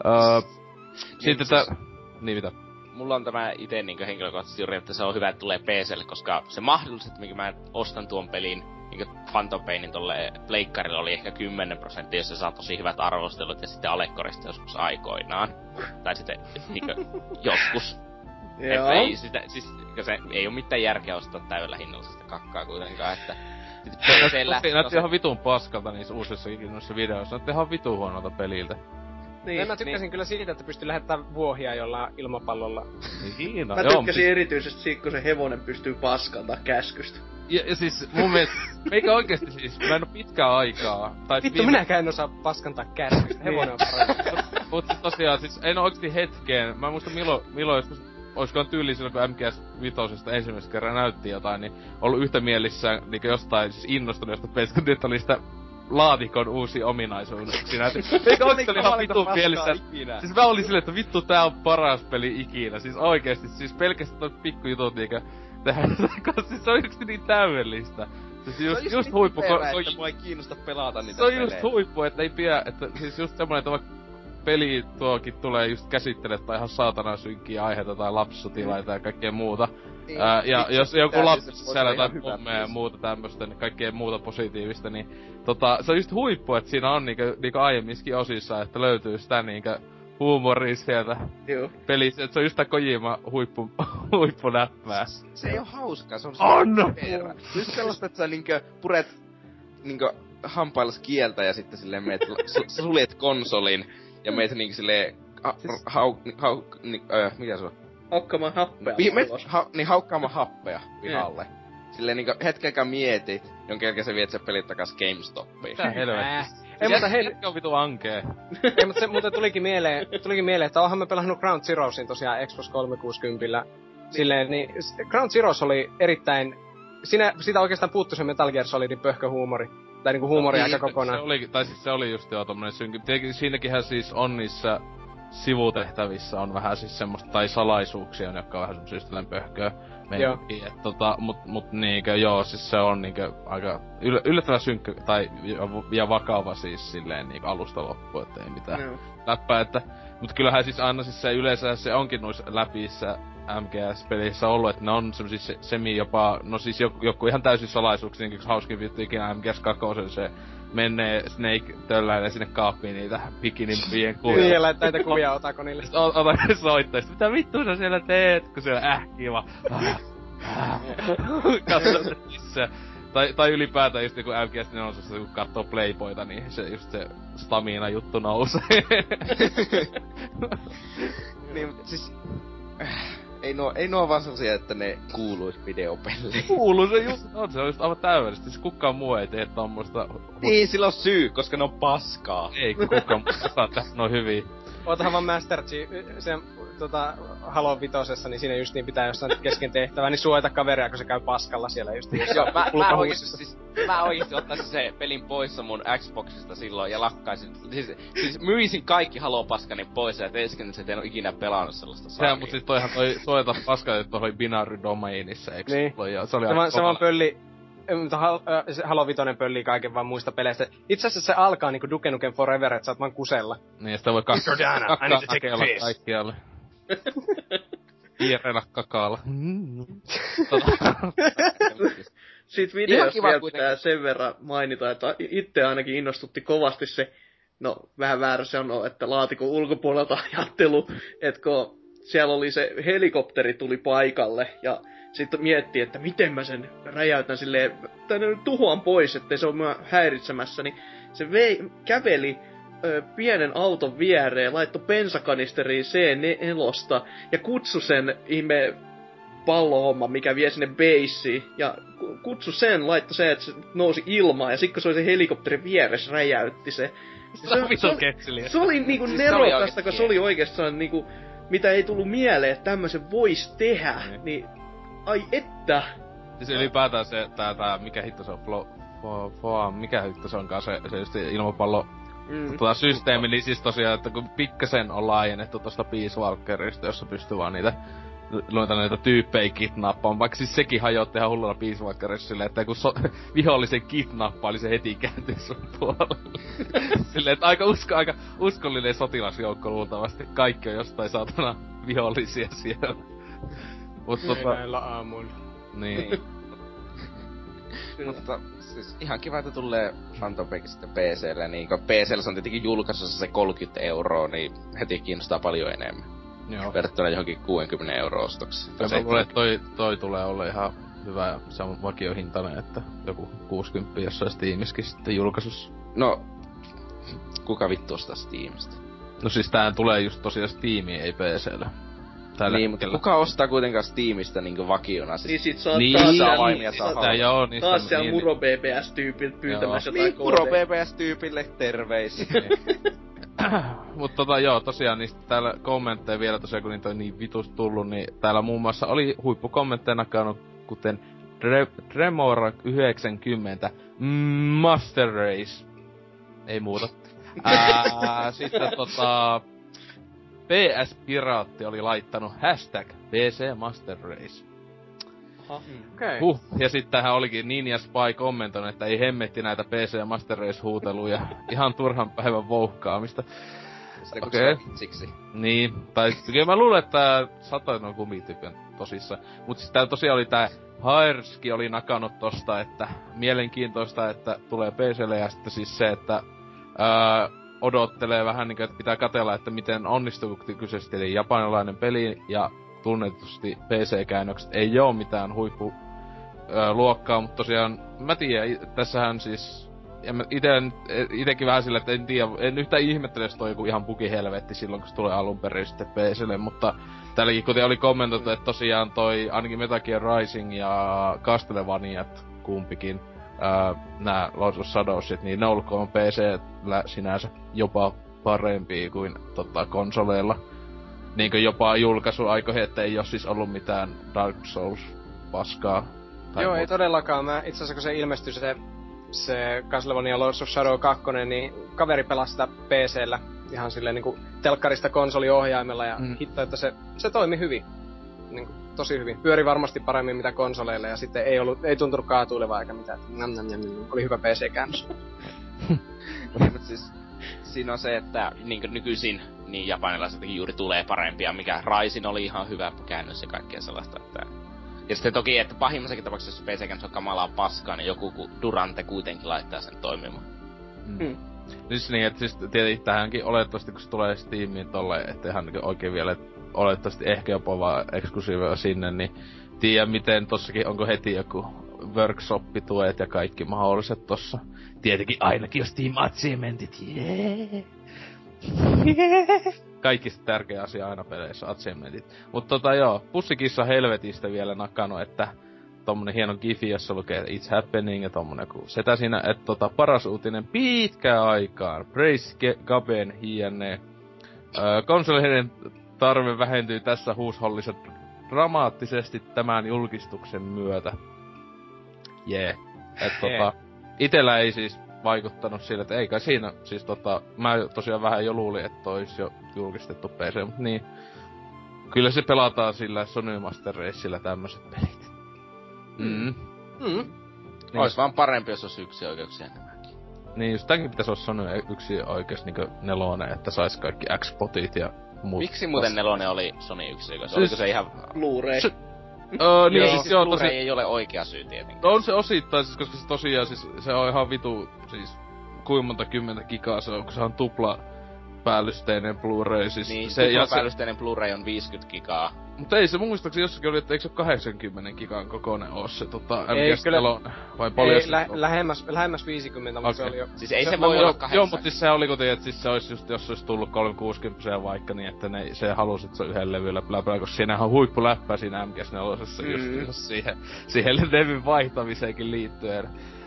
Sitten niin mitä? Mulla on tämä ite niinkö henkilökohtaisesti juuri, että se on hyvä, että tulee PC:lle, koska se mahdollisuus, minkä mä ostan tuon pelin niinkö Phantom Painin tolle pleikkarille oli ehkä 10%, jos se saa tosi hyvät arvostelut ja sitten Alekorista joskus aikoinaan. Tai sitten niinkö joskus. Että ei sitä, siis se ei oo mitään järkeä ostaa täydellä hinnalla sitä kakkaa kuitenkaan, että näytti ihan vitun paskalta niissä uusissakin noissa videoissa. Näytti ihan vitun huonolta peliltä. Niin, mä tykkäsin kyllä siitä, että pystyy lähettämään vuohia jollain ilmapallolla. Niin, mä tykkäsin erityisesti siitä, kun se hevonen pystyy paskantaa käskystä. Ja siis mun mielestä, eikä oikeesti siis, mä en oo pitkään aikaa. Vittu, minäkään en osaa paskantaa käskystä, hevonen on parempi. Mut siis tosiaan, siis en oo oikeesti hetkeen. Mä muistan Milo joskus, oiskohan tyyliin silloin kun MGS5 ensimmäisen kerran näytti jotain, niin ollut yhtä mielissään niinku jostain siis innostunut jostain pelistä, kun nyt oli sitä laatikon uusi ominaisuuksia. Eikä oikeesti ihan vitun mielissä. Siis mä olin silleen, että vittu tää on paras peli ikinä. Siis oikeesti, siis pelkästään toi pikkujutut niinkö tehdään siis se on yksi niin täydellistä. Siis just huippu, että mua ei kiinnosta pelata niitä pelejä. Se on just huippu, että ei pidä, että siis just semmonen, että vaikka peli tuokin tulee just käsittelemään ihan saatana synkkiä aiheita tai lapsotilaita ja kaikkea muuta. Niin, ja jos joku lapsi sisällä tai pommeja ja muuta tämmöstä, niin kaikkea muuta positiivista, niin se on just huippu, että siinä on niinku aiemmiskin osissa, että löytyy sitä niinkö huumoria sieltä pelissä, että se on just tää Kojima huippunäppää. Se ei oo hauskaa, se on just sellaista, että sä niinkö puret niinkö hampaillas kieltä ja sitten silleen meet suljet konsolin ja meet niinkö silleen mikä se on? Haukkaamaan happea. Niin haukkaamaan happea pihalle. Silleen niinkö hetkeäkään mietit, jonka jälkeen sä viet sen pelit takas GameStopiin. Mitä helvettiä? Ei, mutta hetki on vitu ankee. Ei, mutta se muuten tulikin mieleen, että oonhan me pelannut Ground Zeroesin tosiaan Xbox 360. Silleen, niin Ground Zeroes oli erittäin siitä oikeastaan puuttui se Metal Gear Solidin pöhköhuumori. Tai niinku huumori aika kokonaan. Se oli just joo tommonen synky. Tietenkin siinäkinhän siis on niissä sivutehtävissä on vähän siis semmoista, tai salaisuuksia, jotka on vähän semmosia just pöhköä. Mut niinkö joo, siis se on niinkö aika yllättävän synkkä, tai ja vakava siis silleen niinkö alusta loppuun, että ei mitään läppää, että mut kyllähän siis aina siis se yleensä se onkin noissa läpissä MGS-peleissä ollut, että ne on semmosia semi jopa, no siis joku ihan täysin salaisuuksia, niin hauskin vittu ikinä MGS2 se menee Snake tölläilee sinne kaappiin niitä bikini-muijien kuvia. Niin, ja näitä kuvia otako niille. Ota soittaa, mitä vittu sä siellä teet, kun siellä kiva. Katso missä. Tai ylipäätään just kun MGS4 kun kattoo Playboyta, niin se just se stamina juttu nousee. Niin, mut siis ei nuo vaan sellasia, että ne kuuluis videopeliin. Kuuluu se just on, se on just aivan täydellistä. Siis kukaan muu ei tee tommoista. Niin, sillä on syy, koska ne on paskaa. Ei, kukaan muu osaa tehdä noin hyvin. Ootahan vaan Master Chief, se Halo Vitosessa, niin siinä just niin pitää jossain kesken tehtävää, niin suojata kaveria, kun se käy paskalla siellä just joo, mä oikeesti ottaisin se pelin poissa mun Xboxista silloin ja lakkaisin. Siis myisin kaikki Halo-paskani pois ja teesken, että en oo ikinä pelannut sellaista sarjaa. Mut siis toihan toi suojata paskaa, että toi oli binary domainissa, eiks? Niin. Se oli se vaan pölli. Mutta Halo Vitoinen pöllii kaiken vaan muista peleistä. Itse asiassa se alkaa niinku Duke Nukem Forever, et sä oot vaan kusella. Niin, ja sitä voi kakkaa kaikkialle. Piirrellä kakaalla. Siitä videosta vielä pitää sen verran mainita, että itse ainakin innostutti kovasti se, no vähän väärä sanoa, että laatikon ulkopuolelta ajattelu, että kun siellä oli se helikopteri tuli paikalle ja sitten miettii, että miten mä sen räjäytän silleen, tai tuhoan pois, ettei se ole mua häiritsemässä, niin se käveli pienen auton viereen, laittoi bensakanisteriin C4 ja kutsui sen ihme pallohomma, mikä vie sinne beissiin, ja kutsu sen, laittoi se, että se nousi ilmaan, ja sit kun se oli se helikopterin vieressä, räjäytti se. Se oli niinku siis nerokasta, kun se oli oikeastaan niinku, mitä ei tullut mieleen, että tämmösen vois tehdä, niin ai että. Siis ylipäätään se, tää mikä hitto se on, mikä hitto se onkaan se just ilmapallo systeemi, niin siis tosiaan, että kun pikkasen on laajennettu tosta Peace Walkerista, jossa pystyy vaan niitä tyyppejä kidnappaamaan, vaikka siis sekin hajotti ihan hullulla Peace Walkerissa silleen, että kun vihollisen kidnappaa, niin se heti kääntyy sun puolelle. Silleen, että aika uskollinen sotilasjoukko luultavasti. Kaikki on jostain saatana vihollisia siellä. Mut näillä aamuilla. Niin. Mutta siis ihan kiva, että tulee Phantom Pain sitten PC:lle, niin kun PC:llä se on tietenkin julkaisussa se 30 €, niin heti kiinnostaa paljon enemmän. Joo. Verrattuna johonkin 60 € ostoksi. Mä luulen, että toi tulee olla ihan hyvä ja se on vakiohintainen, että joku 60 jossain Steamiskin sitten julkaisussa. No, kuka vittu ostaa Steamista? No siis tää tulee just tosiaan Steamiin, ei PC:llä. Niin, mutta kuka ostaa kuitenkaan Steamista niinku vakiona? Niin sit sä oot taas siellä Muro BBS-tyypiltä pyytämässä jotain Muro BBS-tyypille terveisiä. Mut joo, tosiaan niistä täällä kommentteja vielä tosiaan, kun niitä on niin vitusti tullut, niin täällä muun muassa oli huippukommentteja nakannut, kuten Tremora 90, Master Race. Ei muuta. Sitten PS Piraatti oli laittanut #PC Master Race. Okei. Ja sitten tähän olikin Ninja Spy kommentoinut, että ei hemmetti näitä PC Master Race -huuteluja. Ihan turhan päivän vouhkaamista. Okei. Siksi. Niin, tai kyllä mä luulen, että satoin on kumityyppi tosissaan. Mut siis täällä tosiaan oli tää Haerski oli nakannut tosta, että mielenkiintoista, että tulee PC:lle ja sitten siis se, että odottelee vähän niinku, että pitää katsella, että miten onnistuu kyseisesti, eli japanilainen peli ja tunnetusti PC-käännökset ei oo mitään luokkaa, mutta tosiaan mä tiedän, tässähän siis itekin vähän sillä, että en tiedä, en yhtään ihmettele, jos toi joku ihan bugihelvetti silloin, kun se tulee alun perin sitten PC:lle, mutta täälläkin kuten oli kommentoitu, että tosiaan toi ainakin Metal Gear Rising ja Castlevaniat kumpikin, nää Lords of Shadowsit, niin ne olkoon PC:llä sinänsä jopa parempia kuin konsoleilla. Niinkö jopa julkaisuaikoihin, että ei oo siis ollut mitään Dark Souls-paskaa. Joo, ei todellakaan. Mä itse asiassa kun se ilmestyi se Castlevania Lords of Shadow 2, niin kaveri pelasi sitä PC:llä ihan silleen niinku telkkarista konsoliohjaimella ja hitto, että se toimi hyvin. Niinku tosi hyvin. Pyöri varmasti paremmin mitä konsoleille ja sitten ei tuntunut kaatuilevaa eikä mitään. Oli hyvä PC-käännös. Mutta siis siinä on se, että niin nykyisin niin japanilaisetkin juuri tulee parempia, mikä Raisin oli ihan hyvä käännös ja kaikkea sellaista, että. Ja sitten toki, että pahimmassakin tapauksessa, jos PC-käännös on kamalaa paskaa, niin joku Durante kuitenkin laittaa sen toimimaan. Siis niin, että siis tietenkin tähänkin olettavasti, kun se tulee Steamiin tolleen, ettei hän oikein vielä olettavasti ehkä jopa vaan eksklusiivia sinne, niin tiedä miten tossakin, onko heti joku workshop-tuet ja kaikki mahdolliset tossa. Tietenkin ainakin jos Steam Achievementit, jee! Kaikista tärkeä asia aina peleissä, Achievementit. Mut joo, Pussikissa helvetistä vielä nakannut, että tommonen hieno gifi, jossa lukee It's happening ja tommonen ku setä siinä, että paras uutinen pitkään aikaan. Praise Gaben hienne. Konsolien tarve vähentyy tässä huushollissa dramaattisesti tämän julkistuksen myötä. Jee. Itellä ei siis vaikuttanut sille, että eikä siinä siis mä tosiaan vähän jo luulin, että ois jo julkistettu PC, mut niin. Kyllä se pelataan sillä Sony Master Racella tämmöset pelit. Niin. Ois vaan parempi, jos ois yksi oikeuksia enemmänkin. Niin, just tämänkin pitäis olla Sony yksi oikeus niinkö 4, että sais kaikki X-potit ja Miksi muuten 4 oli Sony 1? Oliko se ihan... Blu-ray. Niin, siis Blu-ray ei ole oikea syy tietenkään. On se osittain, siis koska se tosiaan, siis se on ihan vitu, siis kuinka monta 10 gigaa se on, kun se on tupla päällysteinen Blu-ray, siis niin, se... tupla päällysteinen Blu-ray on 50 gigaa. Mutta ei se mun muistaakseni jossakin oli, että eikö se 80 gigan kokoinen oo se ei, MGS4, vai paljon ei, lähemmäs 50, mutta se oli jo... Siis ei se voi olla 8. Joo, mutta siis se oli kuitenkin, että siis se olisi just, jos se olisi tullut 360 vaikka, niin että se halusi, että se on yhden levyllä blä, koska siinähän on huippuläppä siinä MGS4 just siihen levyn vaihtamiseenkin liittyen.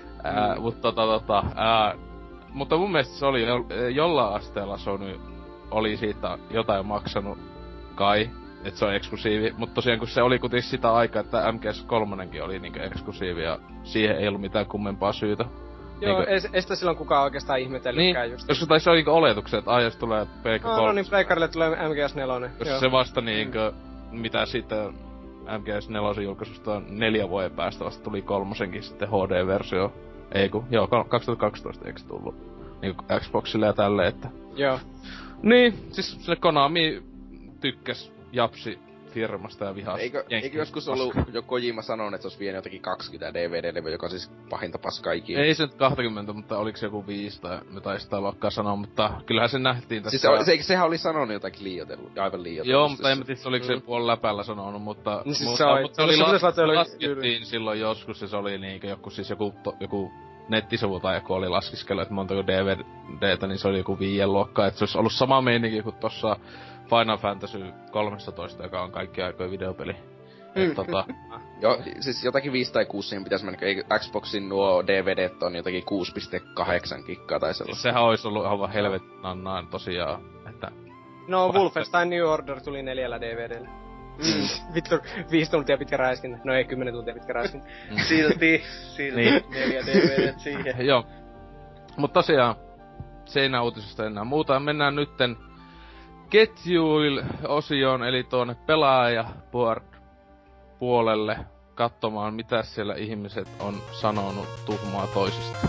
Mutta mun mielestä se oli jollain asteella Sony oli siitä jotain maksanut kai, että se on eksklusiivi, mutta tosiaan kun se oli kuitenkin sitä aikaa, että MGS3 oli niinku eksklusiivi ja siihen ei ollut mitään kummempaa syytä. Joo, niinku... ei sitä silloin kukaan oikeastaan ihmetellytkään niin, just. Koska taisi olla niinku oletukset, että jos tulee Pleikka 3. No niin, Pleikkarille tulee MGS4. Koska se vasta niinkö, mitä sitten MGS4 julkaisusta on 4 vuoden päästä vasta tuli 3 sitten HD-versio. Ei kun, joo, 2012 eikö tullut niinku Xboxille ja tälleen, että... Joo. Niin, siis se Konami tykkäs Japsi firmasta ja vihasi. Eikö joskus ollut jo Kojima sanonut, että se olisi vienyt jotakin 20 DVD-levyä, joka on siis pahinta paskaa ikinä? Ei se nyt 20, mutta oliks joku 5 tai jotain sitä luokkaa sanoa, mutta kyllähän se nähtiin tässä. Siis sehän oli sanonut jotakin aivan liioitellut. Joo, mutta en mä tiedä, oliko se puolella läpällä sanonut, mutta... Niin siis mutta se oli laskettiin silloin joskus, ja se oli niinkö joku nettisivu tai joku oli laskiskellut, että montako DVDtä, niin se oli joku 5 luokkaa, että se olisi ollut sama meininki kuin tossa Final Fantasy 13, joka on kaikki aikojen videopeli. Joo, siis jotakin 5 tai 6 siihen pitäis mennä, Xboxin nuo DVDt on jotakin 6,8 giggaa tai sellaista. Sehän ois ollut aivan helvetin nannaan tosiaan, että... No, Wolfenstein New Order tuli 4 DVDllä. Vittu, 5 tuntia pitkä räiskintä. No ei, 10 tuntia pitkä räiskintä. Silti niin. 4 DVDt siihen. Joo. Mut tosiaan, se ei nää uutisista enää muuta. Mennään nytten ketjuil-osioon, eli tuonne pelaajapuolelle katsomaan, mitä siellä ihmiset on sanonut tuhmaa toisista.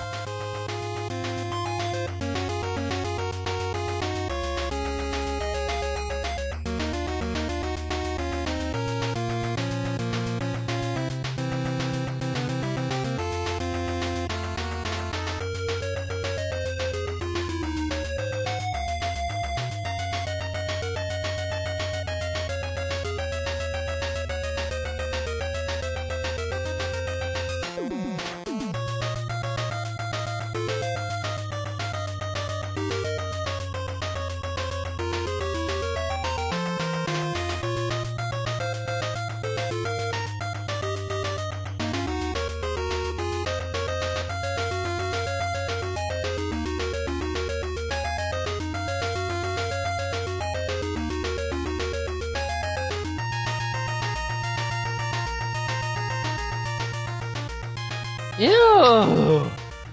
Joo!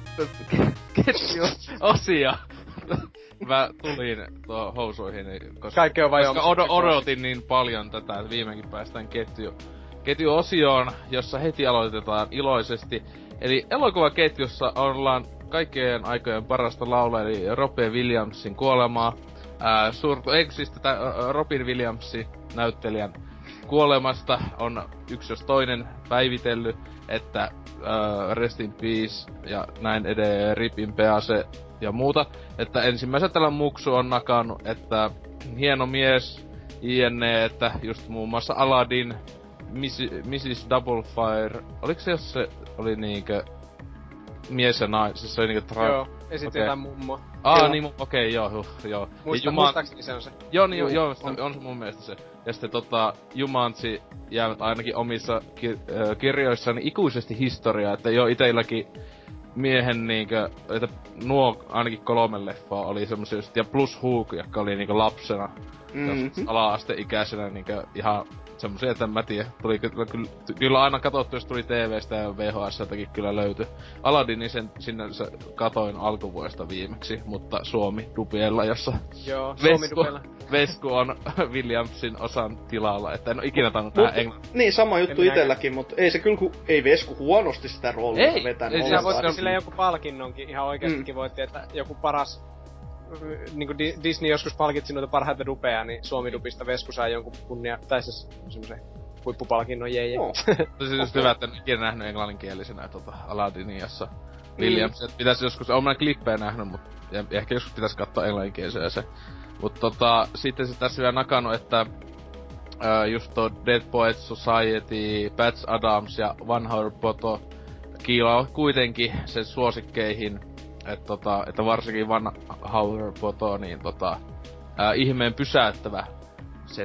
Ketjuosia. Mä tulin housuihin, koska odotin niin paljon tätä, että viimeinkin päästään ketjuosioon, jossa heti aloitetaan iloisesti. Eli elokuvaketjussa ollaan kaikkien aikojen parasta laulaa, eli Robbie Williamsin kuolemaa. Robin Williamsin näyttelijän kuolemasta on yksi jos toinen päivitellyt, että rest in peace ja näin edelleen, rip in peace ja muuta. Että ensimmäisenä tällä muksu on nakannut, että hieno mies, jne, että just muun muassa Aladdin, Mrs. Doublefire, oliko se jos se oli niinkö mies ja nainen, siis se oli niinkö Joo, esitti jotain mummoa. Niin, okei, joo. Muistaakseni se on se. Joo, niin, joo, on se mun mielestä se. Ja sitten Jumanji jäävät ainakin omissa kirjoissaan ikuisesti historiaa, että jo itelläkin miehen niinkö, että nuo ainakin 3 leffaa oli semmosia just, ja plus Hook, joka oli niinkö lapsena, ala-asteikäisenä niinkö ihan semmosia, että en mä tiedä, tuli kyllä aina katsottu, jos tuli TV:stä ja VHS:ltäkin kyllä löytyi. Aladdinin sen sinne katoin alkuvuodesta viimeksi, mutta Suomi-dubiella, jossa Vesku on Williamsin osan tilalla, että en oo ikinä tainnut nähdä englanniksi. Niin, sama juttu itelläkin, mutta ei se kyllä, ei Vesku huonosti sitä roolia vetänyt. Ei, sillä voitti silleen joku palkinnonkin, ihan oikeestikin voitti, että joku paras niinku Disney joskus palkitsi noita parhaita dubeja, niin Suomi-dubista Vesku sai jonkun kunnia, tai siis semmosen huippupalkinnon jeje. No. Se on just hyvä, että en ikinä nähnyt englanninkielisenä Aladdinin, jossa Williams, et pitäis joskus, oon mä klippejä nähnyt, ja ehkä joskus pitäis katsoa englanninkielisenä se. Mut sitten se tässä vielä nakannut, että just tuo Dead Poets Society, Patch Adams ja One Hour Photo kiilaa kuitenkin sen suosikkeihin, että varsinkin One Hour Photo, niin ihmeen pysäyttävä sen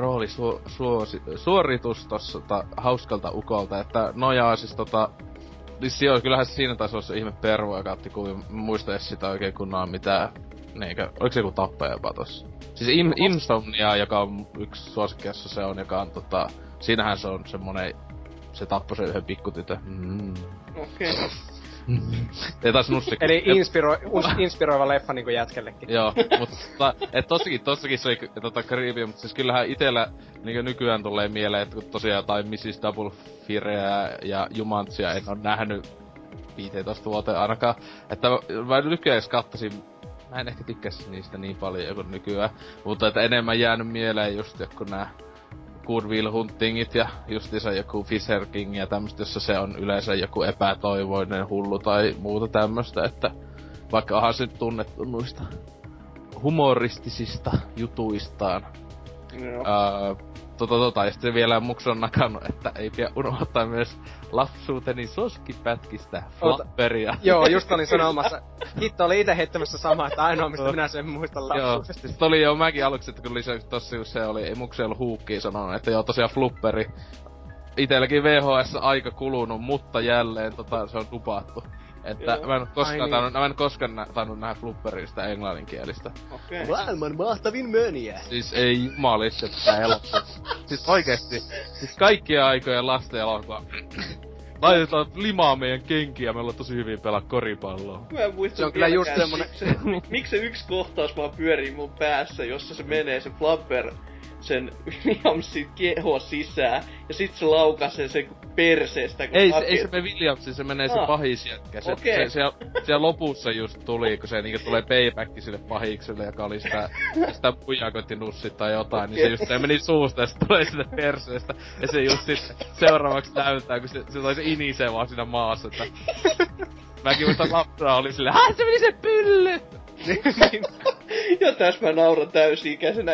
suoritus tossa hauskalta ukolta, että nojaa siis siis joo, kyllähän se siinä taisi olla se ihme pervo, joka otti kuvia, muista edes sitä oikein kunnolla mitään, niinkö, oliko se joku tappaja jopa tossa? Siis Insomnia, joka on yksi suosikkeessa se on, joka on siinähän se on semmonen, se tappoi sen yhden pikkutytön. Okei. Ei taas nussikko. Eli inspiroiva leffa niinku jätkellekin. Joo, mutta tossakin se oli creepy, mutta siis kyllähän itellä niinku nykyään tulee mieleen, että kun tosiaan jotain Mrs. Double Fireä ja Jumantsia en oo nähnyt 15 vuoteen ainakaan, että mä nykyään kattosin, mä en ehkä tykkäisi niistä niin paljon kuin nykyään, mutta että enemmän jäänyt mieleen just joku nää Good Will Huntingit ja justiinsa joku Fisher King ja tämmöstä, jossa se on yleensä joku epätoivoinen hullu tai muuta tämmöstä, että vaikka onhan se tunnettu noista humoristisista jutuistaan. Joo. Ja sitten vielä Muksu on nakannut, että ei pidä unohtaa myös lapsuuteni soskipätkistä flapperia. Joo, just olin sanomassa. Hitto oli ite heittämässä samaa, että ainoa mistä minä sen muistan lapsuudesta. Joo, siis oli jo mäkin aluksi, että kun lisäksi tossa kun se oli, ei Muksu ollut huukkiin sanonut, että joo tosiaan flupperi. Itelläkin VHS aika kulunut, mutta jälleen se on dupattu. Että mä en koskaan tainnut nähdä flupperista englanninkielistä. Okei. Maailman mahtavin möniä. Siis ei jumalista tää elokuva. Siis oikeesti. Siis kaikkien aikojen lasten elokuva. Laitetaan limaa meidän kenkiä, me ollaan tosi hyvin pelaa koripalloa. Mä en muista se on kyllä just semmonen... Miksi se yksi kohtaus vaan pyörii mun päässä, jossa se menee se flapper sen Williamsin kehoa sisään, ja sit se laukaisee sen perseestä. Ei se mene Williamsin, se menee se pahis jätkä. Siellä lopussa just tuli, kun se niinku tulee payback sille pahikselle, joka oli sitä muijaa koitti nussit tai jotain, niin se meni suusta ja se tulee sinne perseestä. Ja se just sitten seuraavaksi näyttää, kun se oli se inisee vaan siinä maassa, että... Mäkin muistan lapsena oli silleen, se meni se pylly! Ja tässä mä nauran täysi-ikäisenä.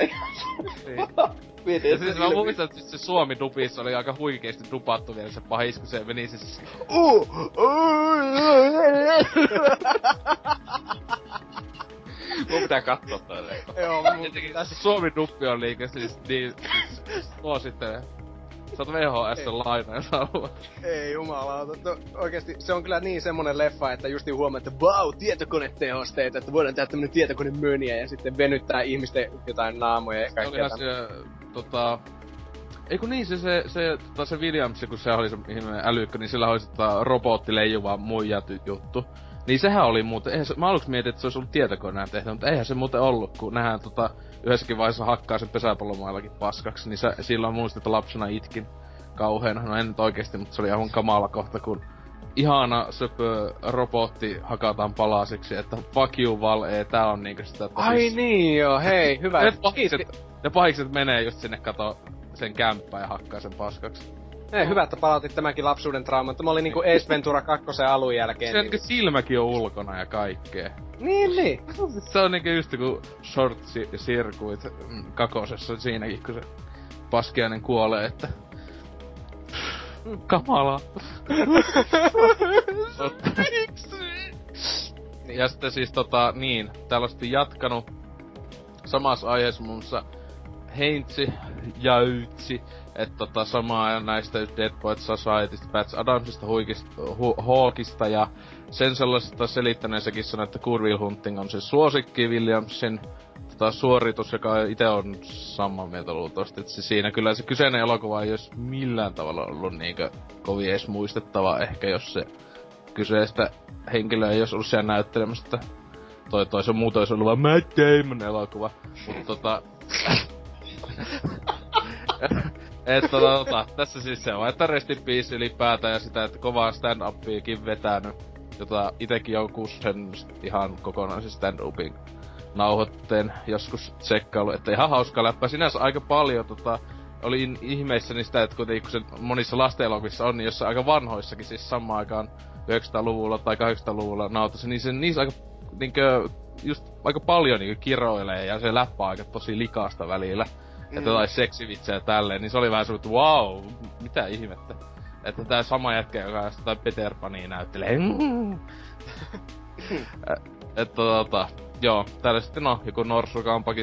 Niin. Ja siis mä muistan, että se Suomi-dubissa oli aika huikeesti dupattu vielä se pahis, kun se meni siis... Mun pitää kattoo toi leffa. Joo, tässä Suomi-duppi on liikaa siis suosittelen. Sä oot VHS-laina, jos haluat. Ei jumalauta. No, oikeesti se on kyllä niin semmonen leffa, että justiin huomaa, että vau, tietokonetehosteet, että voidaan tehdä tämmönen tietokonemöniä ja sitten venyttää ihmisten jotain naamoja ja kaikkea tämmöistä. Eiku niin, se Williams, kun se oli se ihminen älykkö, niin sillä oli se robottileijuva muija juttu. Niin sehän oli muuten, mä aluksi mietin, että se olisi ollut tietokoneen tehty, mutta eihän se muuten ollut, kun nähdään yhdessäkin vaiheessa hakkaa sen pesäpallomaillakin paskaksi, niin silloin muistin, että lapsena itkin kauheena. No en nyt oikeesti, mutta se oli ihan kamala kohta, kun ihana söpö robotti hakataan palasiksi, että fuck you Val-E, tää on niinkö sitä tosis... Ai niin joo, hei, hyvä. Ne pahikset menee just sinne kato sen kämppään ja hakkaa sen paskaksi. Ei, hyvä, että palautit tämänkin lapsuuden trauman, että mä olin niinku Ace Ventura 2 alun jälkeen. Se niinku silmäkin on ulkona ja kaikkee. Niin. Se on niinku just joku short circuit kakosessa siinäkin, kun se paskiainen kuolee, että... Kamalaa. Ja sitten siis niin, täällä on sitten jatkanut samassa aiheessa muun muassa Heintsi, Jäytsi, että samaa näistä Dead Poets Societysta, Patch Adamsista, Hawkista ja sen sellaisesta selittäneensäkin sanoi, että Good Will Hunting on se suosikki Williamsin suoritus, joka itse on samaa mieltä luultavasti, että siinä kyllä se kyseinen elokuva ei olisi millään tavalla ollut niinkö kovin edes muistettava ehkä, jos se kyseistä henkilöä ei olisi ollut siellä näyttelemässä, että se muuten olisi ollut vaan Matt Damon elokuva, mutta tässä siis se on, että Rest in Peace ylipäätään ja sitä, että kovaa stand-upiakin vetänyt, jota itekin on sen ihan kokonaisen stand-upin nauhoitteen joskus tsekkailu, että ihan hauska läppä. Sinänsä aika paljon olin ihmeissäni sitä, että kuitenkin kun se monissa lastenelokuvissa on, niin jossain aika vanhoissakin siis samaan aikaan 900-luvulla tai 800-luvulla nautossa, niin se niissä aika niinkö just aika paljon niinkö kiroilee ja se läppä on aika tosi likaasta välillä. Että jotain seksivitsejä tälleen, niin se oli vähän semmoinen, että wow, mitä ihmettä. Että tää sama jätkä, joka jotain Peter Pania näyttelee. Että joo, täällä sitten joku Norsukampakin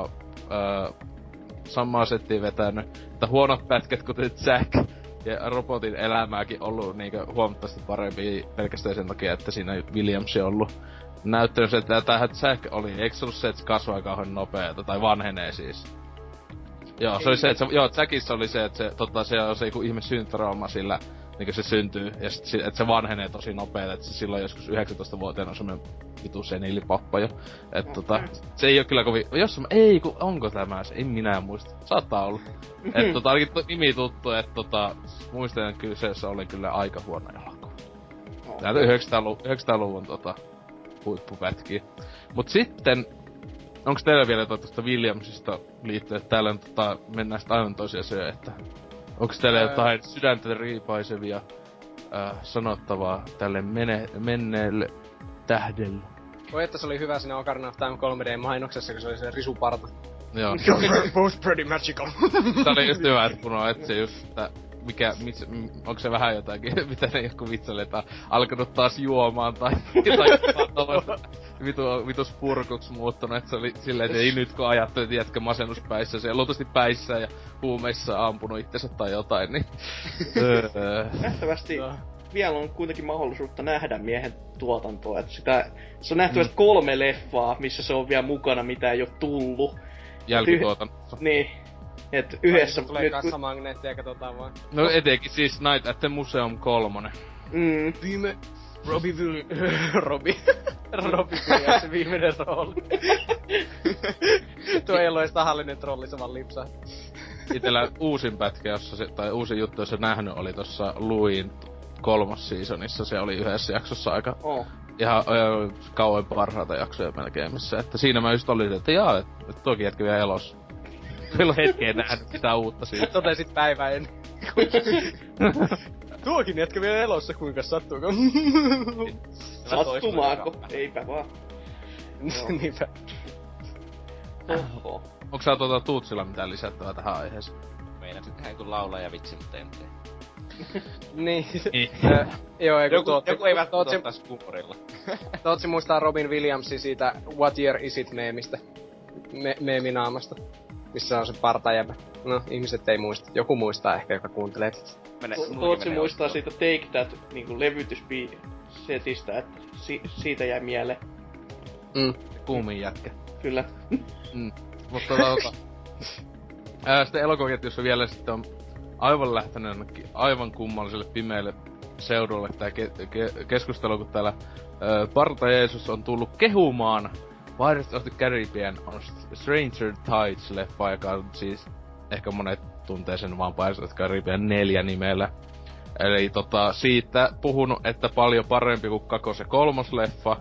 samaa settiä vetänyt. Että huonot pätkät, kuten Jack ja robotin elämääkin ollut niinkö huomattavasti parempi pelkästään sen takia, että siinä Williams on ollut näyttänyt se, että tämähän Jack oli, eikö se ollut se, että se kasvaa kauhean nopeeta, tai vanhenee siis? Joo, se oli se, että Jackissa oli se, että se on se joku ihme syndrooma sillä, niinkö se syntyy, ja sit että se vanhenee tosi nopeeta, että se silloin joskus 19-vuotiaana on semmonen vitu seniilipappa jo. Että se ei oo kyllä kovin, onko tämä se, en minä muista, saattaa olla. Että ainakin nimi tuttu, että muistan, että kyseessä oli kyllä aika huono elokuva. Näitä 900-luvun huippupätkiä. Mut sitten, onks teillä vielä tuosta Williamsista liittyen, että täällä mennään sit aivan toisia syö, että onks teillä jotain sydäntä riipaisevia sanottavaa tälle menneelle tähdelle? Voi että se oli hyvä siinä Ocarina of Time 3D-mainoksessa, kun se oli se risuparta. Joo. Both pretty magical. Se oli just hyvä, että kun on, että se just, että onko se vähän jotakin, mitä ne joku vitsaili, että alkanut taas juomaan tai vitus purkuks muuttunut, että se oli silleen, että ei nyt kun ajattelee, että jätkä masennuspäissä, se luultavasti päissä ja huumeissa ampunut itsensä tai jotain, niin... Nähtävästi vielä on kuitenkin mahdollisuutta nähdä miehen tuotantoa, että se on nähtävästi 3 leffaa, missä se on vielä mukana, mitä ei oo tullut. Jälkituotannossa. Niin. Et yhdessä... Tulee kassamagneettia ja katsotaan vaan. No etenkin siis Night at the Museum 3. Viime... Robbie Williams viimeinen rooli. Tuo ei ole edes tahallinen trolli, se vaan lipsaa. Itellä uusin pätkä, tai uusin juttu, jos se nähnyt, oli tossa Louin 3. seasonissa. Se oli yhdessä jaksossa aika ihan kauan parhaita jaksoja melkein missä. Että siinä mä just olin, että että toki jätkä vielä elossa. Kyllä hetkeen nähnyt mitään uutta siitä. Totesit päivää ennen. Tuokin jätkä vielä elossa, kuinka sattuuko? Sattumaako? Eipä vaan. Niinpä. Onko sä Tuutsilla mitään lisättävää tähän aiheeseen? Meinasit tehdä joku laulaja vitsi, mutta en tee. Niin. Joo, joku ei välttämättä ottais huumorilla. Tootsi muistaa Robin Williamsin siitä What Year Is It -meemistä. Meeminaamasta. Missä on se partajäbä. No, ihmiset ei muista. Joku muistaa ehkä, joka kuuntelee. Tootsi muistaa siitä Take That niinku levytyssetistä, että siitä jäi mieleen. Kuumin jätkä. Kyllä. Mutta sitten elokuvaketjussa vielä sitten on aivan lähtenyt jonnekin aivan kummalliselle pimeälle seudulle tää keskustelu, kun täällä Parta Jeesus on tullut kehumaan Pirates of the Caribbean on Stranger Tides-leffa, joka on siis ehkä monet tuntee sen vaan Pirates of the Caribbean 4 nimellä. Eli siitä puhunut, että paljon parempi kuin 2. ja 3. leffa.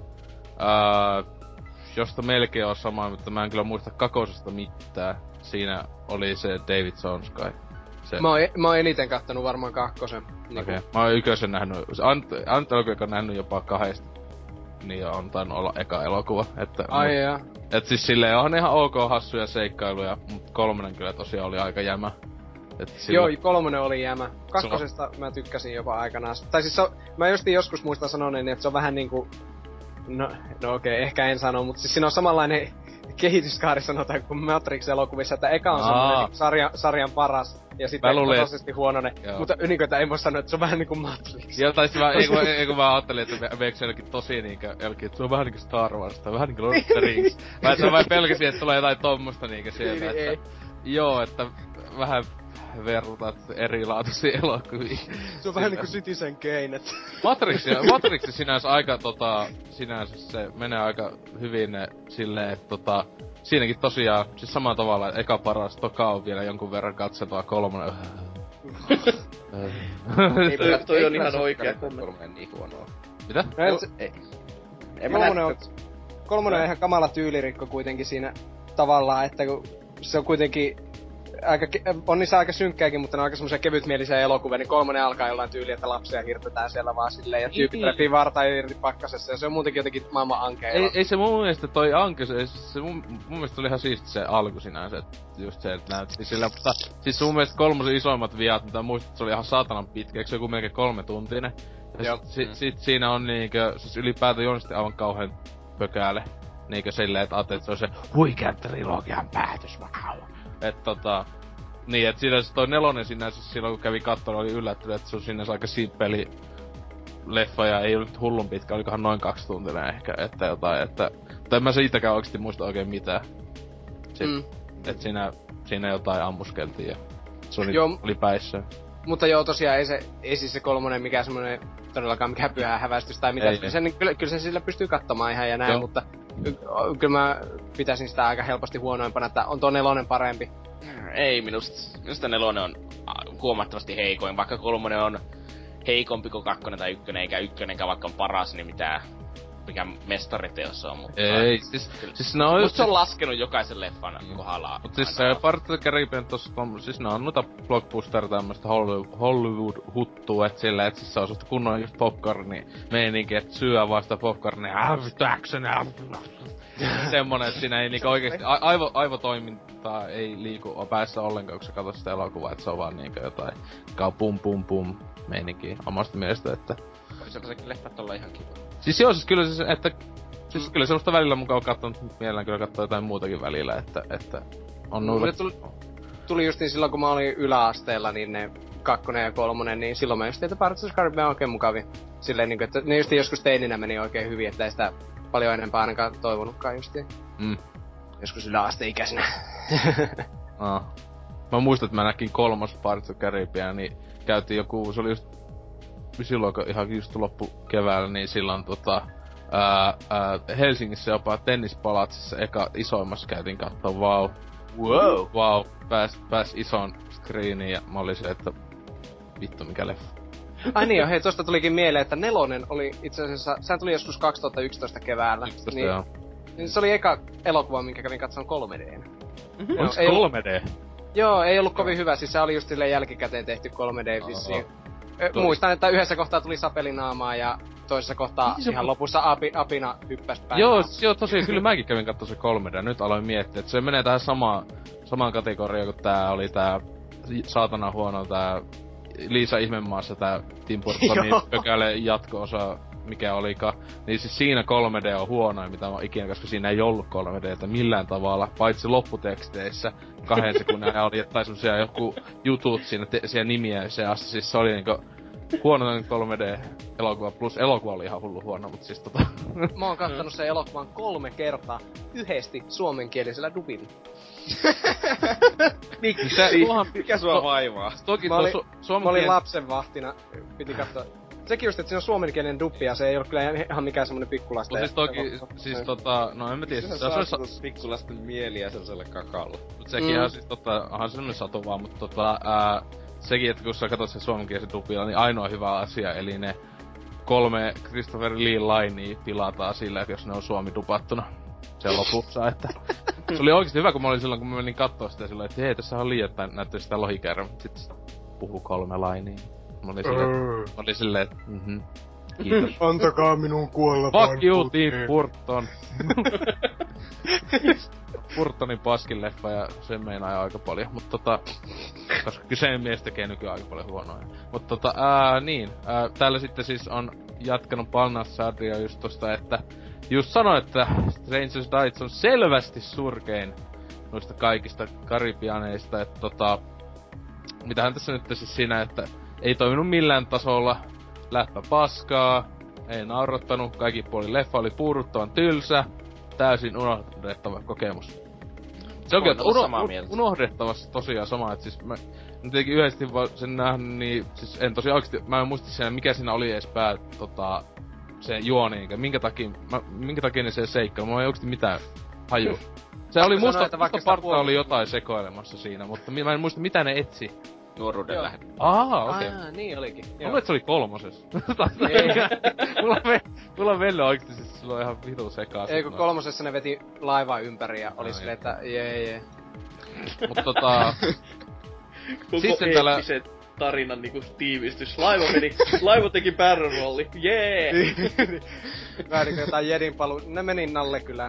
Josta melkein on sama, mutta mä en kyllä muista 2. mitään. Siinä oli se David Jones kai. Mä oon eniten kattonut varmaan 2. Okei. Mä oon 1 nähnyt. Ant on nähnyt jopa 2. Niin on tainnut olla eka elokuva. Et siis silleen on ihan ok hassuja seikkailuja, mut 3 kyllä tosiaan oli aika jämä. Joo, 3 oli jämä. 2. mä tykkäsin jopa aikanaan. Tai siis mä joskus muistan sanoneeni, että se on vähän niinku... No okei, ehkä en sano, mutta siis siinä on samanlainen kehityskaari sanotaan kuin Matrix-elokuvissa, että eka on semmonen niinku sarjan paras, ja sitten totisesti huononen. Mutta niinku, että ei voi sanoa, että se on vähän niinku Matrix. Joo, tai kun mä ajattelin, että veikö se jollakin tosi että se on vähän niinku Star Wars, tai vähän niinku Lord of the Rings. Mä pelkäsin, että tulee jotain tommosta sieltä, että... Joo, että vähän verratat erilaatuisia elokuvia. Se on vähän niinku Citizen Kane, et... Matrix sinänsä aika sinänsä se menee aika hyvin silleen, että siinäkin tosiaan, siis samalla tavalla, että eka paras, toka on vielä jonkun verran katsotaan, 3. Ei, toi on ihan oikea kommentti. Niin huonoa. Mitä? kolmonen on ihan kamala tyylirikko kuitenkin siinä tavallaan, että kun se on kuitenkin on niissä aika synkkääkin, mutta ne on aika semmosia kevytmielisiä elokuvia, niin kolmonen alkaa jollain tyyliin, että lapsia hirtetään siellä vaan silleen, ja tyypit repii vartaan irti pakkasessa, ja se on muutenkin jotenkin maailman ankea. Ei se mun mielestä toi anke, se mun mielestä oli ihan siisti se alku sinänsä, just se, että näytti sillä, mutta siis mun mielestä kolmosen isoimmat viat, mitä muistat, se oli ihan saatanan pitkä, eikö se joku melkein 3 tuntinen? Ja sit siinä on niinkö, siis ylipäätään juonesti aivan kauhean pökääle. Niinkö silleen, että ajattelet, että se on se huikean trilogian päätös, wow. Et niin, et siinä se toi nelonen sinänsä silloin kun kävi katsomaan, oli yllättynyt, että se on sinänsä aika simppeli leffa ja ei ollut hullun pitkä, olikohan noin 2 tuntinen ehkä, että jotain, että... Tai en mä siitäkään oikeesti muista oikein mitään. Et siinä jotain ammuskeltiin ja se oli päissä. Mutta joo, tosiaan ei siis se kolmonen mikään semmonen todellakaan mikään pyhä häväistys tai mitään. Kyllä se sillä pystyy katsomaan ihan ja näin, joo. Mutta kyllä mä pitäisin sitä aika helposti huonoimpana, että on tuo nelonen parempi. Ei minusta nelonen on huomattavasti heikoin, vaikka kolmonen on heikompi kuin 2 tai 1, eikä 1 vaikka on paras, niin mikä mestariteos on, mutta... Ei, siis ne on just... se on laskenut jokaisen leffan kohdalla. Mut siis se Pirates of the Caribbean tossa, siis ne on noita blockbuster tämmöstä Hollywood-huttua, et silleen, et siis se on susta kunnon just popcorni meininki, et syö vaan sitä popcornia, vittu actionia, semmonen, et siinä ei niinku oikeesti, aivotoimintaa ei liiku päässä ollenkaan, kun sä katsot sitä elokuvaa, et se on vaan niinku jotain pum pum pum meininkiä omasta mielestä, että... Voisipa sekin leffat olla ihan kiva. Siis joo, siis kyllä se, että... Siis kyllä semmoista välillä mukaan kattonut, mutta mielellään kyllä kattoo jotain muutakin välillä, että... On noita... Tuli justiin silloin, kun mä olin yläasteella, niin ne 2 ja 3, niin silloin mä just että Pirates of the Caribbean on oikein mukavia. Silleen niinku, että ne justiin joskus teininä meni oikein hyvin, että ei sitä paljon enempää ainakaan toivonutkaan justiin. Joskus yläasteikäisenä. Mä muistan, että mä näkin 3. Pirates of the Caribbean, niin käytiin joku, se oli just... Silloin ihan just loppu keväällä, niin silloin Helsingissä jopa tennispalatsissa eka isoimmassa käytiin kattoo, wow, pääs ison screeniin ja mä olin se, että vittu mikä leffa. Ai niin jo, hei tosta tulikin mieleen, että nelonen oli itse asiassa, sehän tuli joskus 2011 keväällä. 11, niin, joo. Niin se oli eka elokuva, minkä kävin katsomaan 3D:nä. Oliko se 3D? Joo, ei ollut kovin hyvä, siis se oli just silleen jälkikäteen tehty 3D vissiin. Muistan, että yhdessä kohtaa tuli sapelinaamaa ja toisessa kohtaa ihan lopussa apina hyppäsi päin. Joo, tosiaan kyllä mäkin kävin kattoo se 3D. Nyt aloin miettiä, että se menee tähän samaan kategoriaan kuin tää oli tää saatana huono tää Liisa Ihmemaassa tää Tim Burtonin pökäle jatko-osa, mikä olikaan. Niin siis siinä 3D on huonoin, mitä mä ikinä, koska siinä ei ollut 3D:tä millään tavalla, paitsi lopputeksteissä 2 sekunnin ajan oli, tai semmosia joku jutut siinä, siellä nimiä seassa, siis se oli niinku huonoin 3D-elokuva, plus elokuva oli ihan hullu huono, mut siis Mä oon kattonut sen elokuvan 3 kertaa, yhdesti suomenkielisellä dubilla. Miksi? Mikä sua vaivaa? Toki mä olin lapsenvahtina, piti katsoa. Sekin just, että siinä on suomenkielinen duppi ja se ei ollut kyllä ihan mikään semmonen pikkulasten... No siis toki, no en mä tiedä. Se on saanut pikkulasten mieliä sellaiselle kakalla. Mut sekin ihan siis onhan se semmonen satu vaan, mut sekin, että kun sä katsot sen suomenkielisen dupilla, niin ainoa hyvä asia, eli ne 3 Christopher Lee-linea pilataan sillä, että jos ne on suomi-dupattuna sen lopussa, että... Se oli oikeesti hyvä, kun mä olin silloin, kun mä menin kattoo sitä silloin, että hei, tässä on liian, näyttää sitä lohikärryä, mut sit puhuu 3 linea. Mä olin silleen, että kiitos. Antakaa minun kuolla Fuck you, Tim Burton! Burtonin paskin leffa ja sen meinaa aika paljon, mut koska kyseinen mies tekee nykyään aika paljon huonoja. Mut täällä sitten siis on jatkanut Balnassadia just tosta, että just sanoi, että Strangers Nights on selvästi surkein noista kaikista karibianeista, että mitähän tässä nyt siis siinä, että ei toiminut millään tasolla, läppä paskaa, ei naurattanut, kaikki puoli leffa oli puuduttavan tylsä, täysin unohdettava kokemus. Se onkin, että unohdettavassa tosiaan sama, että siis mä tietenkin yhdesti vaan sen nähnyt, niin siis en tosiaan oikeesti, mä en muista siinä mikä siinä oli edes se juoni, minkä takia ne se seikkailu, mulla ei oikeesti mitään haju. Se oli musta parta oli jotain sekoilemassa siinä, mutta mä en muista mitä ne etsi. nuoruuden lähde. Okei. Niin olikin. Mä luulen, että se oli 3. mulla on mennyt oikeesti siis silloin ihan vitu sekaisin. Ei kun 3. ne veti laivaa ympäri ja oli silleen, että jee. Mut Koko sitten täällä eeppisen tarinan niinku tiivistys. Laiva teki barrel rolli. Jee! Vähän niinku jotain jedin palu. Ne meni Nalle kylään.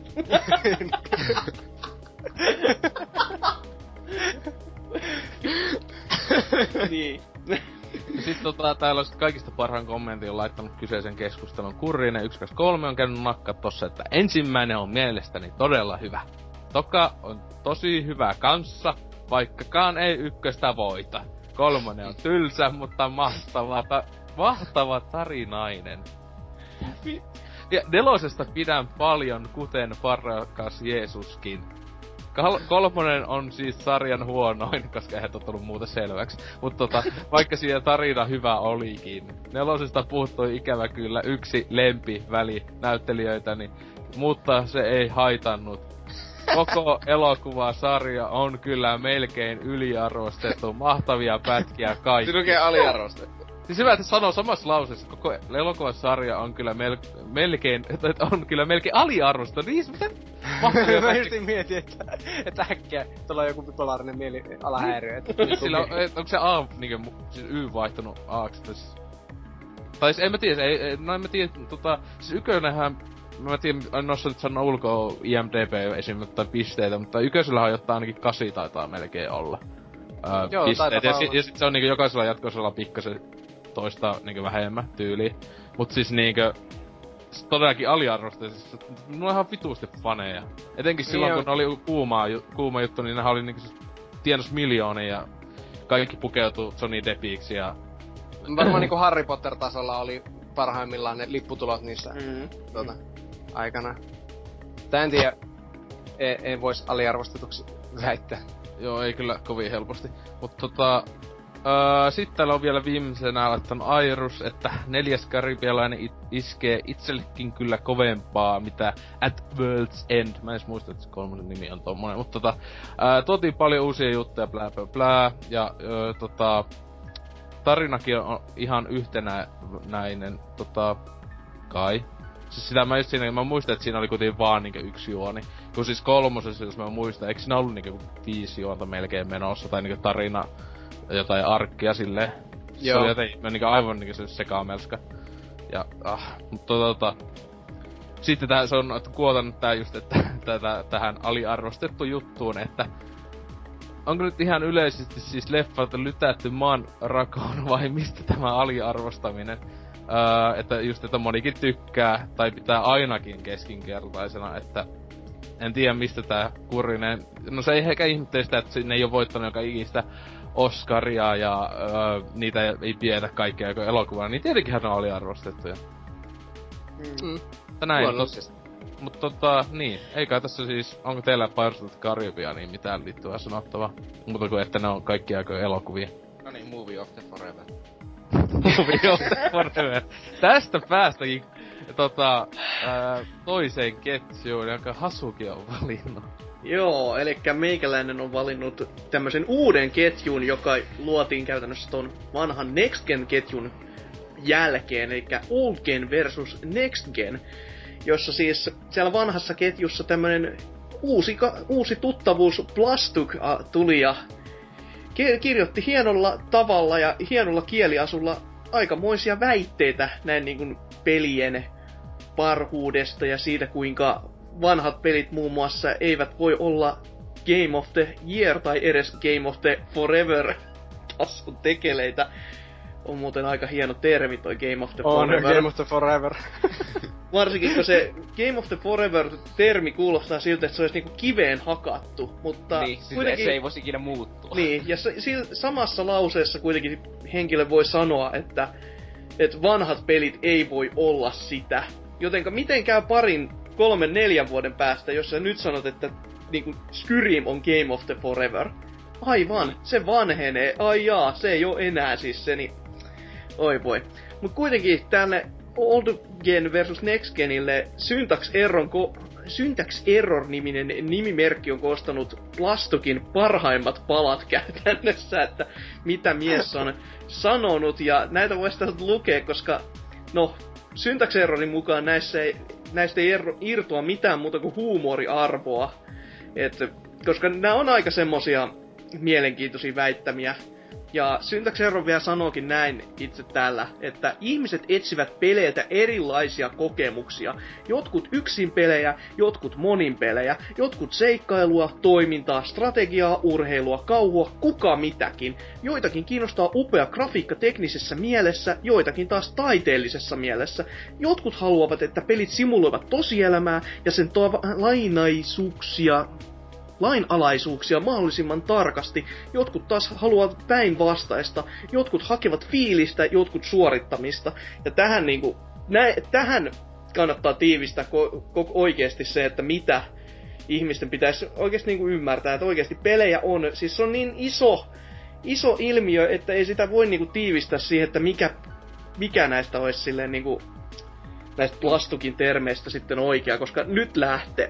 Niin. Sitten täällä on sit kaikista parhaan kommentin on laittanut kyseisen keskustelun Kurrinen 123 on käynyt nakkat tossa, että ensimmäinen on mielestäni todella hyvä. Toka on tosi hyvä kanssa, vaikkakaan ei ykköstä voita. 3 on tylsä, mutta mahtava tarinainen. Ja 4 pidän paljon, kuten parakas Jeesuskin. 3 on siis sarjan huonoin, koska eihän tullut muuta selväksi. Mut vaikka siinä tarina hyvä olikin. 4 puuttui ikävä kyllä yksi lempiväli näyttelijöitäni, mutta se ei haitannut. Koko elokuvasarja on kyllä melkein yliarvostettu, mahtavia pätkiä kaikki. Siinä oikein aliarvostettu. Siis hyvä, että sanoo samassa lauseessa, koko elokuvasarja on kyllä melkein aliarvostettu. Niin, mitä? Mahtavia Mä pätkiä. just mietin, että äkkiä tuolla on joku bipolaarinen mielialahäiriö. Sillä onko se A, niinku, siis Y vaihtunut A:ksi, tai siis en mä tiedä, en mä tiedä, siis ykönenhän, mä tiedän, en osaa nyt sanoa ulkoa IMDb esimerkiksi tai pisteitä, mutta ykkösellähän on jotain ainakin 8 taitaa melkein olla. Joo, pisteet, taitaa olla. Ja sit se on niinku jokaisella jatkoisella pikkasen toista niinku vähemmän tyyliin. Mut siis niinkö, todellakin aliarvostettu, siis mulla on ihan vituusti faneja. Etenkin silloin Niin kun ne oli kuuma juttu, niin nehän oli niinku siis tienos miljoonia ja kaikki pukeutuu Johnny Deppiksi ja Varmaan niinku Harry Potter-tasolla oli parhaimmillaan ne lipputulot niissä aikana. Tää en tiedä, ei vois aliarvostetuksi väittää. Joo, ei kyllä kovin helposti. Mut sit täällä on vielä viimeisenä laittanut Airus, että 4. karibialainen iskee itsellekin kyllä kovempaa, mitä At World's End. Mä en edes muista, että se 3 nimi on tommonen. Mut tuotiin paljon uusia juttuja, blää blää blää. Ja tarinakin on ihan yhtenäinen, kai. Siis sitä mä just siinä, mä muistan, että siinä oli kuitenkin vaan niinku 1 juoni. Kun siis 3, jos mä muistan, eikö siinä ollut niinku 5 juonta melkein menossa, tai niinku tarina, jotain arkkia silleen. Joo. Se oli jotenkin niinku aivan niinku se sekamelska. Ja mutta sitten se on kuotannut tää just, että tähän aliarvostettu juttuun, että onko nyt ihan yleisesti siis leffalta lytätty maan rakoon vai mistä tämä aliarvostaminen? Että just, että monikin tykkää, tai pitää ainakin keskinkertaisena, että en tiedä mistä tää Kurrinen, no se ei ehkä ihmettele sitä, että ne ei oo voittanut joka ikistä Oscaria ja niitä ei pidetä kaikkea joku elokuvaa, niin tietenkinhän ne on aliarvostettuja. Mutta näin, mut niin, ei kai tässä siis, onko teillä Pirates of the Caribbean niin mitään liittyvää sanottavaa? Mutta kuin, että ne on kaikki aika elokuvia. No niin, Movie of the Forever. Movie of the Forever. Tästä päästäkin toiseen ketjuun, jonka Hasuki on valinnut. Joo, elikkä meikäläinen on valinnut tämmösen uuden ketjun, joka luotiin käytännössä ton vanhan Next Gen-ketjun jälkeen, elikkä Old Gen versus Next Gen, jossa siis siellä vanhassa ketjussa tämmönen uusi tuttavuus Plastuk tuli ja kirjoitti hienolla tavalla ja hienolla kieliasulla aikamoisia väitteitä näin niinkun pelien parhuudesta ja siitä kuinka vanhat pelit muun muassa eivät voi olla Game of the Year tai edes Game of the Forever tason tekeleitä. On muuten aika hieno termi toi Game of the Forever. Game of the Forever. Varsinkin kun se Game of the Forever-termi kuulostaa siltä, että se olisi niinku kiveen hakattu, mutta niin, kuitenkin... se ei voisi ikinä muuttua. Niin, ja samassa lauseessa kuitenkin henkilö voi sanoa, että vanhat pelit ei voi olla sitä. Jotenka miten käy 3-4 vuoden päästä, jos sä nyt sanot, että niinku Skyrim on Game of the Forever. Aivan, se vanhenee. Ai jaa, se ei oo enää siis se, niin... Oi voi. Mut kuitenkin tänne Old Gen versus Next Genille syntax Syntax Error-niminen nimimerkki on koostanut Plastokin parhaimmat palat käytännössä, että mitä mies on sanonut, ja näitä voisi tästä lukea, koska, no, Syntax Errorin mukaan näistä ei irtoa mitään muuta kuin huumoriarvoa, koska nämä on aika semmosia mielenkiintoisia väittämiä. Ja Syntax Error vielä sanookin näin itse täällä, että ihmiset etsivät peleiltä erilaisia kokemuksia. Jotkut yksin pelejä, jotkut monin pelejä, jotkut seikkailua, toimintaa, strategiaa, urheilua, kauhua, kuka mitäkin. Joitakin kiinnostaa upea grafiikka teknisessä mielessä, joitakin taas taiteellisessa mielessä. Jotkut haluavat, että pelit simuloivat tosielämää ja sen lainalaisuuksia mahdollisimman tarkasti, jotkut taas haluavat päinvastaista, jotkut hakevat fiilistä, jotkut suorittamista. Ja tähän kannattaa tiivistää oikeesti se, että mitä ihmisten pitäisi oikeesti ymmärtää, että oikeesti pelejä on, siis se on niin iso ilmiö, että ei sitä voi tiivistää siihen, että mikä näistä olisi silleen näistä Plastokin termeistä sitten oikea, koska nyt lähtee.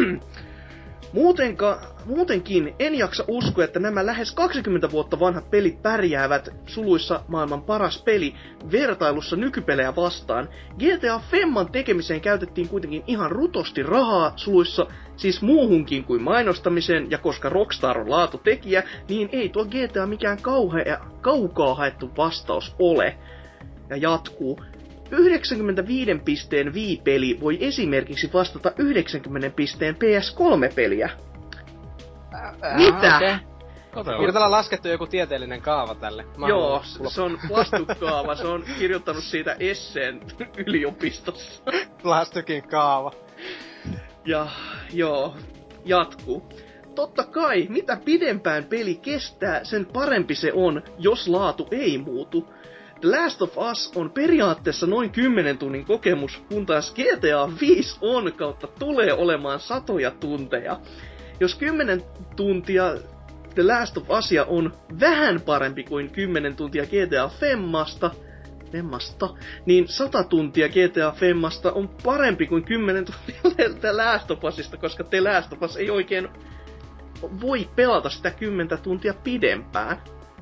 Muutenkin en jaksa uskoa, että nämä lähes 20 vuotta vanhat pelit pärjäävät suluissa maailman paras peli vertailussa nykypelejä vastaan. GTA Femman tekemiseen käytettiin kuitenkin ihan rutosti rahaa suluissa, siis muuhunkin kuin mainostamiseen, ja koska Rockstar on laatutekijä, niin ei tuo GTA mikään kaukaa haettu vastaus ole. Ja jatkuu. 95 pisteen Wii-peli voi esimerkiksi vastata 90 pisteen PS3-peliä. Mitä? Okay. Kirjoitellaan laskettu joku tieteellinen kaava tälle. Joo, se on Plastuk-kaava. Se on kirjoittanut siitä esseen yliopistossa. Plastukin kaava. Ja joo, jatkuu. Totta kai, mitä pidempään peli kestää, sen parempi se on, jos laatu ei muutu. The Last of Us on periaatteessa noin 10 tunnin kokemus, kun taas GTA 5 on kautta tulee olemaan satoja tunteja. Jos 10 tuntia The Last of Usia on vähän parempi kuin 10 tuntia GTA Femmasta, niin 100 tuntia GTA Femmasta on parempi kuin 10 tuntia The Last of Usista, koska The Last of Us ei oikein voi pelata sitä 10 tuntia pidempään.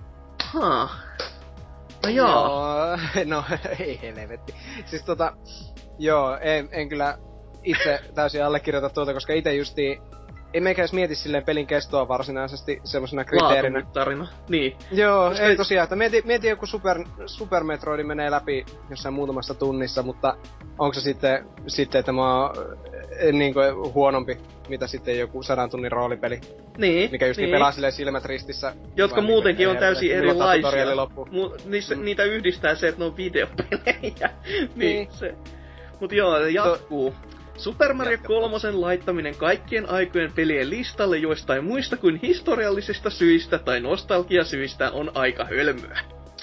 No, ei helvetti. Siis joo, en kyllä itse täysin allekirjoita koska itse justiin ei meikä edes mieti silleen pelin kestoa varsinaisesti semmosena kriteerinä. Laatumittarina, niin. Joo, koska ei tosiaan, että mieti joku Super Metroid menee läpi jossain muutamassa tunnissa, mutta onko se sitten että mä oon huonompi, mitä sitten joku 100 tunnin roolipeli. Niin, mikä just niin pelaa silleen silmät ristissä. Jotka muutenkin on täysin erilaisia. Niitä yhdistää se, että ne on videopelejä. niin. Se. Mut joo, jatkuu. Super Mario 3 laittaminen kaikkien aikojen pelien listalle joistain muista kuin historiallisista syistä tai nostalgiasyistä on aika hölmöä.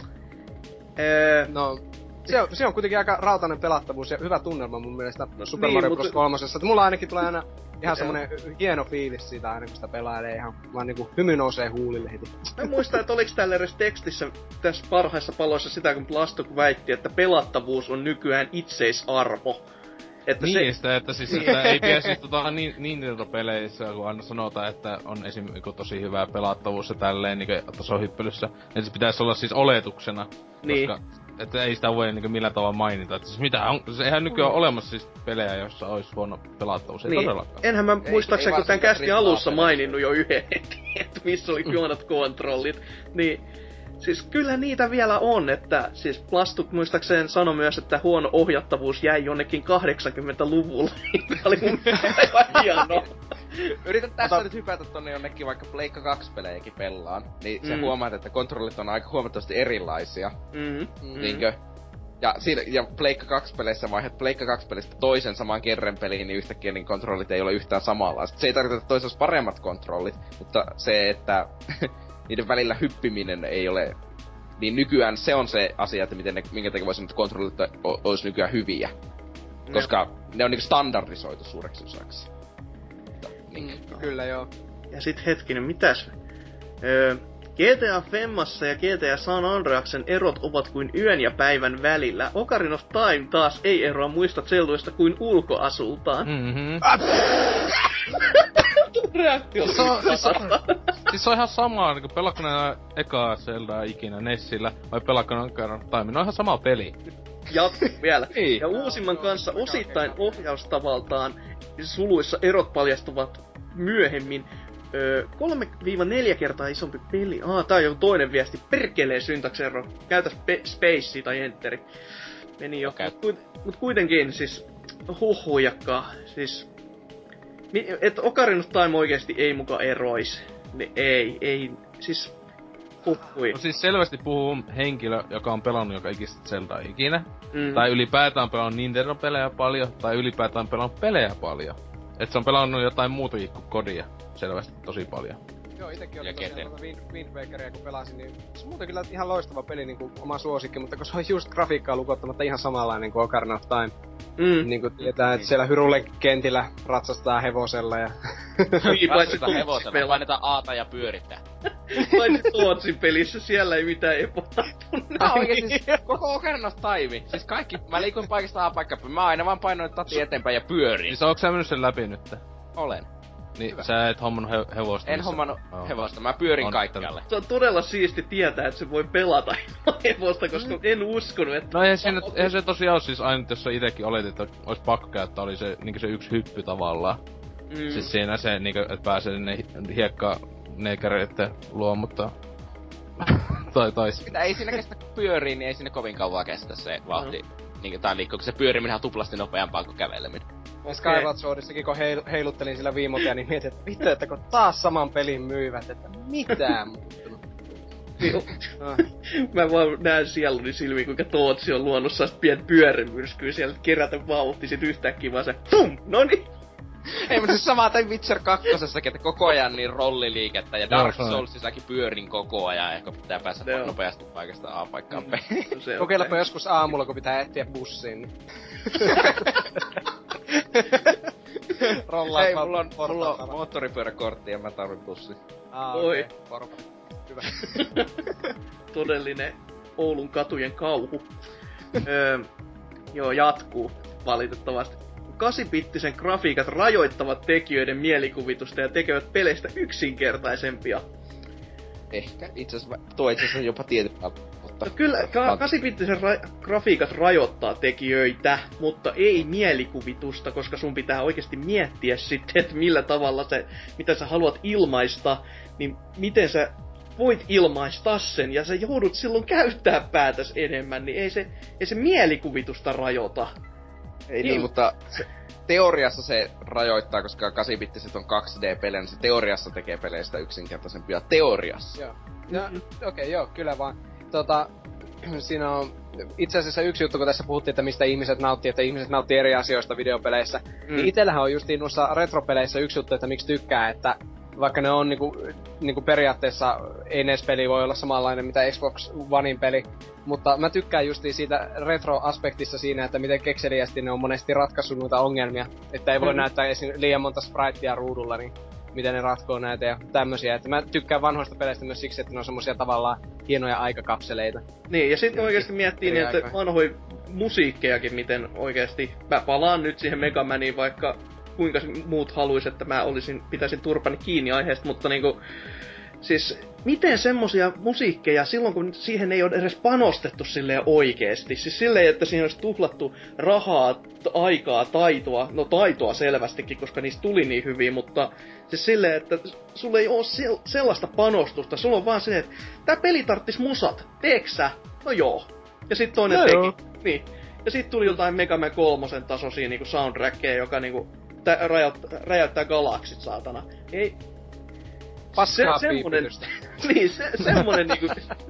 No, se on kuitenkin aika rautainen pelattavuus ja hyvä tunnelma mun mielestä Super Mario Bros. 3. Mulla ainakin tulee aina ihan semmonen hieno fiilis siitä aina kun sitä pelailee ihan vaan hymy nousee huulille heti. Mä muistan, että oliks täällä edes tekstissä tässä parhaissa paloissa sitä kun Plastok väitti, että pelattavuus on nykyään itseisarvo. Että niin, että ei pidä siis Nintendo-peleissä, kun aina sanotaan, että on esimerkiksi tosi hyvää pelattavuus ja tälleen tasohyppelyssä, niin se pitäisi olla siis oletuksena, niin. Koska että ei sitä voi millään tavalla mainita. Että siis eihän nykyään olemassa siis pelejä, joissa olisi huono pelattavuus, ei todellakaan. Enhän mä muistaakseni, kun tän kästin alussa maininnut jo yhden, että missä oli huonot kontrollit, niin siis kyllä niitä vielä on, että siis Plastuk muistaakseen sanoi myös, että huono ohjattavuus jäi jonnekin 80-luvulla. Tämä oli mun aivan hienoa. Yritän tässä nyt hypätä tonne jonnekin vaikka Pleikka 2-pelejäkin pelaan, niin se huomaat, että kontrollit on aika huomattavasti erilaisia. Niinkö? Ja Pleikka 2-peleissä vaihdat Pleikka 2-pelistä toisen saman kerran peliin, niin yhtäkkiä niin kontrollit ei ole yhtään samanlaiset. Se ei tarkoita, että toisessa paremmat kontrollit, mutta se, että niiden välillä hyppiminen ei ole, niin nykyään se on se asia, että minkä takia voisin, että kontrollit olisi nykyään hyviä. Koska ne on standardisoitu suureksi osaksi. Kyllä joo. Ja sit hetkinen, mitäs? GTA Femmassa ja GTA San Andreasen erot ovat kuin yön ja päivän välillä. Ocarina of Time taas ei eroa muista Zeldoista kuin ulkoasultaan. reaktio Siis se on ihan sama, niinku pelaatko nää ekaa Zeldaa ikinä Nessillä, vai pelaatko ne Ocarina of Time, ne on ihan sama peli. Jatku vielä. Niin. Ja uusimman kanssa osittain ohjaustavaltaan suluissa erot paljastuvat myöhemmin. 3-4 kertaa isompi peli. Tää on joku toinen viesti. Perkeleen syntaksero. Käytä space tai enteri. Meni jo. Okay. Mut kuitenkin siis huhujakkaa. Siis että Ocarina of Time oikeesti ei muka erois. Ne ei. Siis huhui. No siis selvästi puhuu henkilö, joka on pelannut joka ikistä Zeldaa ikinä. Tai ylipäätään pelannut Nintendo-pelejä paljon. Tai ylipäätään pelannut pelejä paljon. Et se on pelannut jotain muutakin kuin kodia. Selvästi tosi paljon. Joo, itekin oli tosiaan Wind Wakeria kun pelasin, niin se on muuten kyllä ihan loistava peli, niinku oma suosikki, mutta kun se on just grafiikkaa lukottamatta ihan samanlainen kuin Ocarina of Time. Niinku tietää, että siellä Hyrulen kentillä ratsastaa hevosella ja... Ratsastetaan hevosella, painetaan Aata ja pyörittää. Paitsi Tootsin pelissä, siellä ei mitään epätappunut. Oikeesti siis koko Ocarina of Time. Siis kaikki, mä liikun paikasta A-paikkaan, mä aina vaan painoin tati eteenpäin ja pyörin. Siis onko sä mennyt sen läpi nyt? Olen. Niin hyvä. Sä et hommannut hevosta. En hommannut hevosta, mä pyörin kaikkialle. Se on todella siisti tietää, että se voi pelata hevosta, koska en uskonut, että... No eihän se tosiaan oo siis ainut, jos sä itekin oletit, että ois pakko käyttää, oli se, niinku se yksi hyppy tavallaan. Siis siinä se, niinku, että pääsee sinne hiekkaneekereitten luo, mutta... Mitä ei siinä kestä pyörii, niin ei siinä kovin kauan kestä se vauhti. Niin, tai liikkuu, kun se pyöriminen on tuplasti nopeampaa kuin käveleminen. Okay. Skyward Swordissakin kun heiluttelin sillä viimotia, niin mietin, että vittu, että kun taas saman pelin myyvät, että mitään muuttunut. Mä vaan näen sieluni silmiin, kuinka Tootsi on luonut sellaista pientä pyörimyrskyä sieltä kerätä vauhti, sit yhtäkkiä vaan se PUM! Noniin! Ei, mutta siis sama tai Witcher 2:ssakin, että koko ajan niin rolliliikettä ja Dark Soulsissakin pyörin koko ajan, ehkä pitää päästä nopeasti paikasta A-paikkaan B. Kokeilepa joskus aamulla, kun pitää etsiä bussiin. Niin. Hei, mulla on moottoripyöräkortti ja mä tarvin bussi. Oi. Okay. Hyvä. Todellinen Oulun katujen kauhu. Joo, jatkuu valitettavasti. 8-bittisen grafiikat rajoittavat tekijöiden mielikuvitusta ja tekevät peleistä yksinkertaisempia. Ehkä. Itse asiassa jopa tietyllä. Mutta... No kyllä, 8-bittisen grafiikat rajoittaa tekijöitä, mutta ei mielikuvitusta, koska sun pitää oikeasti miettiä sitten, että millä tavalla mitä sä haluat ilmaista, niin miten sä voit ilmaista sen, ja sä joudut silloin käyttää päätäs enemmän, niin ei se mielikuvitusta rajoita. Ei niin, mutta teoriassa se rajoittaa, koska 8-bittiset on 2D-pelejä, niin se teoriassa tekee peleistä yksinkertaisempia. Teoriassa. Joo. Okei, joo, kyllä vaan. Siinä on itse asiassa yksi juttu, kun tässä puhuttiin, että mistä ihmiset nauttii, että ihmiset nauttii eri asioista videopeleissä. Niin itsellähän on justiin noissa retropeleissä yksi juttu, että miksi tykkää, että vaikka ne on niinku periaatteessa ei NES-peli voi olla samanlainen mitä Xbox Onein peli, mutta mä tykkään justiin siitä retro-aspektissa siinä, että miten kekseliästi ne on monesti ratkaissut noita ongelmia, että ei voi näyttää esim. Liian monta spriteä ruudulla, niin miten ne ratkoo näitä ja tämmösiä, että mä tykkään vanhoista peleistä myös siksi, että ne on semmosia tavallaan hienoja aikakapseleita. Niin, ja sitten oikeesti miettii niin, että vanhoja musiikkejakin, miten oikeesti, mä palaan nyt siihen Mega Maniin, vaikka kuinka muut haluis, että pitäisin turpani kiinni aiheesta, mutta niinku, siis miten semmosia musiikkeja silloin, kun siihen ei ole edes panostettu silleen oikeesti, siis silleen, että siihen olisi tuhlattu rahaa, aikaa, taitoa, no taitoa selvästikin, koska niistä tuli niin hyvin, mutta siis silleen, että sulla ei oo sellaista panostusta, sulla on vaan se, että tää peli tarttis musat, teeksä? No joo. Ja sit toinen teki. Niin. Ja sit tuli jotain Mega Man 3 tasoisia niinku soundtrackeja, joka niinku räjäyttää galaksit, saatana. Ei. Paskaa semmonen, niin, semmonen niinku...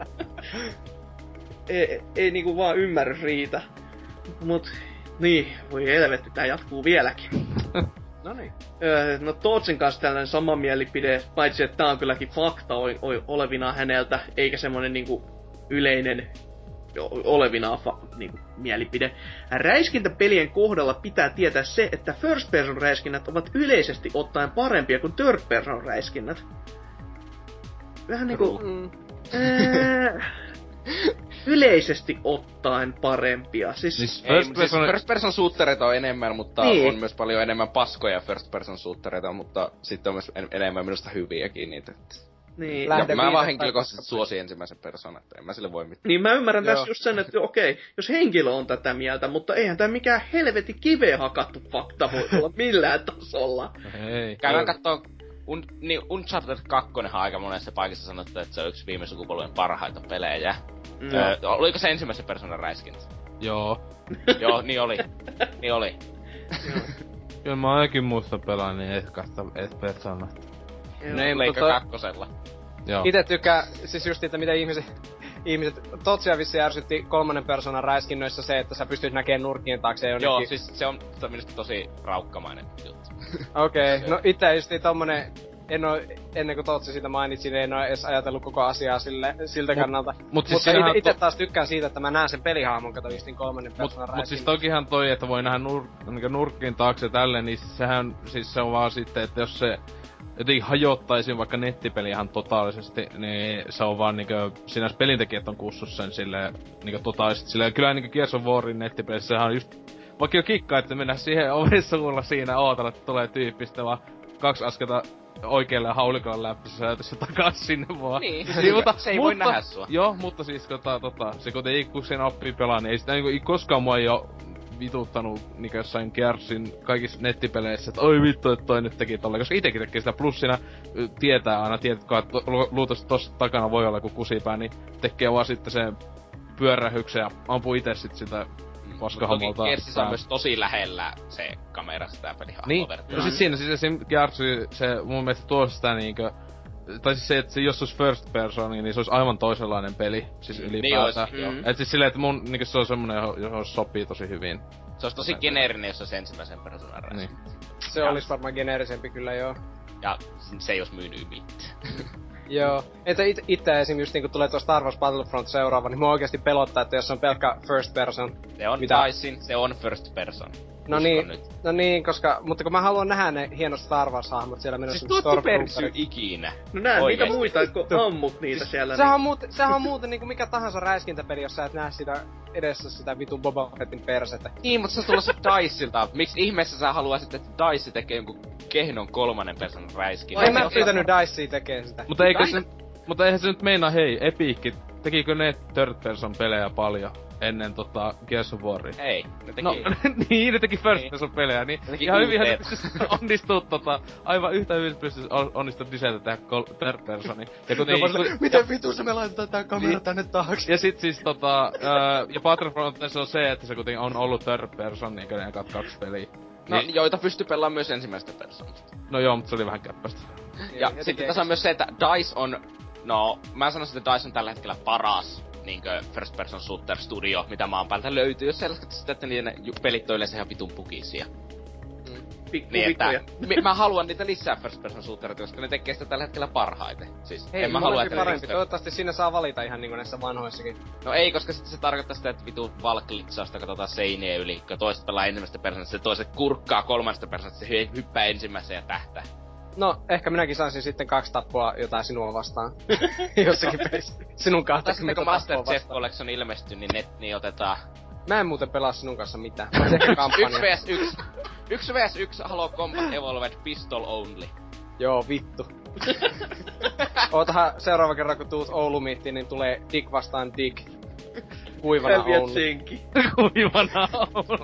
ei niinku vaan ymmärrys riitä. Mut, niin, voi helvetti, tää jatkuu vieläkin. Noniin. No Tootsin kanssa tällainen sama mielipide, paitsi että tää on kylläkin fakta olevina häneltä, eikä semmonen niinku yleinen olevinaan niinku mielipide. Räiskintäpelien kohdalla pitää tietää se, että first person räiskinnät ovat yleisesti ottaen parempia kuin third person räiskinnät. Vähän niinku... yleisesti ottaen parempia. Siis first person shootereita on enemmän, mutta niin. On myös paljon enemmän paskoja first person shootereita, mutta sitten on myös enemmän minusta hyviäkin niitä. Niin. Ja mä vaan henkilökohtaisesti suosin ensimmäisen persoonan, että en mä sille voi mitään. Niin mä ymmärrän tässä just sen, että okei, jos henkilö on tätä mieltä, mutta eihän tää mikään helvetin kiveen hakattu fakta voi olla millään tasolla. Ei. Käydään kattoo Uncharted 2 on aika monessa paikassa sanottu, että se on yksi viime sukupolven parhaita pelejä. Oliko se ensimmäisen persoonan räiskintä? Joo. Joo, niin oli. Niin oli. Kyllä mä ainakin muista pelaan niin ehkästä persona. Leikka kakkosella. Joo. Ite tykkää, siis just siitä, mitä ihmiset Totsia vissiin ärsytti kolmannen persoonan räiskinnöissä se, että sä pystyt näkemään nurkien taakse jonnekin. Joo, siis se on minusta tosi raukkamainen juttu. Okei, no ite just tommonen, ennen kuin Totsi siitä mainitsin, en oo edes ajatellut koko asiaa siltä kannalta. Mutta ite taas tykkään siitä, että mä näen sen pelihahmon, kato justiin kolmannen persoonan räiskinnöissä. Mut siis tokihan toi, että voi nähdä nurkkien taakse tälleen, niin sehän, siis se on vaan sitten, että jos se jotenkin hajottaisin vaikka nettipeli ihan totaalisesti, niin se on vaan niinkö, sinänsä pelintekijät on kussus sen silleen niinkö totaalisesti silleen, kyllä niinkö Gears of Warin nettipelissä sehän on just vaikka jo kikka, että mennä siihen ovensuulla siinä ootella, että tulee tyyppistä vaan 2 askelta oikealle haulikolle läpi, se ajatisi se takas sinne vaan. Niin, mutta se ei voi nähdä sua. Joo, mutta siis se kuitenkin kun sen oppii pelaa, niin ei sitä niinku koskaan mua ei oo vituttanut niinku jossain Gearsin kaikissa nettipeleissä, että oi vittu, että toi nyt teki tolleen, koska itekin tekee sitä, plus siinä tietää aina, tiedätkö, että luultavasti tossa takana voi olla joku kusipää, niin tekee vaan sitten sen pyörähyksen ja ampuu ite sit sitä paskahamolta. Toki Gearsissä on myös tosi lähellä se kamera sitä pelihahmoa niin, no sit siinä siis esim. Gearsi, se mun mielestä tuo sitä niinkö, tai siis se, että se jos olisi first person, niin se olisi aivan toisenlainen peli, siis ylipäätään. Niin et siis silleen, että mun niinkö se on semmonen, johon sopii tosi hyvin. Se olisi tosi geneerinen, jos olisi ensimmäisen persoonan räiskintä. Niin. Se olisi varmaan geneerisempi kyllä, joo. Ja se ei olisi myynyt mitään. Joo. Että itse esim. Just niinku tulee tuo Star Wars Battlefront seuraava, niin mua oikeesti pelottaa, että jos se on pelkkä first person. Se on DICEin, se on first person. No niin, koska, mutta kun mä haluan nähdä ne hienot Star Wars-hahmot siellä menossa. Siis tuotko persy ikinä? No näen niitä muita, kun ammut niitä siis siellä. Sehän on muuten niinku mikä tahansa räiskintäpeli, jos sä et näe sitä edessä sitä vitun Boba Fettin persettä. Niin, mutta se on tulossa DICEilta. Miksi ihmeessä sä haluaisit, että DICE tekee jonkun kehnon kolmannen persoonan räiskintä? En mä pyytänyt DICEia tekee sitä. Mutta eihän se nyt meinaa, hei, Epic, tekikö ne third person pelejä paljon ennen Gears of Waria? Ei, ne teki... No, niin, ne teki first person pelejä, niin ihan hyvinhän ne onnistuu aivan yhtä hyvin pystyis onnistua lisätä tehdä third personi. Ja miten vitussa me laitetaan tää kamera tänne taakse? Ja sit siis ja Battlefrontissa on se, että se kuitenkin on ollut third person niinkö ne ekat 2 peliä. No, joita pystyy pelaamaan myös ensimmäistä persoonasta. No joo, mutta se oli vähän käppästä. Ja sitten tässä on myös se, että DICE on... No, mä sanoisin, että DICE on tällä hetkellä paras niinkö first person shooter studio, mitä maan päältä löytyy, jos selvästi sitä, että niiden pelit on yleensä ihan vitun pukisia. Niin, että mä haluan niitä lisää first person shootereita, koska ne tekee sitä tällä hetkellä parhaiten. Siis hei, en mä halua, että parempi. Toivottavasti siinä saa valita ihan niinku näissä vanhoissakin. No ei, koska sitten se tarkoittaa sitä, että vitu valklitsausta katsotaan seinien yli, kun toiset pelaa ensimmäistä persoonasta, toiset kurkkaa kolmannesta persoonasta, se hyppää ensimmäiseen ja tähtää. No, ehkä minäkin saisin sitten 2 tappoa jotain sinua vastaan. Jossakin pelissä. Sinun 20 tappoa vastaan. Master Chef Collection ilmestyy, niin otetaan... Mä en muuten pelaa sinun kanssa mitään. Mä ehkä kampanja. 1 vs 1 Halo Combat Evolved Pistol Only. Joo, vittu. Ootahan seuraava kerran kun tuut Oulu-miittiin, niin tulee Dick vastaan Dick. Kuivana Oulu. Kuivana Oulu.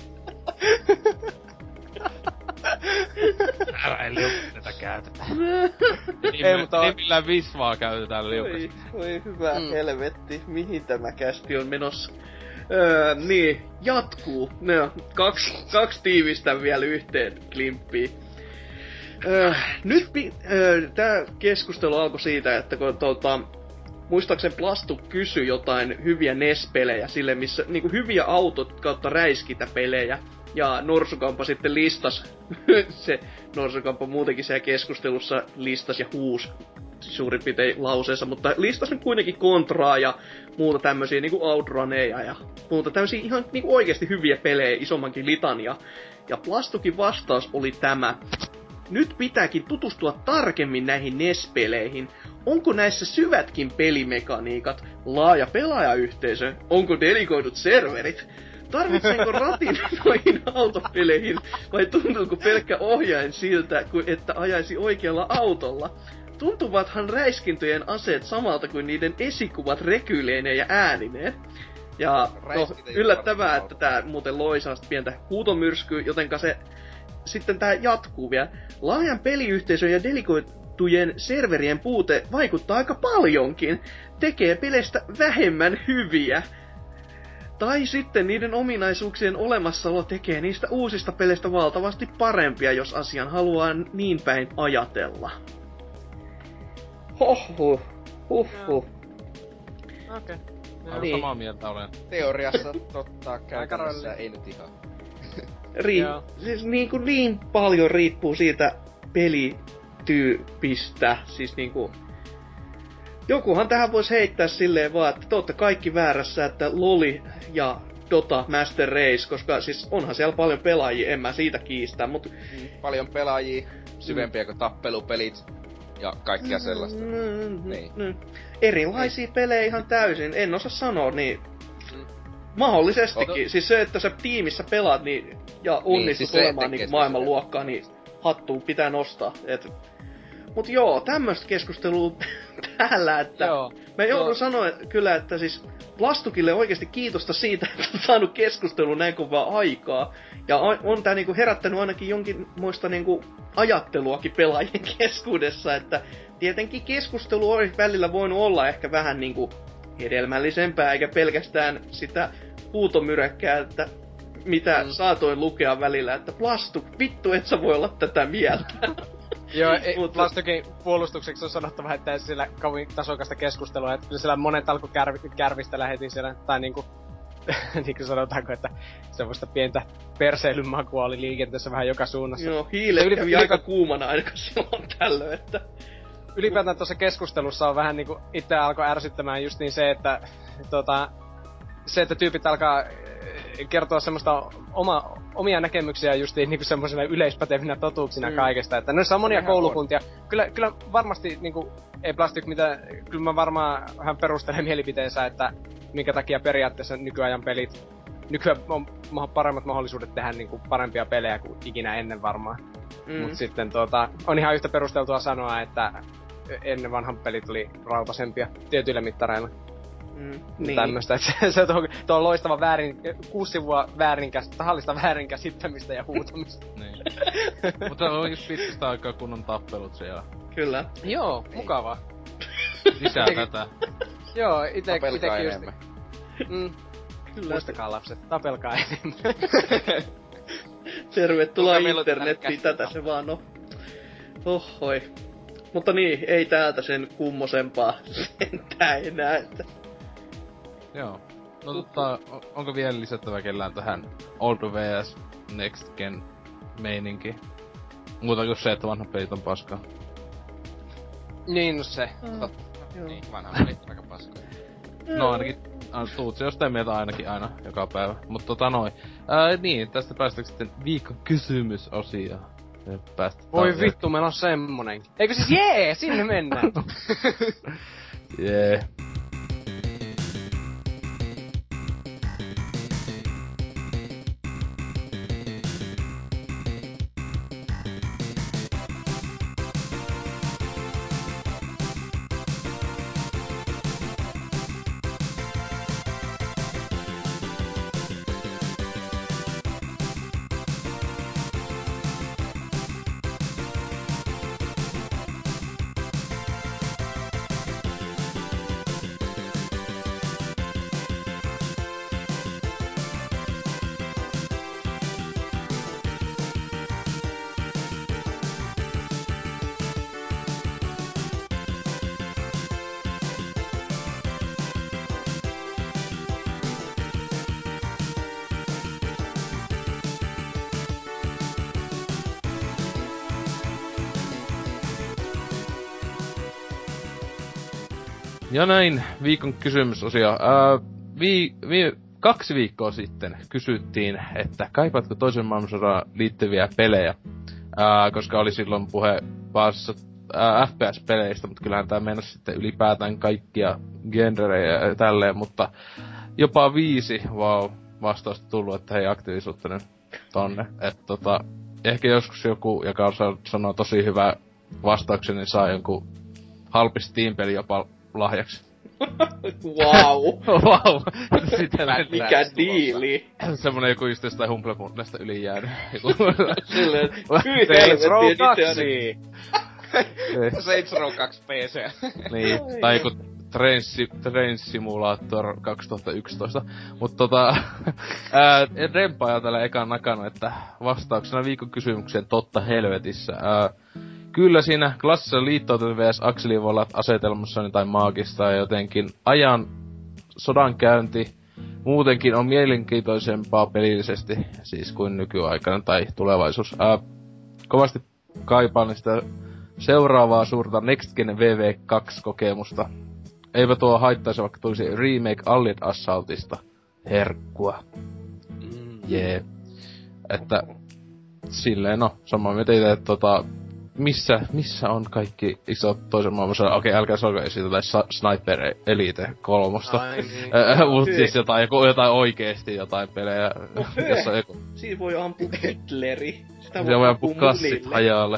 Älä liukasta käytetään. Ei, mutta millään visvaa käytetään liukasta. Voi hyvä helvetti, mihin tämä kästi on menossa? Niin, jatkuu. No, kaksi tiivistä vielä yhteen klimppiin. Nyt tää keskustelu alkoi siitä, että kun muistaakseni Plastu kysyi jotain hyviä NES-pelejä sille, missä niinku hyviä autot kautta räiskintäpelejä. Ja Norsukampa sitten listas, se Norsukampa muutenkin siellä keskustelussa listas ja huusi suurin piirtein lauseensa, mutta listas nyt kuitenkin Contraa ja muuta tämmösiä niinku Outrunneja ja muuta tämmösiä ihan niinku oikeesti hyviä pelejä, isommankin litania. Ja Plastukin vastaus oli tämä. Nyt pitääkin tutustua tarkemmin näihin NES-peleihin. onko näissä syvätkin pelimekaniikat, laaja pelaajayhteisö, onko delegoidut serverit, tarvitsenko ratin noihin autopeleihin, vai tuntuuko pelkkä ohjain siltä, kuin että ajaisi oikealla autolla? Tuntuvathan räiskintöjen aseet samalta kuin niiden esikuvat rekyileineen ja äänineen. Ja yllättävää, että tää muuten loi sellaista pientä huutomyrskyä, jotenka se sitten tää jatkuu vielä. Laajan peliyhteisön ja delegoitujen serverien puute vaikuttaa aika paljonkin. Tekee peleistä vähemmän hyviä. Tai sitten niiden ominaisuuksien olemassaolo tekee niistä uusista peleistä valtavasti parempia, jos asian haluaa niin päin ajatella. Hohhuh. Huhhuh. Okei. Aivan samaa mieltä olen. Teoriassa totta, käytännössä ei nyt ihan. Siis niin paljon riippuu siitä pelityypistä. Siis niinku... Jokuhan tähän vois heittää silleen vaan, että te ootte kaikki väärässä, että Loli ja Dota Master Race, koska siis onhan siellä paljon pelaajia, en mä siitä kiistä, mut... Paljon pelaajia, syvempiä kuin tappelupelit ja kaikkea sellaista. Niin. Erilaisia pelejä ihan täysin, en osaa sanoa, niin... Mahdollisestikin. Siis se, että sä tiimissä pelaat niin, ja onnistut siis olemaan niin maailmanluokkaa, niin hattua pitää nostaa. Mut joo, tämmöstä keskustelua täällä, että... Mä joudun sanoa kyllä, että siis Plastukille oikeesti kiitosta siitä, että on saanut keskustelua näin kovaa aikaa. Ja on tää niinku herättänyt ainakin jonkinmoista niinku ajatteluakin pelaajien keskuudessa, että tietenkin keskustelu olisi välillä voinut olla ehkä vähän niinku hedelmällisempää, eikä pelkästään sitä huutomyräkkää, että mitä saatoin lukea välillä, että Plastuk, vittu et sä voi olla tätä mieltä. Joo, Plastukin puolustukseksi on sanottava, että ei siellä kauin tasokasta keskustelua, että kyllä siellä monet alkoi kärvistellä heti siellä, tai niinku, niinku sanotaanko, että semmoista pientä perseilyn makua oli liikenteessä vähän joka suunnassa. Joo, hiilet kävi aika kuumana ainakaan silloin tällöin, että... Ylipäätään tuossa keskustelussa on vähän niinku itse alkoi ärsyttämään just niin se, että se, että tyypit alkaa kertoa semmoista omia näkemyksiä justiin niinku semmosena yleispätevinä totuuksina kaikesta, että noissa on monia koulukuntia. Kyllä varmasti niinku, ei Plastic mitään, kyllä mä varmaan hän perustelee mielipiteensä, että minkä takia periaatteessa nykyajan pelit, nykyään on paremmat mahdollisuudet tehdä niinku parempia pelejä kuin ikinä ennen varmaan. Mut sitten on ihan yhtä perusteltua sanoa, että ennen vanhan pelit oli rautasempia tietyillä mittareilla. Niin. Tämmöstä, että se on loistava 6 sivua tahallista väärinkäsittämistä ja huutamista. Niin. Mutta on just pitkästä aikaa kunnon tappelut siellä. Kyllä. Joo, mukavaa. Lisää tätä. Joo, itekin just... Kyllä. Muistakaa lapset, tapelkaa enemmän. Tervetuloa internettiin, tätä se vaan on. Ohhoi. Mutta niin, ei täältä sen kummosempaa sentään enää, että... Joo. No onko vielä lisättävä kellään tähän Old vs Next Gen meininki? Muuta kuin se, että vanhat pelit on paskaa. Niin, no se. Niin, vanhat pelit on aika paskaa. No ainakin, tuut se jostain mieltä ainakin aina, joka päivä. Mut niin, tästä päästäänkö sitten viikon kysymysosioon. Voi vittu, meillä on semmonen. Eikö siis sinne mennään. Jee. Ja näin, viikon kysymysosio. 2 viikkoa sitten kysyttiin, että kaipaatko toisen maailmansodan liittyviä pelejä, koska oli silloin puhe FPS-peleistä, mutta kyllähän tää mennä sitten ylipäätään kaikkia genrejä ja tälleen, mutta jopa 5 vastausta tullut, että hei aktiivisuutta nyt tonne. Että ehkä joskus joku, joka sanoo tosi hyvää vastauksen, niin saa jonkun halpi Steam-peli jopa lahjaksi. Wow. Wow. Mikä diili. Semmonen joku just jostain Humble-Bundlesta yli jäänyt. Silleen, Saints Row 2! Saints Row 2 PC. Niin, tai joku Train Simulator 2011. Mut Rempa ajatella ekan nakana, että vastauksena viikon kysymykseen totta helvetissä. Kyllä siinä klassisessa liittoutunut vs. Akselin voi olla asetelmassa tai maagista ja jotenkin ajan sodankäynti muutenkin on mielenkiintoisempaa pelillisesti siis kuin nykyaikana tai tulevaisuus. Kovasti kaipaan sitä seuraavaa suurta Next Gen VV2-kokemusta. Eipä tuo haittaisi, vaikka tulisi remake Allied Assaultista. Herkkua. Jee. Että silleen samaa mieltä itse, että missä on kaikki isot toisen maailmansodan? Okei, älkää solko esitä tai Sniper Elite 3. Mut siis jotain oikeesti jotain pelejä. Jossa joku... Siinä voi ampua Hitleri. Sitä voi ampua kassit hajalle.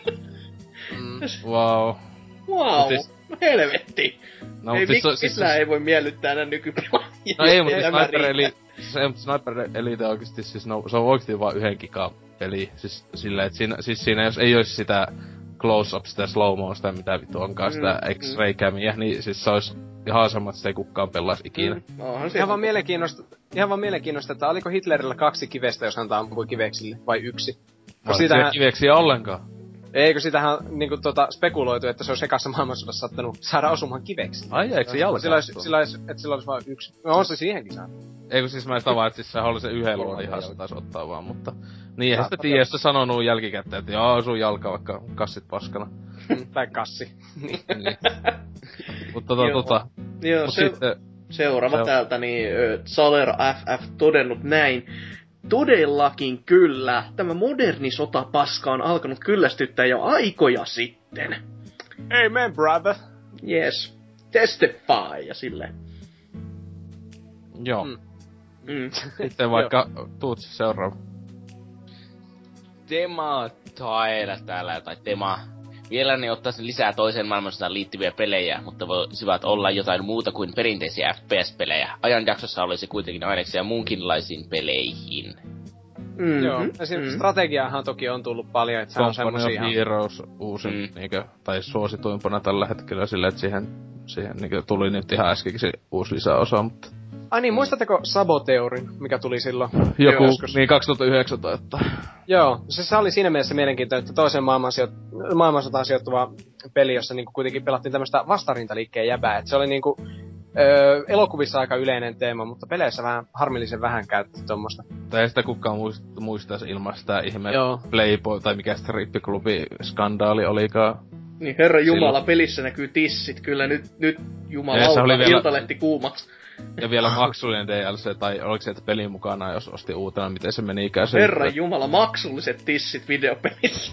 Wow. Wow. Siis... No helvetti. No, ei, millään ei voi miellyttää nää nykypelaajia. No ei, mutta Sniper Elite oikeesti siis se on oikeesti vaan 1 gigan peli. Siis silleen, et siinä jos ei ois sitä close-up, sitä slow-moa, sitä mitä vittu onkaan, sitä X-ray-camia, niin siis se ois ihan sama, että se ei kukaan pelais ikinä. Ihan vaan mielenkiinnosta, että oliko Hitlerillä 2 kivestä, jos hän ampui kiveksille, vai 1? Sitähän... kiveksiä ollenkaan. Eikö sitähän niinku spekuloitu, että se olisi ekassa maailmansodassa saattanut saada osumaan kiveksi. Ai eikö se jalkaa? Sillä olisi vaan 1. No on se siihenkin saanut. Eikö siis mä sitä vaan, että siis se oli se yhden luon ihan se taisi ottaa vaan, mutta... Niin eihän sitä tiedä, jos se sanonut jälkikäteen, että joo, osuu jalkaa vaikka kassit paskana. Tai kassi. Niin. Mutta Joo, mut sitten... Seuraava täältä, niin Saler FF todennut näin. Todellakin kyllä. Tämä moderni sotapaska on alkanut kyllästyttää jo aikoja sitten. Amen, brother. Yes. Testify ja silleen. Joo. Sitten vaikka tuut seuraava. Tema täällä, tai Tema. Mielelläni ottaisin lisää toiseen maailmansotaan liittyviä pelejä, mutta voisivat olla jotain muuta kuin perinteisiä FPS-pelejä. Ajanjaksossa olisi kuitenkin aineksia muunkinlaisiin peleihin. Joo, esimerkiksi strategiaahan toki on tullut paljon, että se on semmosia... Company of Heroes uusin, tai suosituimpana tällä hetkellä silleen, että siihen tuli nyt ihan äskenkin se uusi lisäosa, mutta... Ai niin, muistatteko Saboteurin, mikä tuli silloin? Joku, niin 2019. Joo, se oli siinä mielessä mielenkiintoinen, että toisen maailmansotaan sijoittuva peli, jossa niinku kuitenkin pelattiin tämmöstä vastarintaliikkeen jäbää. Et se oli niinku elokuvissa aika yleinen teema, mutta peleissä vähän harmillisen vähän käytetty tommosta. Tai ei sitä kukaan muistaisi ilman sitä ihme Playboy, tai mikä sitä rippiklubi-skandaali olikaan. Niin herra jumala, pelissä näkyy tissit, kyllä nyt jumalauta, Iltalehti kuumaksi. Ja vielä maksullinen DLC, tai oliko se, että pelin mukana, jos osti uutena, miten se meni ikään Herran jumala, maksulliset tissit videopelissä.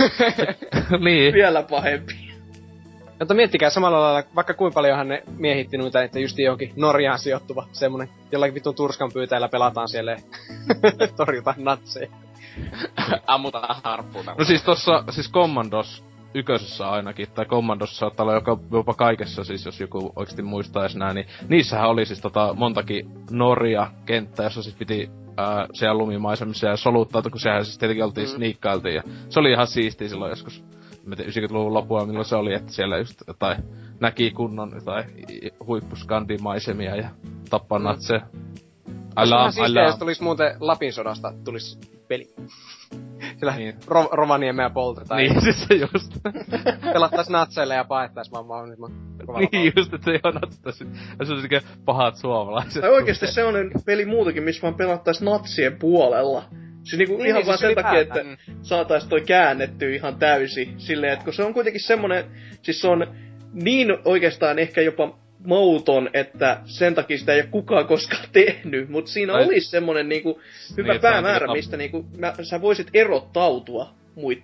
Niin. Vielä pahempi. Mutta miettikää samalla lailla, vaikka kuinka paljonhan ne miehitti noita, että just johonkin Norjaan sijoittuva semmonen, jollakin vittun turskan pyytäillä pelataan siellä ja torjutaan natseja. Ammutaan harppuuna. No siis tossa, Commandos ykkösessä ainakin, tai Commandossa saattaa olla jopa kaikessa, siis jos joku oikeesti muistais nää, niin niissähän oli siis montakin Norja-kenttää, jossa siis piti siellä lumimaisemissa ja soluttautua, kun sehän siis tietenkin oltiin sniikkailtiin, ja se oli ihan siistiä silloin joskus, 90-luvun lopulla, milloin se oli, että siellä just jotain näki kunnon jotain huippuskandiamaisemia ja tappaa natseja. Älä. Jos tulis muuten Lapin sodasta, tulis peli. Sillä niin. Rovaniemeä poltetaan. Niin, siis se just. Pelattais natseille ja paettais vaan mahdollisimman kovalla. Niin just, että se ei oo natsettaisi. Ja se on sekä pahat suomalaiset. Tai oikeesti sellainen peli muutakin, missä vaan pelattais natsien puolella. Siis niinku ihan vaan sen takia, että saatais toi käännettyä ihan täysi. Silleen, että kun se on kuitenkin semmonen, siis se on niin oikeastaan ehkä jopa mouton, että sen takia sitä ei ole kukaan koskaan tehnyt, mutta siinä olisi semmonen niinku hyvä päämäärä, mistä niinku sä voisit erottautua muitten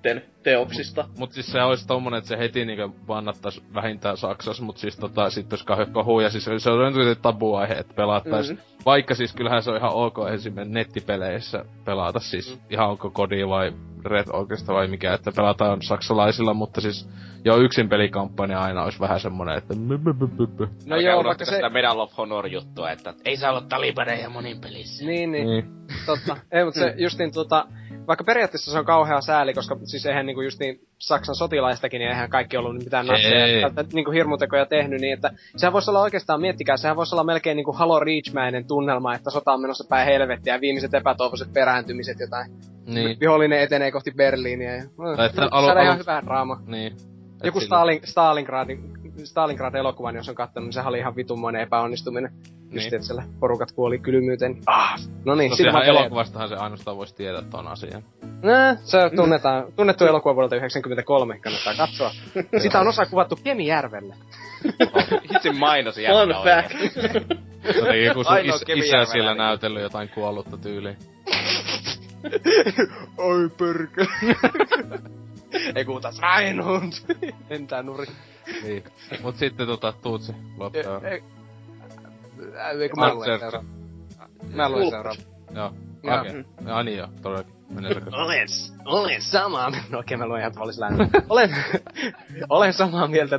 teoksista. Mut siis se olisi tommonen, että se heti niinku bannattais vähintään Saksas, mut siis sit jos kohuu, ja siis se on nyt tabuaihe, että pelattais. Vaikka siis kyllähän se on ihan ok esimerkiksi nettipeleissä pelata, siis ihan onko kodi vai Red Orchestra vai mikä, että pelataan saksalaisilla, mutta siis jo yksin pelikampanja aina olisi vähän semmonen, että no joo, vaikka se... sitä Medal of Honor-juttua, että ei saa olla talibaneja monin pelissä. Niin. Totta. Ei, mut se justiin vaikka periaatteessa se on kauhea sääli, koska siis eihän niinku justiin Saksan sotilaistakin, niin eihän kaikki ollut mitään natseja niinku hirmutekoja tehnyt, niin että sehän voisi olla oikeastaan, miettikää, sehän voisi olla melkein niinku Halo Reach-mäinen tunnelma, että sota on menossa päin helvettiä ja viimeiset epätoivoiset perääntymiset jotain. Niin. Vihollinen etenee kohti Berliiniä ja... saada ihan hyvää draamaa. Niin. Joku Stalingrad-elokuvan, jos on kattonut, niin sehän oli ihan vitunmoinen epäonnistuminen. Niin. Just, että siellä porukat kuoli kylmyyteen. No niin, tosiaan elokuvastahan se ainoastaan voisi tietää ton asian. Se tunnettu elokuva vuodelta 1993, kannattaa katsoa. Sitä on osa kuvattu Kemijärvelle. Hitsin mainos Fun fact. Oli joku sun isä siellä näytellyt jotain kuollutta tyyliin. Oi pörkö. Ei kuutas Reinhund. Entää nuri. Niin. Mut sitten Tuutsi loppuun. Eikö mä luen seuraava? Mä luen seuraava. Joo. Okei. Ja niin joo, todellakin. Olen samaa mieltä. No okei, mä luen ihan tavallis lääntä. Olen samaa mieltä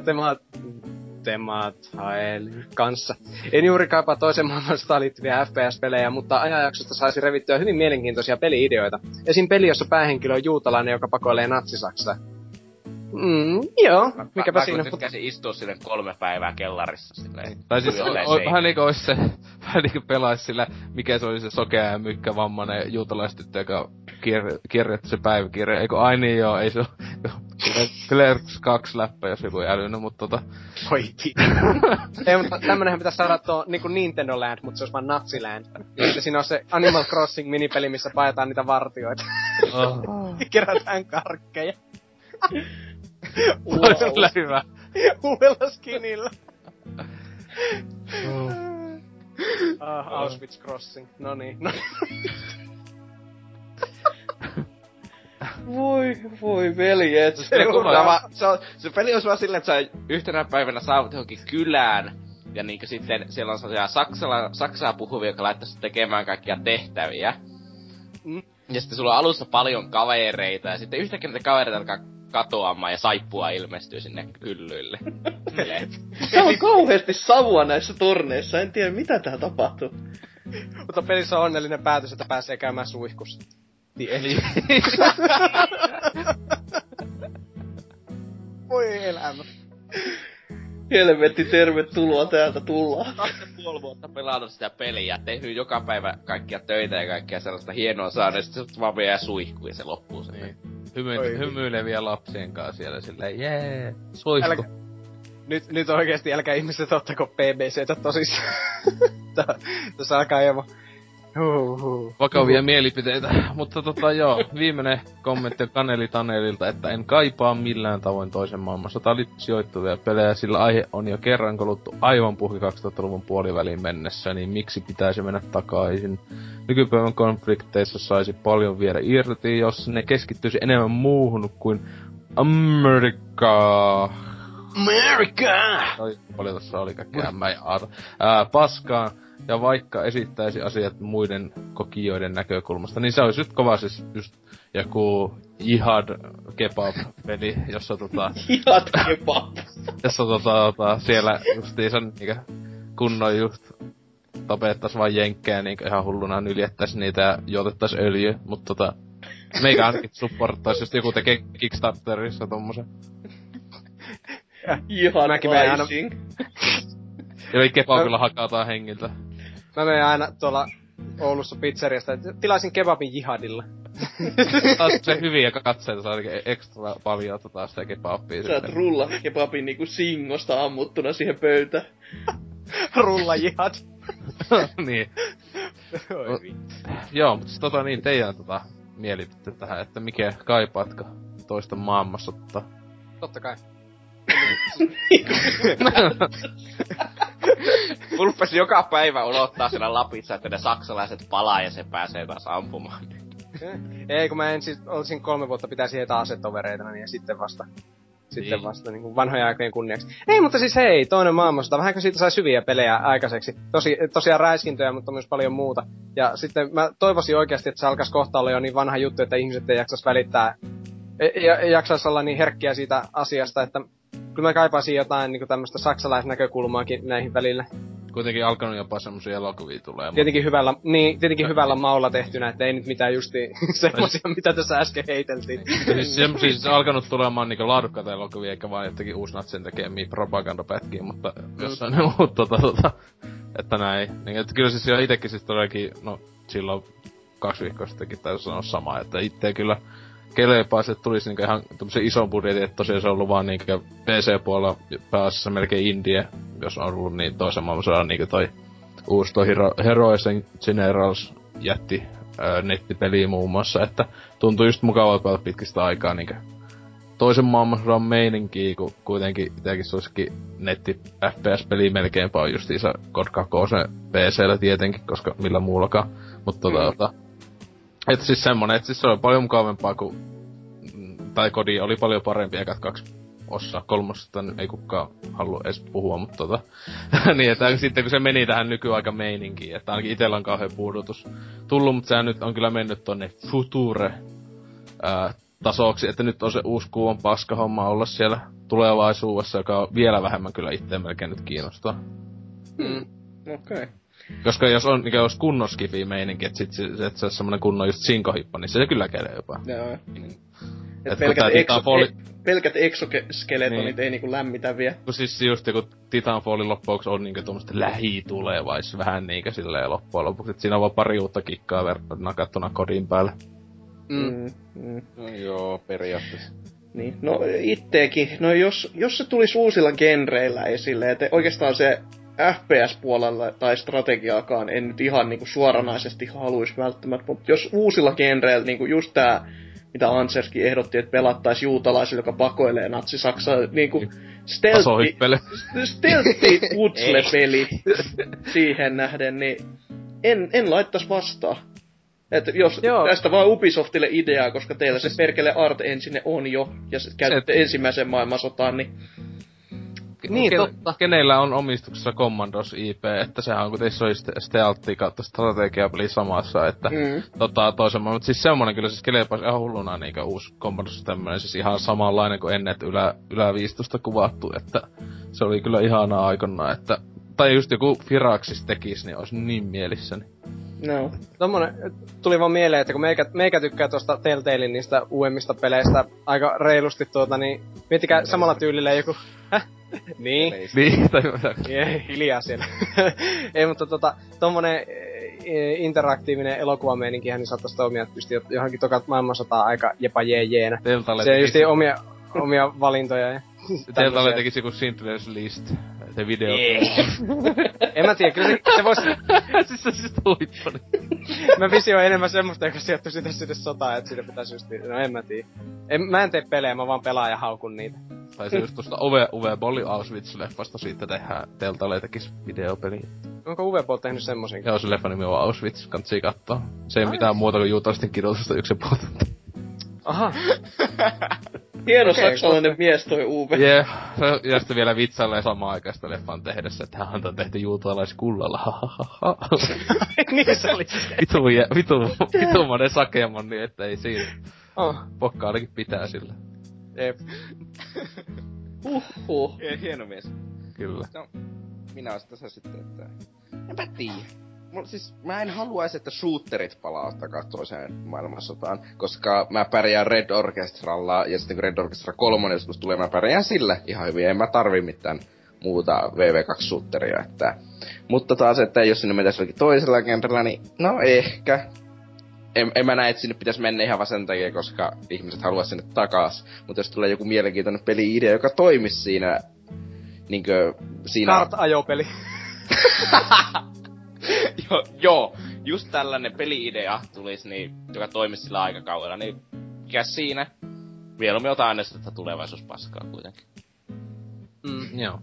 Temahaelin kanssa. En juuri kaipaa toisen maailmanstaan liittyviä FPS-pelejä, mutta ajanjaksosta saisi revittyä hyvin mielenkiintoisia peli-ideoita. Esim. Peli, jossa päähenkilö on juutalainen, joka pakoilee natsisaksaa. Joo, mikäpä siinä. Mä tykkäsin istua sinne 3 päivää kellarissa silleen. Tai siis vähän niinku ois se, vähän niinku pelais sillä, mikä se oli se sokea ja mykkä vammanen juutalaistyttö, joka kirjoitti se päiväkirja. Eikö ai niin joo, ei se oo. Clerks 2 läppä, jos joku ei älynyt, mut Voi ei, mutta tämmönenhän pitäis saada tuo niinku Nintendo Land, mut se ois vaan Natsiland. Ja siinä on se Animal Crossing minipeli, missä paetaan niitä vartioita. Kerätään karkkeja. Ois kyllä hyvä. Uudella skinillä. Auschwitz Crossing. Noniin. Voi veljet. Se peli olisi vaan silleen, että sä yhtenä päivänä saavut johonkin kylään. Ja niinkö sitten siellä on sellaisia saksaa puhuvia, jotka laittaisi tekemään kaikkia tehtäviä. Ja sitten sulla on alussa paljon kavereita. Ja sitten yhtäkkiä niitä kavereita alkaa katoamaan ja saippua ilmestyy sinne hyllyille. Täällä on kauheesti savua näissä torneissa. En tiedä mitä tää tapahtuu. Mutta pelissä on onnellinen päätös, että pääsee käymään suihkussa. Eli... Voi elämä. Helvetti, tervetuloa täältä tullaan. 2,5 vuotta pelannut sitä peliä, tehnyt joka päivä kaikkia töitä ja kaikkea sellaista hienoa saada, ja sitten vaan vielä suihku ja se loppuu sen. Niin. Hymyileviä lapsien kanssa siellä silleen, jee, suihku. Nyt oikeesti älkää ihmiset ottako BBCtä tosissaan. Tässä alkaa Eeva. Vakavia mielipiteitä, mutta joo, viimeinen kommentti on Kaneli Tanelilta, että en kaipaa millään tavoin toisen maailmansotaan sijoittuvia pelejä, sillä aihe on jo kerran kuluttu aivan puhki 2000-luvun puoliväliin mennessä, niin miksi pitäisi mennä takaisin? Nykypäivän konflikteissa saisi paljon viedä irti, jos ne keskittyisi enemmän muuhun kuin Amerikkaa. Paljon tossa oli kaikkea paskaan. Ja vaikka esittäisi asiat muiden kokijoiden näkökulmasta, niin se olisi nyt kova siis just joku Jihad Kebab-peli, jossa Jihad Kebab! Jossa siellä justiinsa niinkö kunnon just tapettais vaan jenkkejä niinkö ihan hulluna nyljettäis niitä ja juotettais öljyä, mut meikä ainakin supporttais, jos joku tekee Kickstarterissa tommosen. Jihad Rising. Eli kebabilla hakataan hengiltä. Mä menen aina tuolla Oulussa pizzeriasta, että tilaisin kebabin jihadilla. Taas se hyviä katseita saa ekstra paljon sitä kebabia. Saat rulla kebabin niinku singosta ammuttuna siihen pöytään. Rulla jihad. Niin. Joo, mutta niin teidän mielipite tähän, että mikä kaipaatko toista maailmansottaa? Totta kai. Fulppes joka päivä odottaa siellä Lapissa, että ne saksalaiset palaa ja se pääsee taas ampumaan. Ei, kun mä ensin olisin 3 vuotta pitäisi heitä asetovereitana, niin ja sitten vasta niin kuin vanhoja aikojen kunniaksi. Ei, mutta siis hei, toinen maailmansota. Vähänkö siitä sai syviä pelejä aikaiseksi. Tosiaan räiskintöjä, mutta myös paljon muuta. Ja sitten mä toivoisin oikeasti, että se alkaisi kohta olla jo niin vanha juttu, että ihmiset ei jaksaisi välittää, ei jaksaisi olla niin herkkiä siitä asiasta, että kyllä mä kaipaisin jotain niin kuin tämmöistä saksalaisnäkökulmaakin näihin välillä. Kuitenkin alkanut jopa semmosia elokuvia tulee. Tietenkin hyvällä maulla tehtynä, että ei nyt mitään justi semmosia, mitä tässä äsken heiteltiin. Siis alkanut tulemaan niinku laadukkaita elokuvia, eikä vaan jotenkin uusnatsien tekemiä propagandapätkiä, mutta jossain ne muut että näin. Niin, että kyllä siis jo itekin siis todellakin, no silloin 2 viikkoa sittenkin täytyy sanoa samaa, että itse kyllä kelepaisi, että tulisi niinku ihan tämmösen ison budjetin, että tosiaan se on ollut vaan niinku PC-puolella pääasiassa melkein indie, jos on ollut niin toisen maailmansodan niinku toi uusi toi Heroes and Generals jätti nettipeliä muun muassa, että tuntuu just mukavalta pelata pitkistä aikaa niinku toisen maailmansodan meininkiä, kun kuitenkin itekin se olisikin netti FPS-peliä melkeinpä on justiinsa God 2 PC:llä tietenkin, koska millä muullakaan, mutta että siis semmonen, että siis se on paljon mukavampaa kuin tai Kodi oli paljon parempi ekat 2 osaa. 3 ei kukaan halua edes puhua, mutta niin, että sitten kun se meni tähän nykyaikan meininkiin, että ainakin itellä on kauhean puudutus tullut, mutta sehän nyt on kyllä mennyt tonne Future tasoksi, että nyt on se uusi kuuman paska homma olla siellä tulevaisuudessa, joka on vielä vähemmän kyllä itseä melkein nyt kiinnostaa. Okei. Koska jos on niinku jos kunnon skifi meininki, et sit se on semmonen kunnon just sinkohippa, niin se kyllä käy jopa. Joo. Et pelkät exoskelettonit ei niinku lämmitä vielä. Kun siis just joku Titanfallin loppuksi on niinku tommoista lähitulevais vähän niinkö silleen loppujen lopuksi. Et siinä on vaan pari uutta kikkaa nakattuna kodin päälle. No joo, periaatteessa. Niin, no itteekin. No jos se tulisi uusilla genreillä esille, että oikeastaan se FPS-puolella tai strategiaakaan en nyt ihan niinku suoranaisesti haluis välttämättä, mutta jos uusilla genreillä, niinku just tää, mitä Anserskin ehdotti, että pelattaisi juutalaisille, joka pakoilee natsi-Saksaa, niinku stealthy putsle-peli siihen nähden, niin en laittais vastaan. Että jos tästä vaan Ubisoftille ideaa, koska teillä se perkele Art Engine on jo, ja käytätte ensimmäisen maailmansotaan, niin totta. Kenellä on omistuksessa Commandos IP, että sehän on kuitenkin se stealthi kautta strategiapeli samassa, että toisen maailman. Mutta siis semmonen kyllä siis kelepas ihan hulluna niinkö uusi Commandos tämmönen, siis ihan samanlainen kuin ennen, että yläviistosta kuvattu, että se oli kyllä ihanaa aikana, että tai just joku Firaxis tekis, niin olisi niin mielissäni. No. Tommonen tuli vaan mieleen, että kun meikä tykkää tosta Telltalein niistä uudemmista peleistä aika reilusti niin miettikää samalla tyylillä joku niin, tai hiljaa siellä. Ei, mutta tommonen interaktiivinen elokuvameininkihän niin saattaisi toimia tietysti johonkin tokat maailmansotaan aika jepa jeejeenä. Se just omia valintoja ja Telltale tekisi joku Schindler's List, se video. En mä tiedä, kyllä se vois siis se siis huippani. Mä visioin enemmän semmoista, joka sijoittuu sinne sotaan, että siinä pitäisi just no en mä tiedä. Mä en tee pelejä, mä vaan pelaan ja haukun niitä. Tai se just tosta Uwe Bolli Auschwitz-leffasta siitä tehdään Telltale tekis videopeliä. Onko Uwe Boll tehnyt semmosenkin? Joo, se leffa nimi on Auschwitz, kantsii kattoo. Se ei mitään muuta kuin juutalaisten kidutusta 1,5 tuntia. Aha. Hieno saksalainen mies toi Uwe. Jee, ja sitten vielä vitsailee samaan aikaan sitä leffan tehdessä, että hän on tehty juutalaiskullalla, hahaha. Niin se oli se. Vitumainen sakemon, niin että ei siinä. Pokka ainakin pitää sillä. Jep. Hieno mies. Kyllä. No, minä olisin tässä sitten, että enpä tiedä. Mä en haluaisi, että shooterit palaa takas toiseen maailmansotaan, koska mä pärjään Red Orchestralla, ja sitten kun Red Orchestra 3 joskus tulee, mä pärjään sillä ihan hyvin, en mä tarvii mitään muuta VV2-shooteria, että... Mutta taas, että jos sinne mentäisi jollakin toisella genrellä, niin no ehkä. En mä näe, että sinne pitäisi mennä ihan vaan sen takia, koska ihmiset haluaa sinne takas. Mutta jos tulee joku mielenkiintoinen peli-idea, joka toimisi siinä... Niinkö... siinä... Kart-ajopeli. Joo, just tällainen peli-idea tulisi, niin, joka toimisi sillä aikakaudella, niin mikä siinä? Mieluummin jotain aina sitä tulevaisuuspaskaa kuitenkin. Joo.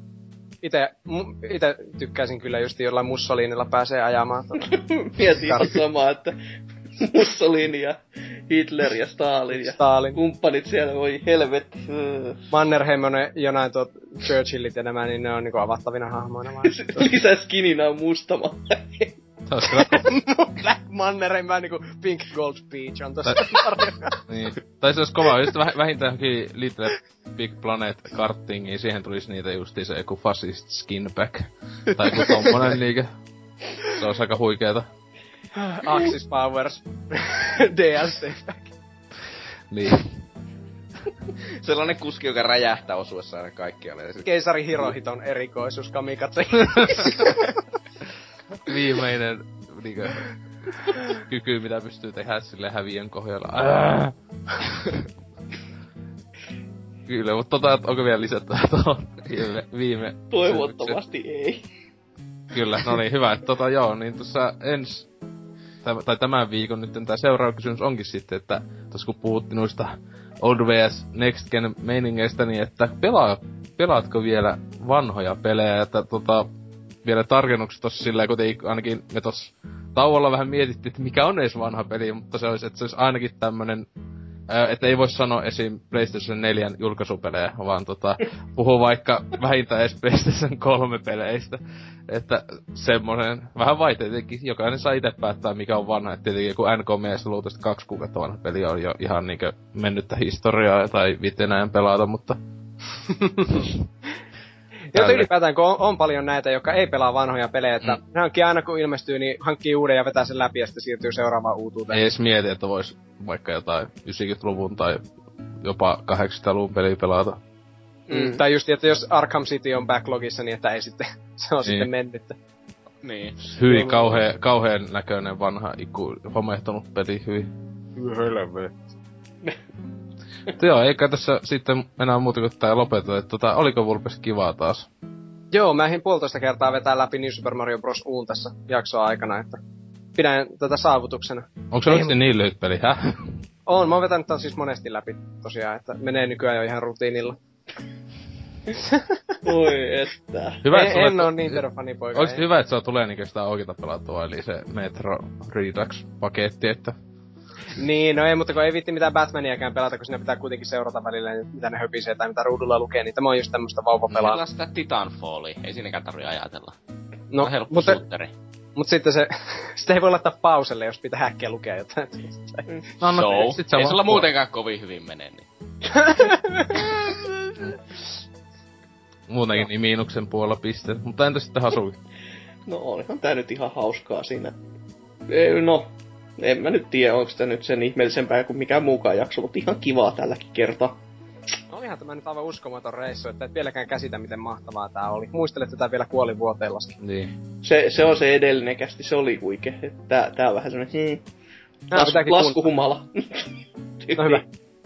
Ite tykkäisin kyllä just jollain Mussolinilla pääsee ajamaan. Mietin ihan samaa, että Mussolini ja Hitler ja Stalin ja kumppanit siellä, voi helvetti. Mannerheim on jonain Churchillit ja nämä, niin ne on niinku avattavina hahmoina vaan. Lisäskinina on mustama. Black Mannerheim vähän niinku Pink Gold Peach on tossa. Niin. Tai se ois kova, jos vähintään johonkin Little Big Planet karttingiin, siihen tulis niitä justiin se joku fascist skinback. Tai joku tommonen niinkö. Se ois aika huikeeta. Axis Powers. DLC back. Niin. Sellainen kuski, joka räjähtää osuessaan ja kaikkialle. Keisari Hirohiton erikoisuus kamikatse. Viimeinen niinkö kyky, mitä pystyy tehdä sille häviön kohdalla. Kyllä, mutta onko vielä lisättävää tuohon viime... Toivottavasti ei. Kyllä, no niin, hyvä. Joo, niin tuossa tämän viikon nyt tää seuraava kysymys onkin sitten, että tossa kun puhuttiin noista Old vs Next Gen meiningeistä, niin että pelaatko vielä vanhoja pelejä, että vielä tarkennukset tossa silleen, kun ainakin me tossa tauolla vähän mietittiin, että mikä on edes vanha peli, mutta se olisi ainakin tämmönen, että ei voi sanoa esim. PlayStation 4 julkaisupelejä, vaan puhuu vaikka vähintään edes PlayStation 3 peleistä. Että semmonen, vähän vai tietenkin, jokainen saa ite päättää mikä on vanha, että tietenkin kun NK-mies luultavasti 2 kuukautta vanha peli on jo ihan niinkö mennyttä historiaa tai vittenään pelata, mutta... Joten ylipäätään, kun on paljon näitä, jotka ei pelaa vanhoja pelejä, että ne hankkii aina kun ilmestyy, niin hankkii uuden ja vetää sen läpi ja sitten siirtyy seuraavaan uutuuteen. Ei edes mieti, että vois vaikka jotain 90-luvun tai jopa 80-luvun peliä pelata. Tai just, että jos Arkham City on backlogissa, niin että ei sitten, se on sitten mennyttä. Niin. Hyi, kauheen näköinen vanha homehtunut peli, hyi. Helvetti. Joo, eikä tässä sitten enää muuta kuin tää lopeta, että oliko Vulpes kivaa taas? Joo, mä ehdin 1,5 kertaa vetää läpi New Super Mario Bros. Uun tässä jaksoa aikana, että pidän tätä saavutuksena. Onko se oikeesti niin lyhyt peli, häh? On, mä oon vetänyt tän siis monesti läpi tosiaan, että menee nykyään jo ihan rutiinilla. Oi että. Hyvä, en oo Nintendo-fanipoika. Oikeesti hyvä, että se tulee niinkö sitä oikeeta pelattua, eli se Metro Redux-paketti, että... Niin, no ei, mutta kun ei viitti mitään Batmaniäkään pelata, kun siinä pitää kuitenkin seurata välillä, mitä ne höpisee tai mitä ruudulla lukee, niin tämä on just tämmöstä vauvapelaa. Pelaa sitä Titanfallia, ei siinäkään tarvii ajatella. No, mutta sitten sitä ei voi laittaa pauselle, jos pitää äkkiä lukea jotain. No, ei sulla muutenkaan kovin hyvin mene, niin. Muutenkin niin miinuksen puolella piste. Mutta entä sitten Hasuki? No olihan tää nyt ihan hauskaa siinä. No, en mä nyt tiedä, onko sitä nyt sen ihmeellisempää kuin mikään muukaan jakso, mutta ihan kivaa tälläkin kertaa. Olihan tämä nyt aivan uskomaton reissu, että et vieläkään käsitä, miten mahtavaa tää oli. Muistelet tätä vielä kuolivuoteellasi. Niin. Se on se edellinen kästi, se oli huikea. Tää on vähän semmonen laskuhumala. No hyvä.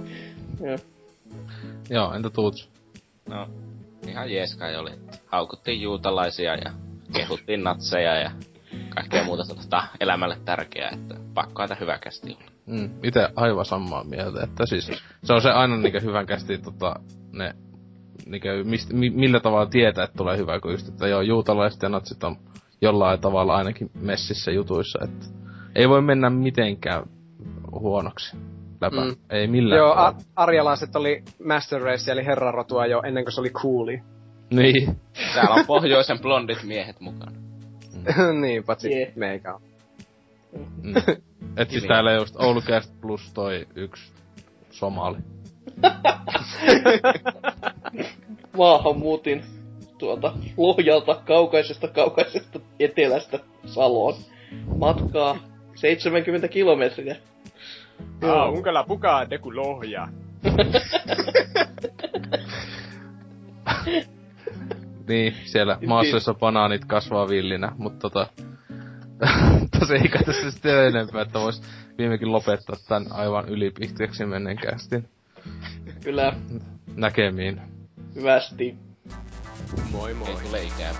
Joo, entä Tuuts? No, ihan jees kai oli. Haukuttiin juutalaisia ja kehuttiin natseja ja kaikkea muuta elämälle tärkeää, että pakko aina hyvä kästi olla. Ite aivan samaa mieltä, että siis se on se aina niinkö hyvän kästi ne niinkö millä tavalla tietää, että tulee hyvä, kun just, että joo, juutalaiset ja natsit on jollain tavalla ainakin messissä jutuissa, että ei voi mennä mitenkään huonoksi läpä. Ei millään joo, arjalaiset oli Master Race eli herrarotua jo ennen kuin se oli cooli. Niin. Täällä on pohjoisen blondit miehet mukana. Niin, patsi meikä on. Et siis täällä just Oulucast plus toi yksi somali. Maahanmuutin Lohjalta kaukaisesta etelästä Saloon. Matkaa 70 kilometriä. Unkala pukaa deku Lohja. Niin, siellä maassa, jossa banaanit kasvaa villinä, mutta tosi ei kai tässä sitten enempää, että vois viimekin lopettaa tän aivan ylipitkäksi menneen kästin. Kyllä. Näkemiin. Hyvästi. Moi moi. Ei tule ikävä.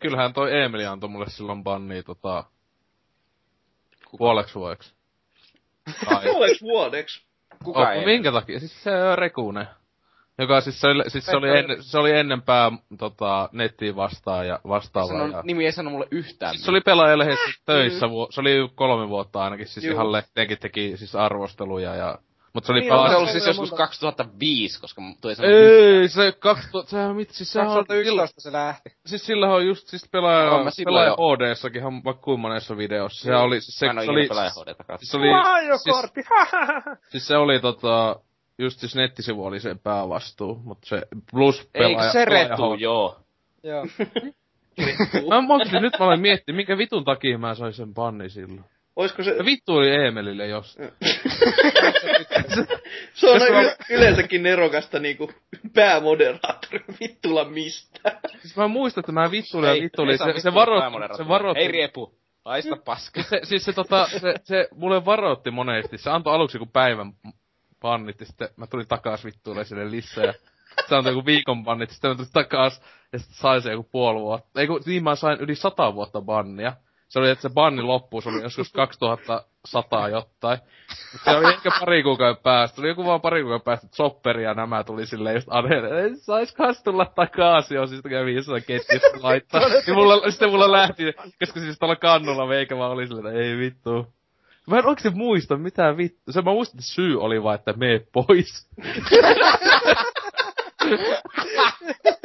kyllähän toi Eemeli antoi mulle silloin bannia puoleksi vuodeksi. Puoleksi vuodeksi? Kuka minkä takia? Siis se Rekunen. Joka siis se oli ennenpää nettiin vastaan ja vastaavaa. Nimi ei sano mulle yhtään. Siis se oli Pelaajalehessä töissä, se oli 3 vuotta ainakin, siis ihan lehteenkin teki siis arvosteluja ja... Mut se oli niin, se oli siis joskus 2005, koska toi sanoi... Ei, se 2011 se lähti. Siis sillähän on just siis Pelaaja HD-sakin ihan vaikka kummaneessa videossa. Se oli... Siis mä en oo ikinä Pelaaja HD:tä siis se oli just siis nettisivu oli sen päävastuu, mut se plus Pelaaja... Eikö se retuu, joo. Joo. Nyt mä aloin miettiä, minkä vitun takia mä sain sen banni silloin. Oisko se... Vittu oli Eemelille jostain. Se on yleensäkin nerokasta niinku päämoderaattori vittulla mistä. Siis mä muistan, että mä vittuili se varoitti. Ei riepu. Haista paska. Se mulle varoitti monesti. Se antoi aluksi joku päivän bannit ja sitten mä tulin takas vittuille sille lisää. Ja se antoi joku viikon bannit, sitten mä tulin takas ja sitten sain se joku puoli vuotta. Niin mä sain yli 100 vuotta bannia. Se oli, että se banni loppuu, se oli joskus 2100 jotain. Mutta se oli ehkä pari kuukauden päästä. Tuli joku vaan pari kuukauden päästä, että Sopperi ja nämä tuli silleen just Adele, että saisikohan tulla takaisin, jos siis kävi jossain ketjussa laittaa. Sitten mulla lähti, koska siis tuolla kannulla meikä vaan oli silleen, että ei vittu. Mä en oikeesti muista mitään vittu. Mä muistan, että syy oli vaan, että mee pois.